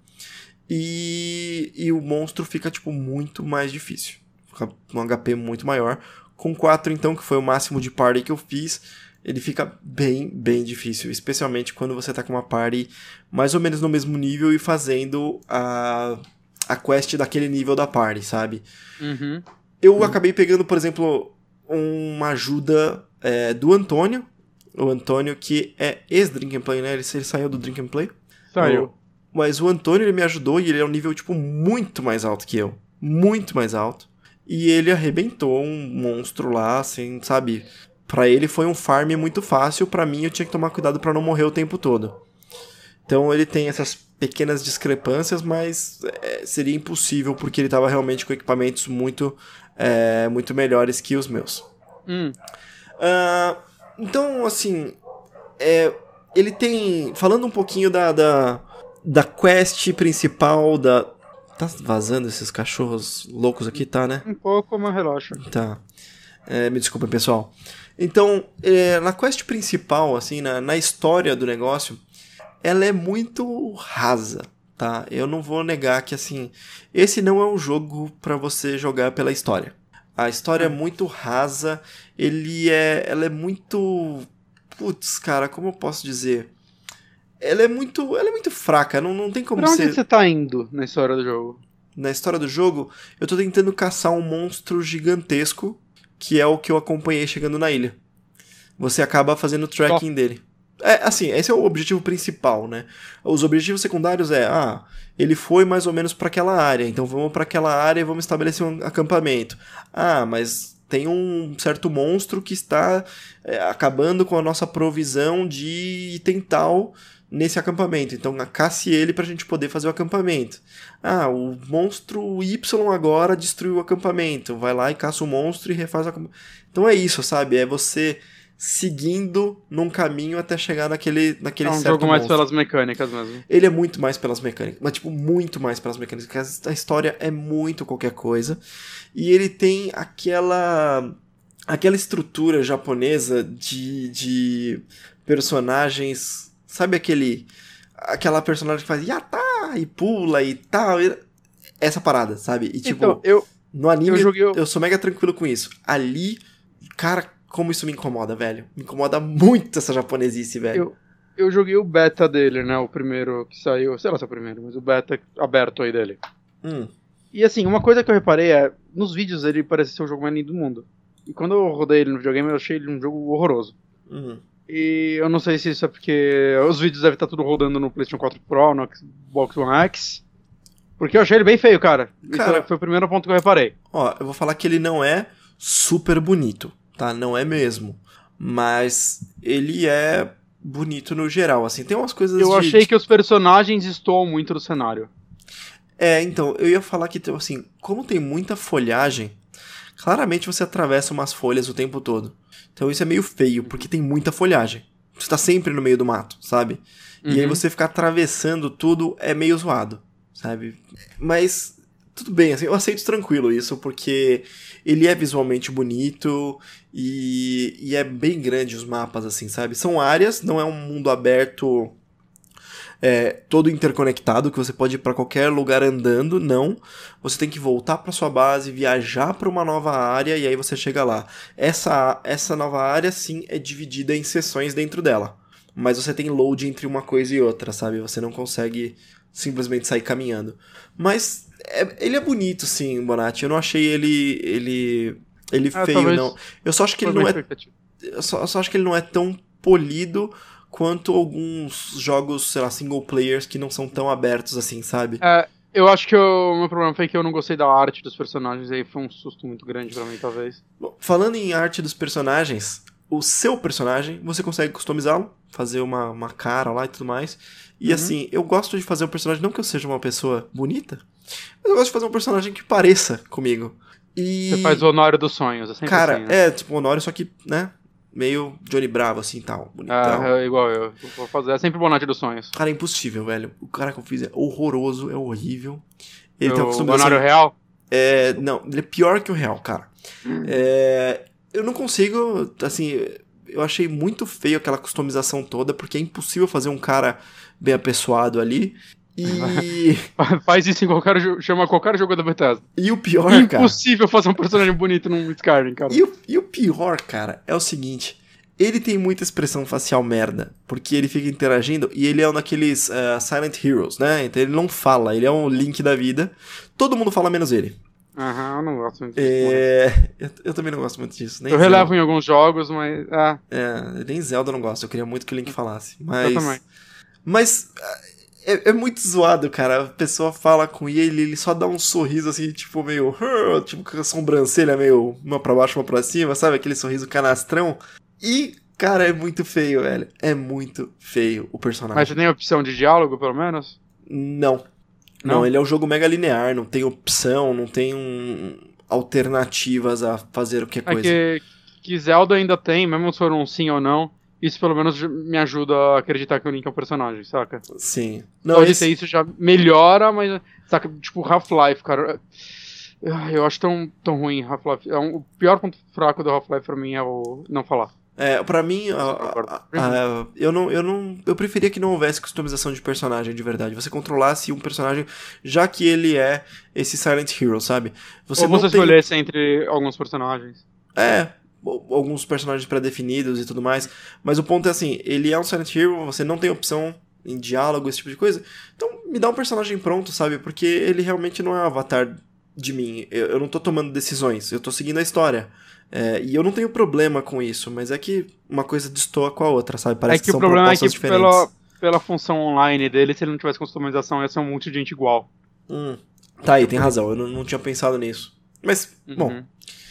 E, e o monstro fica tipo muito mais difícil. Fica um H P muito maior. Com quatro, então, que foi o máximo de party que eu fiz, ele fica bem, bem difícil. Especialmente quando você tá com uma party mais ou menos no mesmo nível e fazendo a, a quest daquele nível da party, sabe? Uhum. Eu uhum. acabei pegando, por exemplo, uma ajuda é, do Antônio. O Antônio, que é ex-Drink and Play, né? Ele, ele saiu do Drink and Play. Saiu. Mas o Antônio, ele me ajudou e ele é um nível, tipo, muito mais alto que eu. Muito mais alto. E ele arrebentou um monstro lá, assim, sabe? Pra ele foi um farm muito fácil, pra mim eu tinha que tomar cuidado pra não morrer o tempo todo. Então ele tem essas pequenas discrepâncias, mas é, seria impossível porque ele tava realmente com equipamentos muito, é, muito melhores que os meus. Hum. Uh, então, assim, é, ele tem... Falando um pouquinho da, da, da quest principal, da... Tá vazando esses cachorros loucos aqui, tá, né? Um pouco, mas relaxa. Tá. É, me desculpem, pessoal. Então, é, na quest principal, assim, na, na história do negócio, ela é muito rasa, tá? Eu não vou negar que, assim, esse não é um jogo pra você jogar pela história. A história é muito rasa, ele é, ela é muito... Putz, cara, como eu posso dizer... Ela é muito, ela é muito fraca, não, não tem como ser... Pra onde ser... você tá indo na história do jogo? Na história do jogo, eu tô tentando caçar um monstro gigantesco, que é o que eu acompanhei chegando na ilha. Você acaba fazendo o tracking Só. dele. É, assim, esse é o objetivo principal, né? Os objetivos secundários é, ah, ele foi mais ou menos pra aquela área, então vamos pra aquela área e vamos estabelecer um acampamento. Ah, mas... tem um certo monstro que está é, acabando com a nossa provisão de item tal nesse acampamento. Então, casse ele pra gente poder fazer o acampamento. Ah, o monstro Y agora destruiu o acampamento. Vai lá e caça o monstro e refaz o acampamento. Então é isso, sabe? É você seguindo num caminho até chegar naquele, naquele certo monstro. É um jogo mais monstro. pelas mecânicas mesmo. Ele é muito mais pelas mecânicas. Mas, tipo, muito mais pelas mecânicas. Porque a história é muito qualquer coisa. E ele tem aquela... aquela estrutura japonesa de, de personagens... Sabe aquele... aquela personagem que faz yata e pula e tal. E, essa parada, sabe? E tipo, então, eu, no anime eu, joguei... eu sou mega tranquilo com isso. Ali, cara, como isso me incomoda, velho. Me incomoda muito essa japonesice, velho. Eu, eu joguei o beta dele, né? O primeiro que saiu, sei lá se é o primeiro, mas o beta aberto aí dele. Hum. E assim, uma coisa que eu reparei é, nos vídeos ele parece ser o jogo mais lindo do mundo. E quando eu rodei ele no videogame, eu achei ele um jogo horroroso. Uhum. E eu não sei se isso é porque os vídeos devem estar tudo rodando no PlayStation quatro Pro, no Xbox One X. Porque eu achei ele bem feio, cara. cara isso foi o primeiro ponto que eu reparei. Ó, eu vou falar que ele não é super bonito, tá? Não é mesmo. Mas ele é bonito no geral, assim. Tem umas coisas... Eu de... achei que os personagens estoam muito do cenário. É, então, eu ia falar que, assim, como tem muita folhagem, claramente você atravessa umas folhas o tempo todo. Então isso é meio feio, porque tem muita folhagem. Você tá sempre no meio do mato, sabe? Uhum. E aí você ficar atravessando tudo é meio zoado, sabe? Mas tudo bem, assim, eu aceito tranquilo isso, porque ele é visualmente bonito e, e é bem grande os mapas, assim, sabe? São áreas, não é um mundo aberto... É, todo interconectado, que você pode ir para qualquer lugar andando, não. Você tem que voltar para sua base, viajar para uma nova área e aí você chega lá. Essa, essa nova área, sim, é dividida em seções dentro dela. Mas você tem load entre uma coisa e outra, sabe? Você não consegue simplesmente sair caminhando. Mas é, ele é bonito, sim, Bonatti. Eu não achei ele ele, ele é, feio, talvez, não. Eu só acho que ele não é... Eu só, eu só acho que ele não é tão polido... quanto alguns jogos, sei lá, single players que não são tão abertos assim, sabe? É, eu acho que o meu problema foi que eu não gostei da arte dos personagens, aí foi um susto muito grande pra mim, talvez. Bom, falando em arte dos personagens, o seu personagem, você consegue customizá-lo, fazer uma, uma cara lá e tudo mais. E uhum. assim, eu gosto de fazer um personagem, não que eu seja uma pessoa bonita, mas eu gosto de fazer um personagem que pareça comigo. E... Você faz o Honório dos sonhos, é sempre Cara, assim, né? é, tipo, o Honório, só que, né... meio Johnny Bravo, assim, tal. Bonitão. É, é igual eu. eu vou fazer. É sempre o Bonatti dos sonhos. Cara, é impossível, velho. O cara que eu fiz é horroroso, é horrível. Ele o tem uma customização... Bonatti real? É, não, ele é pior que o real, cara. Hum. É, eu não consigo, assim... Eu achei muito feio aquela customização toda, porque é impossível fazer um cara bem apessoado ali. E... Faz isso em qualquer jogo, chama qualquer jogo da Bethesda. E o pior, Impossível cara... Impossível fazer um personagem bonito num Skyrim, cara. E o, e o pior, cara, é o seguinte... Ele tem muita expressão facial merda, porque ele fica interagindo e ele é um daqueles uh, Silent Heroes, né? Então ele não fala, ele é um Link da vida. Todo mundo fala menos ele. Aham, eu não gosto muito disso. É... Eu, eu também não gosto muito disso. Nem eu relevo Zelda. Em alguns jogos, mas... Ah. É, nem Zelda eu não gosto, eu queria muito que o Link falasse. Mas... Eu também. Mas... É, é muito zoado, cara. A pessoa fala com ele, ele só dá um sorriso assim, tipo, meio... Tipo, com a sobrancelha meio... Uma pra baixo, uma pra cima, sabe? Aquele sorriso canastrão. E, cara, é muito feio, velho. É muito feio o personagem. Mas você tem opção de diálogo, pelo menos? Não. Não, não ele é um jogo mega linear, não tem opção, não tem um... alternativas a fazer qualquer coisa. É que, que Zelda ainda tem, mesmo se for um sim ou não, isso pelo menos me ajuda a acreditar que o Link é um personagem, saca? Sim. Não, Pode esse... ter isso já melhora, mas, saca, tipo Half-Life, cara... Eu acho tão, tão ruim Half-Life. É um, o pior ponto fraco do Half-Life pra mim é o não falar. É, pra mim, a, a, a, eu, não, eu não. Eu preferia que não houvesse customização de personagem de verdade. Você controlasse um personagem, já que ele é esse Silent Hero, sabe? Você Ou você tem... escolhesse entre alguns personagens. É, alguns personagens pré-definidos e tudo mais. Mas o ponto é assim, ele é um Silent Hero, você não tem opção em diálogo, esse tipo de coisa. Então me dá um personagem pronto, sabe? Porque ele realmente não é um avatar de mim. Eu, eu não tô tomando decisões, eu tô seguindo a história. É, e eu não tenho problema com isso, mas é que uma coisa destoa com a outra, sabe? Parece é que, que são o problema é que diferentes. Pela, pela função online dele, se ele não tivesse customização, ia ser um monte de gente igual. Hum, tá aí, tem razão, eu não, não tinha pensado nisso. Mas, uhum. bom...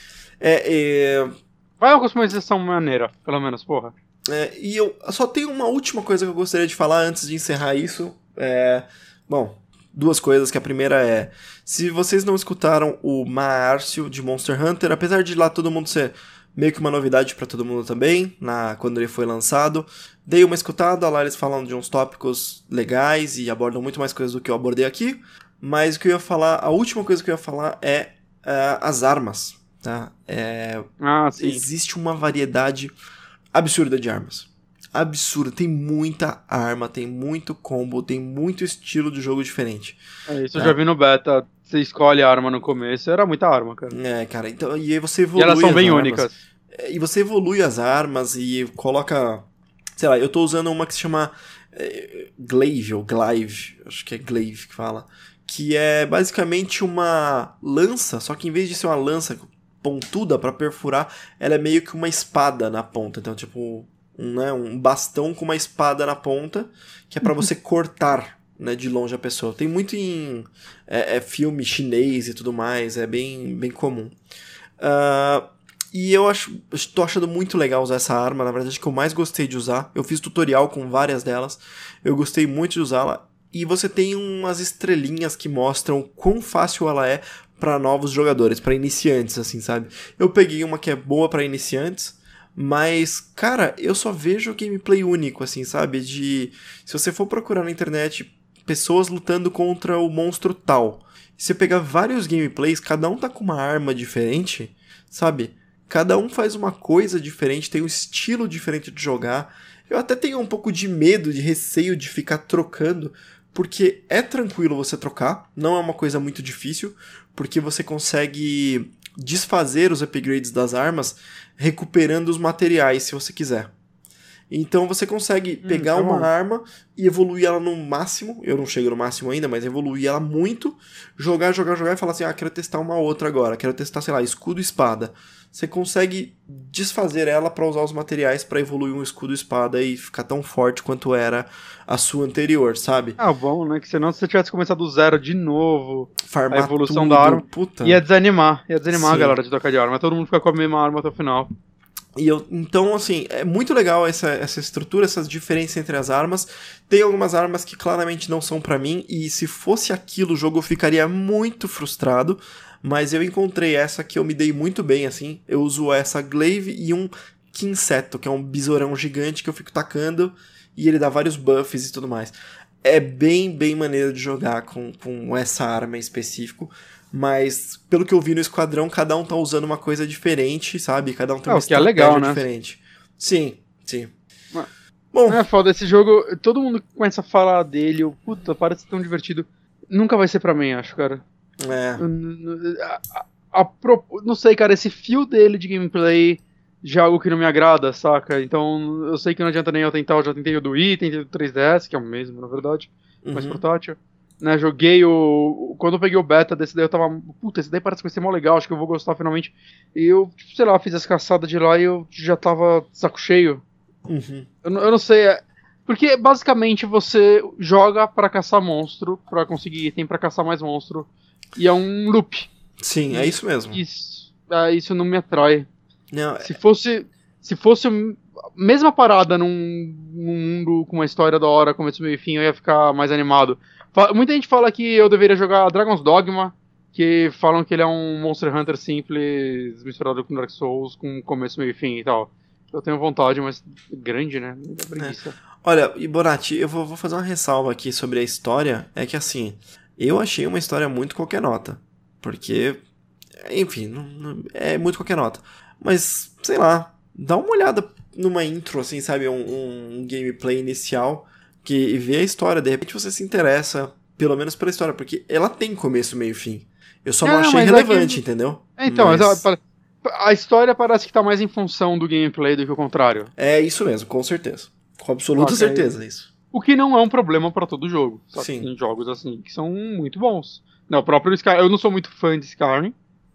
É, é... Vai uma customização maneira, pelo menos, porra. É, e eu só tenho uma última coisa que eu gostaria de falar antes de encerrar isso. É, bom, duas coisas, que a primeira é... Se vocês não escutaram o Márcio de Monster Hunter, apesar de lá todo mundo ser meio que uma novidade pra todo mundo também, na, quando ele foi lançado, dei uma escutada, lá eles falam de uns tópicos legais e abordam muito mais coisas do que eu abordei aqui, mas o que eu ia falar, a última coisa que eu ia falar é uh, as armas, tá? É, ah, sim. Existe uma variedade absurda de armas. Absurdo, tem muita arma, tem muito combo, tem muito estilo de jogo diferente. É, isso tá? Eu já vi no beta, você escolhe a arma no começo, era muita arma, cara. É, cara, então, e aí você evolui. E elas são bem armas, únicas. E você evolui as armas e coloca, sei lá, eu tô usando uma que se chama é, Glaive, ou Glaive, acho que é Glaive que fala, que é basicamente uma lança, só que em vez de ser uma lança pontuda pra perfurar, ela é meio que uma espada na ponta, então tipo... Um, né, um bastão com uma espada na ponta, que é pra você cortar, né, de longe a pessoa. Tem muito em é, é, filme chinês e tudo mais, é bem, bem comum. Uh, e eu acho, estou achando muito legal usar essa arma, na verdade que eu mais gostei de usar. Eu fiz tutorial com várias delas, eu gostei muito de usá-la. e você tem umas estrelinhas que mostram quão fácil ela é para novos jogadores, para iniciantes, assim, sabe? Eu peguei uma que é boa para iniciantes, mas, cara, eu só vejo gameplay único, assim, sabe? De, se você for procurar na internet pessoas lutando contra o monstro tal, se você pegar vários gameplays, cada um tá com uma arma diferente, sabe? Cada um faz uma coisa diferente, tem um estilo diferente de jogar. Eu até tenho um pouco de medo, de receio de ficar trocando, porque é tranquilo você trocar, não é uma coisa muito difícil, porque você consegue desfazer os upgrades das armas recuperando os materiais, se você quiser. Então você consegue hum, pegar tá uma bom. arma e evoluir ela no máximo, eu não chego no máximo ainda, mas evoluir ela muito, jogar, jogar, jogar e falar assim, ah, quero testar uma outra agora, quero testar, sei lá, escudo e espada. Você consegue desfazer ela para usar os materiais para evoluir um escudo e espada e ficar tão forte quanto era a sua anterior, sabe? Ah, bom, né? Que senão se você tivesse começado do zero de novo, Farmar a evolução tudo, da arma, puta. ia desanimar, ia desanimar Sim. a galera de trocar de arma. Todo mundo fica com a mesma arma até o final. E eu, então, assim, é muito legal essa, essa estrutura, essas diferenças entre as armas. Tem algumas armas que claramente não são pra mim, e se fosse aquilo, o jogo eu ficaria muito frustrado. Mas eu encontrei essa que eu me dei muito bem, assim. Eu uso essa Glaive e um Quinseto, que é um besourão gigante que eu fico tacando, e ele dá vários buffs e tudo mais. É bem, bem maneiro de jogar com, com essa arma em específico. Mas, pelo que eu vi no Esquadrão, cada um tá usando uma coisa diferente, sabe? Cada um tem É, uma o que é estratégia legal, né? diferente. Sim, sim. Mas- Bom, É foda, esse jogo, todo mundo começa a falar dele, eu, puta, parece tão divertido. Nunca vai ser pra mim, acho, cara. é, Eu n- n- a- a- a pro- não sei, cara, esse fio dele de gameplay já é algo que não me agrada, saca? Então eu sei que não adianta nem eu tentar, eu já tentei o do Wii, tentei o do três D S, que é o mesmo, na verdade, mais uhum, portátil. Né, joguei o. Quando eu peguei o beta desse daí, eu tava. Puta, esse daí parece que vai ser mó legal, acho que eu vou gostar finalmente. E eu, tipo, sei lá, fiz as caçadas de lá e eu já tava de saco cheio. uhum. Eu, não- eu não sei. É... Porque basicamente você joga pra caçar monstro, pra conseguir item pra caçar mais monstro. E é um loop. Sim, é isso mesmo. Isso, é, isso não me atrai. Não, Se fosse. Se fosse a mesma parada num, num mundo com uma história da hora, começo, meio e fim, eu ia ficar mais animado. Fa- Muita gente fala que eu deveria jogar Dragon's Dogma, que falam que ele é um Monster Hunter simples, misturado com Dark Souls, com começo, meio e fim e tal. Eu tenho vontade, mas grande, né? Me dá preguiça. olha, e Bonatti, eu vou, vou fazer uma ressalva aqui sobre a história. É que assim, eu achei uma história muito qualquer nota. Porque, enfim, não- não- é muito qualquer nota. Mas, sei lá, dá uma olhada numa intro, assim, sabe? Um, um gameplay inicial que, e vê a história. De repente você se interessa, pelo menos pela história, porque ela tem começo, meio e fim. Eu só não, Não, achei mas é relevante, que- entendeu? É, Então, Mas mas a, a história parece que tá mais em função do gameplay do que o contrário. é isso mesmo, com certeza. Com absoluta Ok. certeza, isso. O que não é um problema pra todo jogo. Só que Sim. tem jogos assim que são muito bons. Não, o próprio Skyrim, eu não sou muito fã de Skyrim,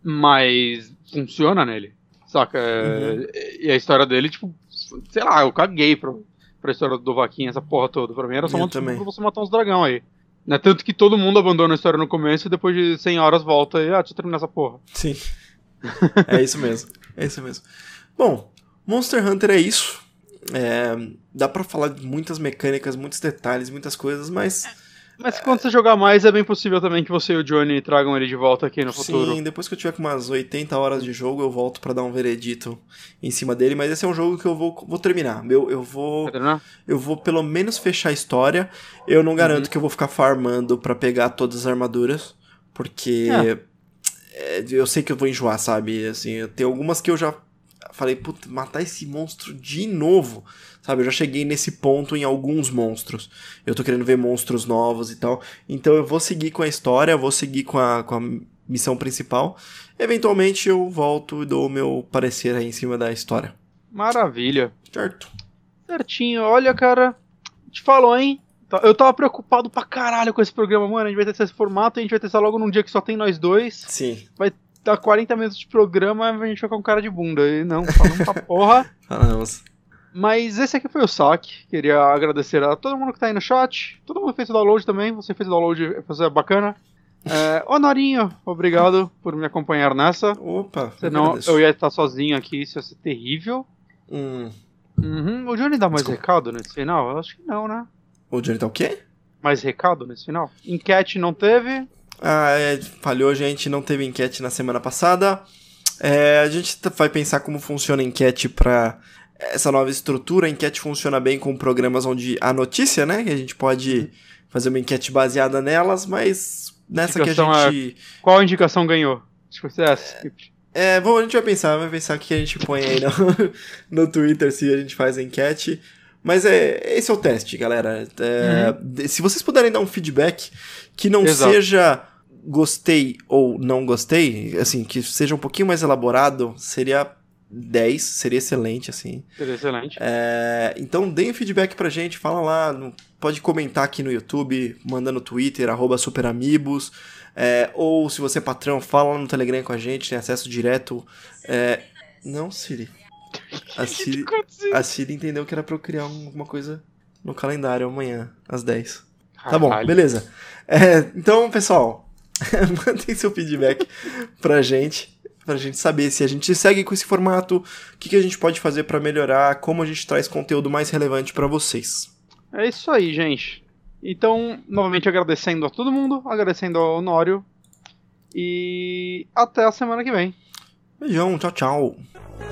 mas funciona nele. Saca? É, Uhum. E a história dele, tipo, sei lá, eu caguei pra, pra história do Vaquinha, essa porra toda. Pra mim era só Eu uma desculpa também. pra você matar uns dragão aí. Né? Tanto que todo mundo abandona a história no começo e depois de cem horas volta e, ah, deixa eu terminar essa porra. Sim. É isso mesmo. É isso mesmo. Bom, Monster Hunter é isso. É, dá pra falar de muitas mecânicas, muitos detalhes, muitas coisas, mas Mas quando você jogar mais, é bem possível também que você e o Johnny tragam ele de volta aqui no futuro. sim, depois que eu tiver com umas oitenta horas de jogo, eu volto pra dar um veredito em cima dele, mas esse é um jogo que eu vou, vou terminar. Eu, eu vou Quer terminar? eu vou pelo menos fechar a história. Eu não garanto Uhum. que eu vou ficar farmando pra pegar todas as armaduras, porque é, eu sei que eu vou enjoar, sabe? Assim, tem algumas que eu já falei, puta, matar esse monstro de novo, sabe? Eu já cheguei nesse ponto em alguns monstros. Eu tô querendo ver monstros novos e tal. Então eu vou seguir com a história, vou seguir com a, com a missão principal. Eventualmente eu volto e dou o meu parecer aí em cima da história. Maravilha. Certo? Certinho. Olha, cara, te falou, hein? Tá- Eu tava preocupado pra caralho com esse programa, mano. A gente vai ter esse formato e a gente vai testar logo num dia que só tem nós dois. Sim. Vai dar quarenta minutos de programa e a gente vai com cara de bunda. E não, falando pra porra. Falamos. Mas esse aqui foi o saque. Queria agradecer a todo mundo que tá aí no chat. Todo mundo que fez o download também. Você fez o download, foi bacana. É, Honorinho, obrigado por me acompanhar nessa. Opa, Senão agradeço. eu ia estar sozinho aqui, isso ia ser terrível. Hum, Uhum. O Johnny dá mais Desculpa. recado nesse final? Eu acho que não, né? o Johnny tá o quê? mais recado nesse final? Enquete não teve? Ah, é, falhou, gente, não teve enquete na semana passada. É, a gente vai pensar como funciona a enquete para essa nova estrutura. A enquete funciona bem com programas onde há notícia, né? Que a gente pode fazer uma enquete baseada nelas, mas nessa que a gente... É... Qual indicação ganhou? Acho que você é essa. É, bom, a gente vai pensar, vai pensar o que a gente põe aí no, no Twitter se a gente faz a enquete. Mas é, esse é o teste, galera. É, uhum. Se vocês puderem dar um feedback que não Exato. seja gostei ou não gostei, assim, que seja um pouquinho mais elaborado, seria dez, seria excelente, assim. Seria excelente. É, então deem feedback pra gente, fala lá, pode comentar aqui no YouTube, manda no Twitter, arroba superamigos, é, ou se você é patrão, fala lá no Telegram com a gente, tem acesso direto. É, não, Siri. A Siri, a Siri entendeu que era pra eu criar alguma coisa no calendário amanhã, às dez. Caralho. Tá bom, beleza. É, então, pessoal, mandem seu feedback pra gente, pra gente saber se a gente segue com esse formato, o que, que a gente pode fazer pra melhorar, como a gente traz conteúdo mais relevante pra vocês. É isso aí, gente. Então, novamente agradecendo a todo mundo, agradecendo ao Honório, e até a semana que vem. Beijão, tchau, tchau.